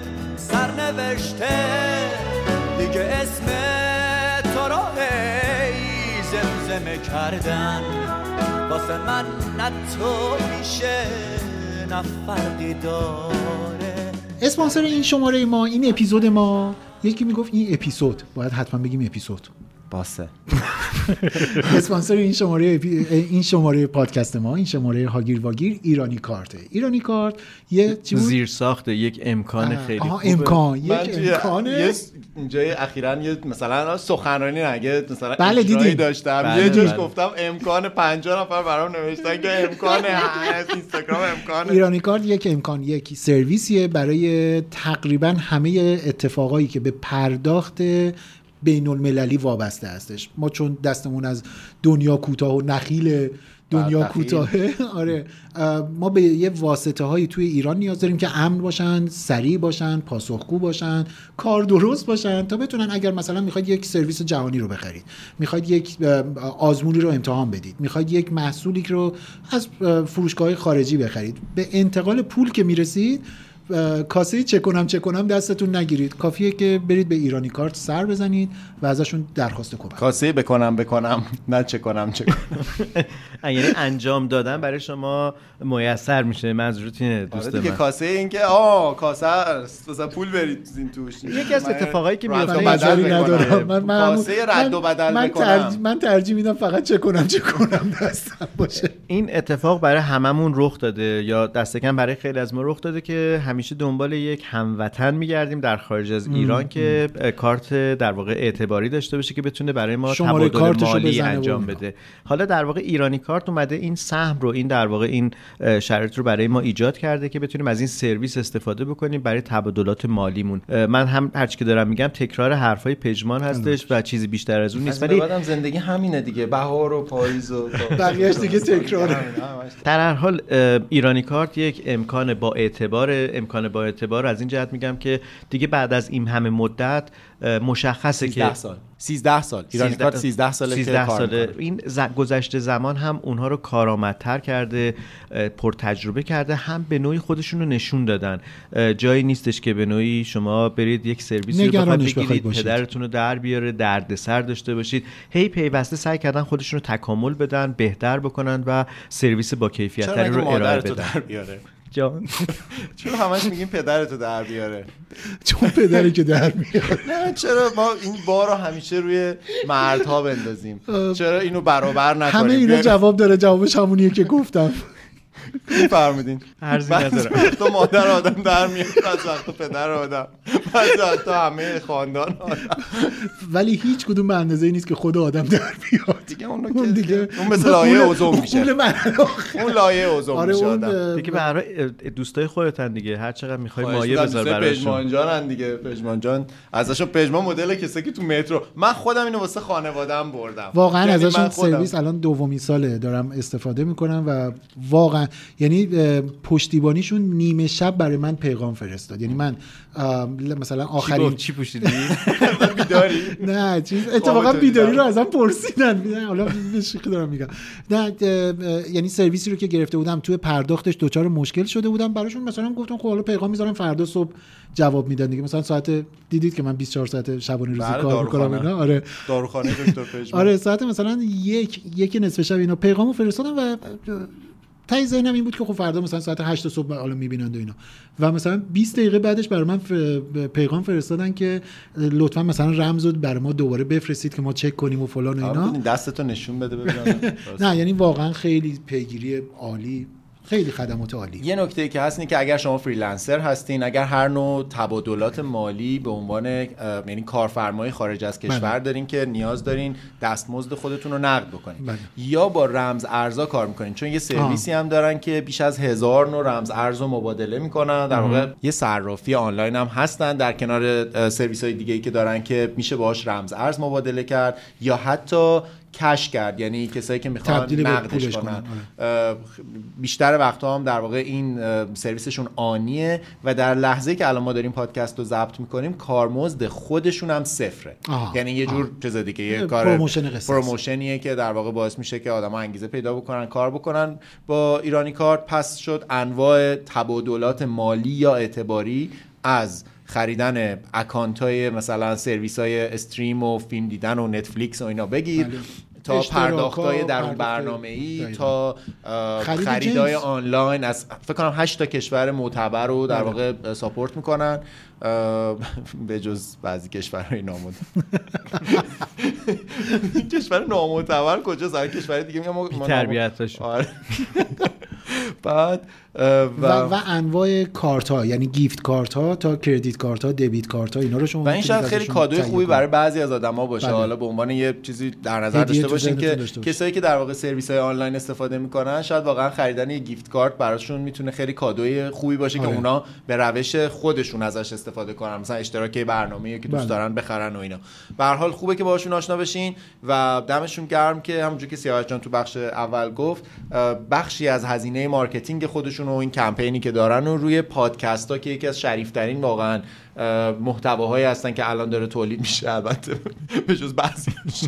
سرنوشته، دیگه اسم تو رو ای زمزمه کردن واسه من نه تو میشه نه فرقی داره. اسپانسر این شماره ما، این اپیزود ما، یکی میگفت این اپیزود باید حتما بگیم اپیزود باسه. اسپانسر این شماره پادکست ما، این شماره هاگیر واگیر، ایرانی کارت. ایرانی کارت یه زیر ساخته، یک امکان خیلی خوبه. امکان اینجای اخیراً یه مثلا سخنرانی نگه مثلا بله اجرایی داشتم، یه جوش گفتم امکان 50 نفر برام نوشتن که امکان اینستاگرام امکان. ایرانی کارت یک سرویسیه برای تقریبا همه اتفاقایی که به پرداخت بین المللی وابسته هستش. ما چون دستمون از دنیا کوتاه و نخیل دنیا کوتاهه، آره، ما به یه واسطه هایی توی ایران نیاز داریم که امن باشن، سریع باشن، پاسخگو باشن، کار درست باشن، تا بتونن اگر مثلا میخواید یک سرویس جهانی رو بخرید، میخواید یک آزمونی رو امتحان بدید، میخواید یک محصولی رو از فروشگاه خارجی بخرید، به انتقال پول که میرسید کاسه چک کنم دستتون نگیرید، کافیه که برید به ایرانی کارت سر بزنید و ازشون درخواست کمک. کاسه بکنم نه چک کنم. یعنی انجام دادن برای شما میسر میشه. منظورت اینه دوست من؟ کاسه این که کاسه است پول برید این توش. یکی از اتفاقایی که میفته کاسه رد و بدل بکنم. من ترجیح میدم فقط چک کنم دستم باشه. این اتفاق برای هممون رخ داده یا دست کم برای خیلی از ما رخ داده که همیشه دنبال یک هموطن میگردیم در خارج از ایران که کارت در واقع اعتباری داشته باشه که بتونه برای ما تبادل مالی انجام بده. حالا در واقع ایرانی کارت اومده این سهم رو، این در واقع این شرایط رو برای ما ایجاد کرده که بتونیم از این سرویس استفاده بکنیم برای تبادلات مالیمون. من هم هرچی که دارم میگم تکرار حرفای پژمان هستش و چیزی بیشتر از اون نیست، ولی بعدم زندگی همینه دیگه، بهار و پاییز و بقیه‌اش دیگه تکراره. در هر حال ایرانی کارت یک امکان با اعتبار از این جهت میگم که دیگه بعد از این همه مدت مشخصه که 13 سال ایرانی کارت 13 ساله که کار میکنه. این گذشته زمان هم اونها رو کارآمدتر کرده، پر تجربه کرده، هم به نوعی خودشون رو نشون دادن. جایی نیستش که به نوعی شما برید یک سرویسی رو بگیرید پدرتون رو در بیاره، دردسر داشته باشید. هی پیوسته سعی کردن خودشون رو تکامل بدن، بهتر بکنن و سرویس با کیفیت‌تری رو ارائه بدن. جان چرا همش میگیم پدرتو در بیاره؟ چون پدری که در میاره. نه چرا ما این بار رو همیشه روی مردها بندازیم؟ چرا اینو برابر نکنیم؟ همه اینا جواب داره، جوابش همونیه که گفتم. میفرمودین عرضی ندارم. تو مادر آدم در میاد، از وقت پدر آدم، از وقت همه خاندان آدم، ولی هیچ کدوم به اندازه‌ای نیست که خود آدم در بیاد دیگه. اون دیگه اون مثل لایه اوزون میشه، اون لایه اوزون میشه آدم دیگه. برای دوستای خودتن دیگه، هر چقدر میخوای مایه بذار براشون. پژمان جانن دیگه، پژمان جان ازشون پژمان مدل کسی که تو مترو، من خودم اینو واسه خانواده‌ام بردم واقعا ازشون سرویس الان دومین ساله دارم استفاده میکنم و واقعا یعنی پشتیبانیشون نیمه شب برای من پیغام فرستاد. یعنی من مثلا آخرین چی پوشیدی؟ بیداری؟ نه چیز اتفاقا بیداری رو ازم پرسیدن، حالا به شوخی دارم میگم. نه یعنی سرویسی رو که گرفته بودم توی پرداختش دچار مشکل شده بودم براشون، مثلا گفتم خب حالا پیغام میذارم فردا صبح جواب میدن دیگه. مثلا ساعت دیدید که من 24 ساعت شبانه روزی کار میکنم اینا. آره داروخانه دکتر پژمان. آره ساعت مثلا یک نصف شب اینا پیغامو فرستادم و تای ذهنم این بود که خب فردا مثلا ساعت 8 صبح حالا میبینند و اینا، و مثلا 20 دقیقه بعدش برای من پیغام فرستادن که لطفا مثلا رمزو برای ما دوباره بفرستید که ما چک کنیم و فلان و اینا. دستتو نشون بده ببینم. نه یعنی واقعا خیلی پیگیری عالی، خیلی خدمات عالی. یه نکته که هست اینه که اگر شما فریلنسر هستین، اگر هر نوع تبادلات مالی به عنوان یعنی کارفرمای خارج از کشور دارین که نیاز دارین دستمزد خودتون رو نقد بکنین، یا با رمز ارزا کار میکنین، چون یه سرویسی هم دارن که بیش از 1000 نوع رمز ارز رو مبادله میکنن. در واقع یه صرافی آنلاین هم هستن در کنار سرویس‌های دیگه‌ای که دارن که میشه باهاش رمز ارز مبادله کرد یا حتی کش کرد، یعنی کسایی که میخوان نقدش کنن. بیشتر وقتا هم در واقع این سرویسشون آنیه و در لحظه که الان ما داریم پادکست رو ضبط میکنیم کارمزد خودشون هم صفره. یعنی یه جور چیز دیگه، یه کار پروموشنیه که در واقع باعث میشه که آدما انگیزه پیدا بکنن کار بکنن با ایرانی کارت. پس شد انواع تبادلات مالی یا اعتباری، از خریدن اکانت‌های مثلا سرویس‌های استریم و فیلم دیدن و نتفلیکس و اینا بگیر، تا پرداخت‌های در اون برنامه‌ای، تا خریدای آنلاین از فکر کنم 8 تا کشور معتبر رو در واقع ساپورت میکنن، به جز بعضی کشورهای نامعتبر. کشور نامعتبر کجاست؟ هر کشور دیگه میگم ما تربیتاشون. بعد و انواع کارت ها، یعنی گیفت کارت ها تا کردیت کارت ها، دبیت کارت ها، اینا رو شما و این شاید خیلی کادوی خوبی برای بعضی از آدما باشه. حالا به عنوان یه چیزی در نظر داشته باشین که کسایی که در واقع سرویس های آنلاین استفاده میکنن شاید واقعا خریدن یه گیفت کارت براشون میتونه خیلی کادوی خوبی باشه که اونا به روش خودشون ازش استفاده کنن، مثلا اشتراک برنامه‌ای که دوست دارن بخرن و اینا. به هر حال خوبه که باهاشون آشنا بشین و دمشون گرم که همونجوری که سیاوش جان تو بخش اول گفت، بخشی از هزینه مارکتینگ خودشون و این کمپینی که دارن و روی پادکست ها که یکی از شریفترین واقعا محتواهایی هستن که الان داره تولید میشه، البته به جز بعضیش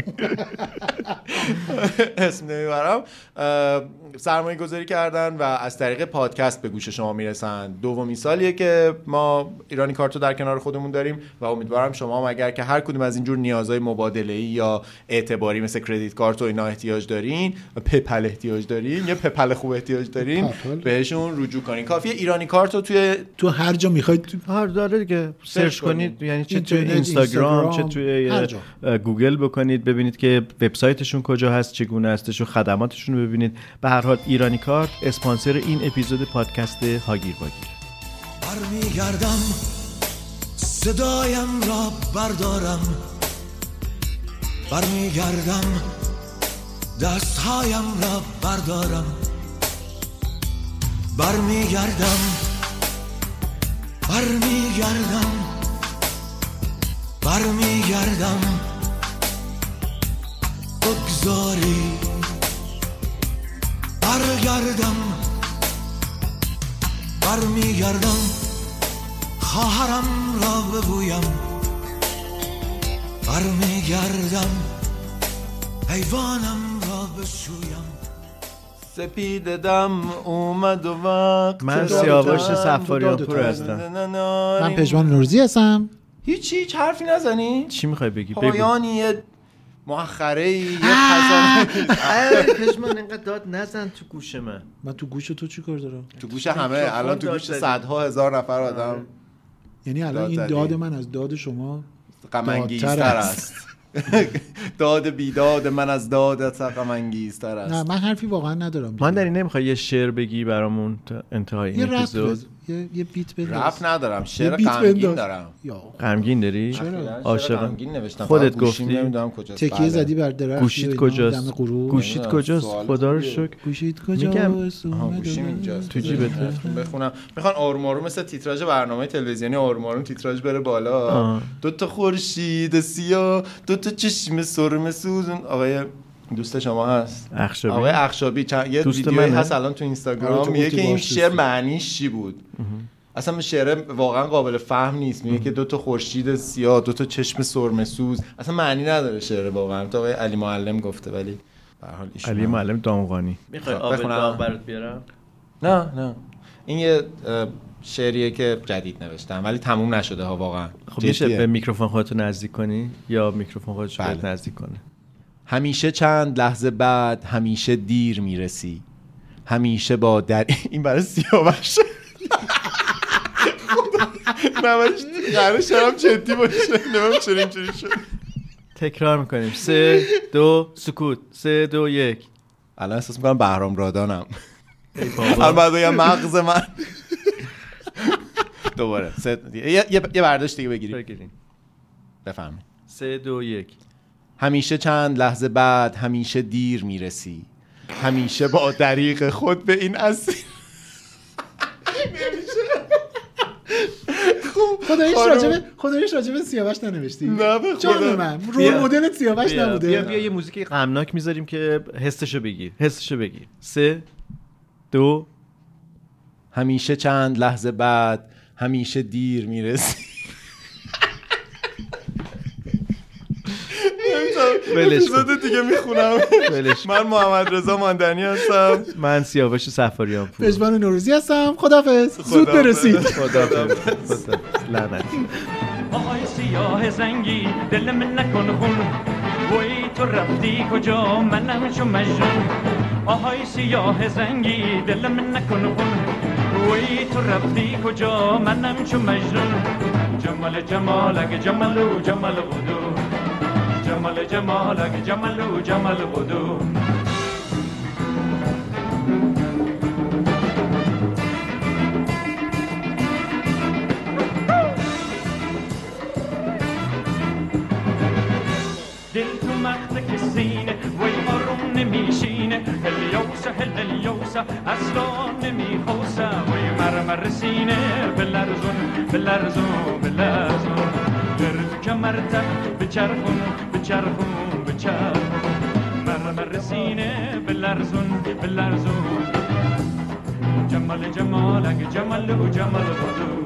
اسم نمیبرم، سرمایه گذاری کردن و از طریق پادکست به گوش شما میرسن. دومین سالیه که ما ایرانی کارتو در کنار خودمون داریم و امیدوارم شما هم اگر که هر کدوم از اینجور نیازهای مبادله‌ای یا اعتباری مثل کردیت کارت و اینا احتیاج دارین، پپل احتیاج دارین یا پپل خوب احتیاج دارین، بهشون رجوع کنین. کافیه ایرانی کارتو تو هر جا میخواید هر داره دیگه سرچ کنید، یعنی چه توی اینستاگرام چه توی گوگل بکنید ببینید که وبسایتشون کجا هست، چگونه هستش و خدماتشون رو ببینید. به هر حال ایرانی کارت اسپانسر این اپیزود پادکست هاگیر واگیر. برمیگردم صدایم را بردارم، برمیگردم دستهایم را بردارم، برمیگردم برمیگردم برمیگردم بگذاری برگردم برمیگردم خواهرم را بگویم برمیگردم حیوانم را بشویم سپید دم اومد و وقت. من سیاوش صفاریان پور هستم. من پژمان نورزی هستم. هیچ حرفی نزنی؟ چی میخوای بگی؟ پایانی یه مؤخره یه خزانه. پژمان اینقدر داد نزن تو گوش من تو گوش تو چی کار دارم؟ تو گوش همه، الان تو گوش صدها هزار نفر آدم. یعنی الان این داد من از داد شما غم انگیزتر است. داد بیداد من از دادت غم انگیزتر است. نه من حرفی واقعا ندارم. من در این نمیخوای یه شعر بگی برامون تا انتهای این اپیزود؟ یه بیت بده. رپ ندارم، شعر غمگین دارم. غمگین داری؟ عاشق غمگین نوشتم. خودت گفتی نمیدونم کجاست. تکیه زدی بر درخت. گوشیت کجاست؟ گوشیت کجاست؟ خدا رو شکر. گوشیت کجاست؟ گوشیم اینجاست. تو جیبته. بخونم. میخوان آروم آروم مثل تیتراژ برنامه تلویزیونی آروم آروم تیتراژ بره بالا. دو تا خورشید سیاه، دو تا چشم سرمه سوزون. آقای دوست شما هست اخشابی. آقای اخشابی یه ویدیویی هست الان تو اینستاگرام میگه که این شعر معنیش چی بود. اصلا شعر واقعا قابل فهم نیست. میگه که 2 خورشید سیاه، 2 چشم سرمه‌سوز، اصلا معنی نداره شعر واقعا. تا آقای علی معلم گفته، ولی به هر حال علی معلم دامغانی. میخوای آب داغ برات بیارم؟ نه این یه شعریه که جدید نوشتم ولی تموم نشده ها واقعا. خب میشه به میکروفون خودتو نزدیک کنی یا میکروفون خودت بله. نزدیک کنه؟ همیشه چند لحظه بعد همیشه دیر میرسی، همیشه با در این برای سیاوش نمایش قراره شرم جدی باشه. نمیم چرا اینجوری شد. تکرار میکنیم 3 2 سکوت 3 2 1. الان احساس میکنم بهرام رادانم. الان بگم مغز من. دوباره یه برداشت دیگه بگیریم. بفهمید 3 2 1. همیشه چند لحظه بعد همیشه دیر میرسی، همیشه با دریغ خود به این اسیر. خداییش راجبه سیاوش ننوشتی؟ نه به خدا من رول مدل سیاوش نبوده. بیا یه موزیک غمناک میذاریم که حسشو بگیر. 3 2. همیشه چند لحظه بعد همیشه دیر میرسی. اپیزود دیگه میخونم. من محمد رضا ماندنی هستم. من سیاوش صفاریان پور. پژمان نوروزی هستم. خداحافظ. زود برسید. خداحافظ. لعنت. آهای سیاه زنگی دل من نکن خون، وای تو رفتی کجا منم چو مجنون. آهای سیاه زنگی دل من نکن خون، وای تو رفتی کجا منم چو مجنون. جمال جمالک جمالو جمال بودو، جمال جمالک جمالو جمال بودو. دل تو مخت کسینه وی آروم نمیشینه، هلیوسا هلیوسا اصلا نمیخوسا، وی مرمر سینه بلرزون بلرزون بلرزون. در کمرت بچرخون بچرخون بچرخون، مرمر سینه بلرزون بلرزون. جمال جمالک جمال و جمال بدو.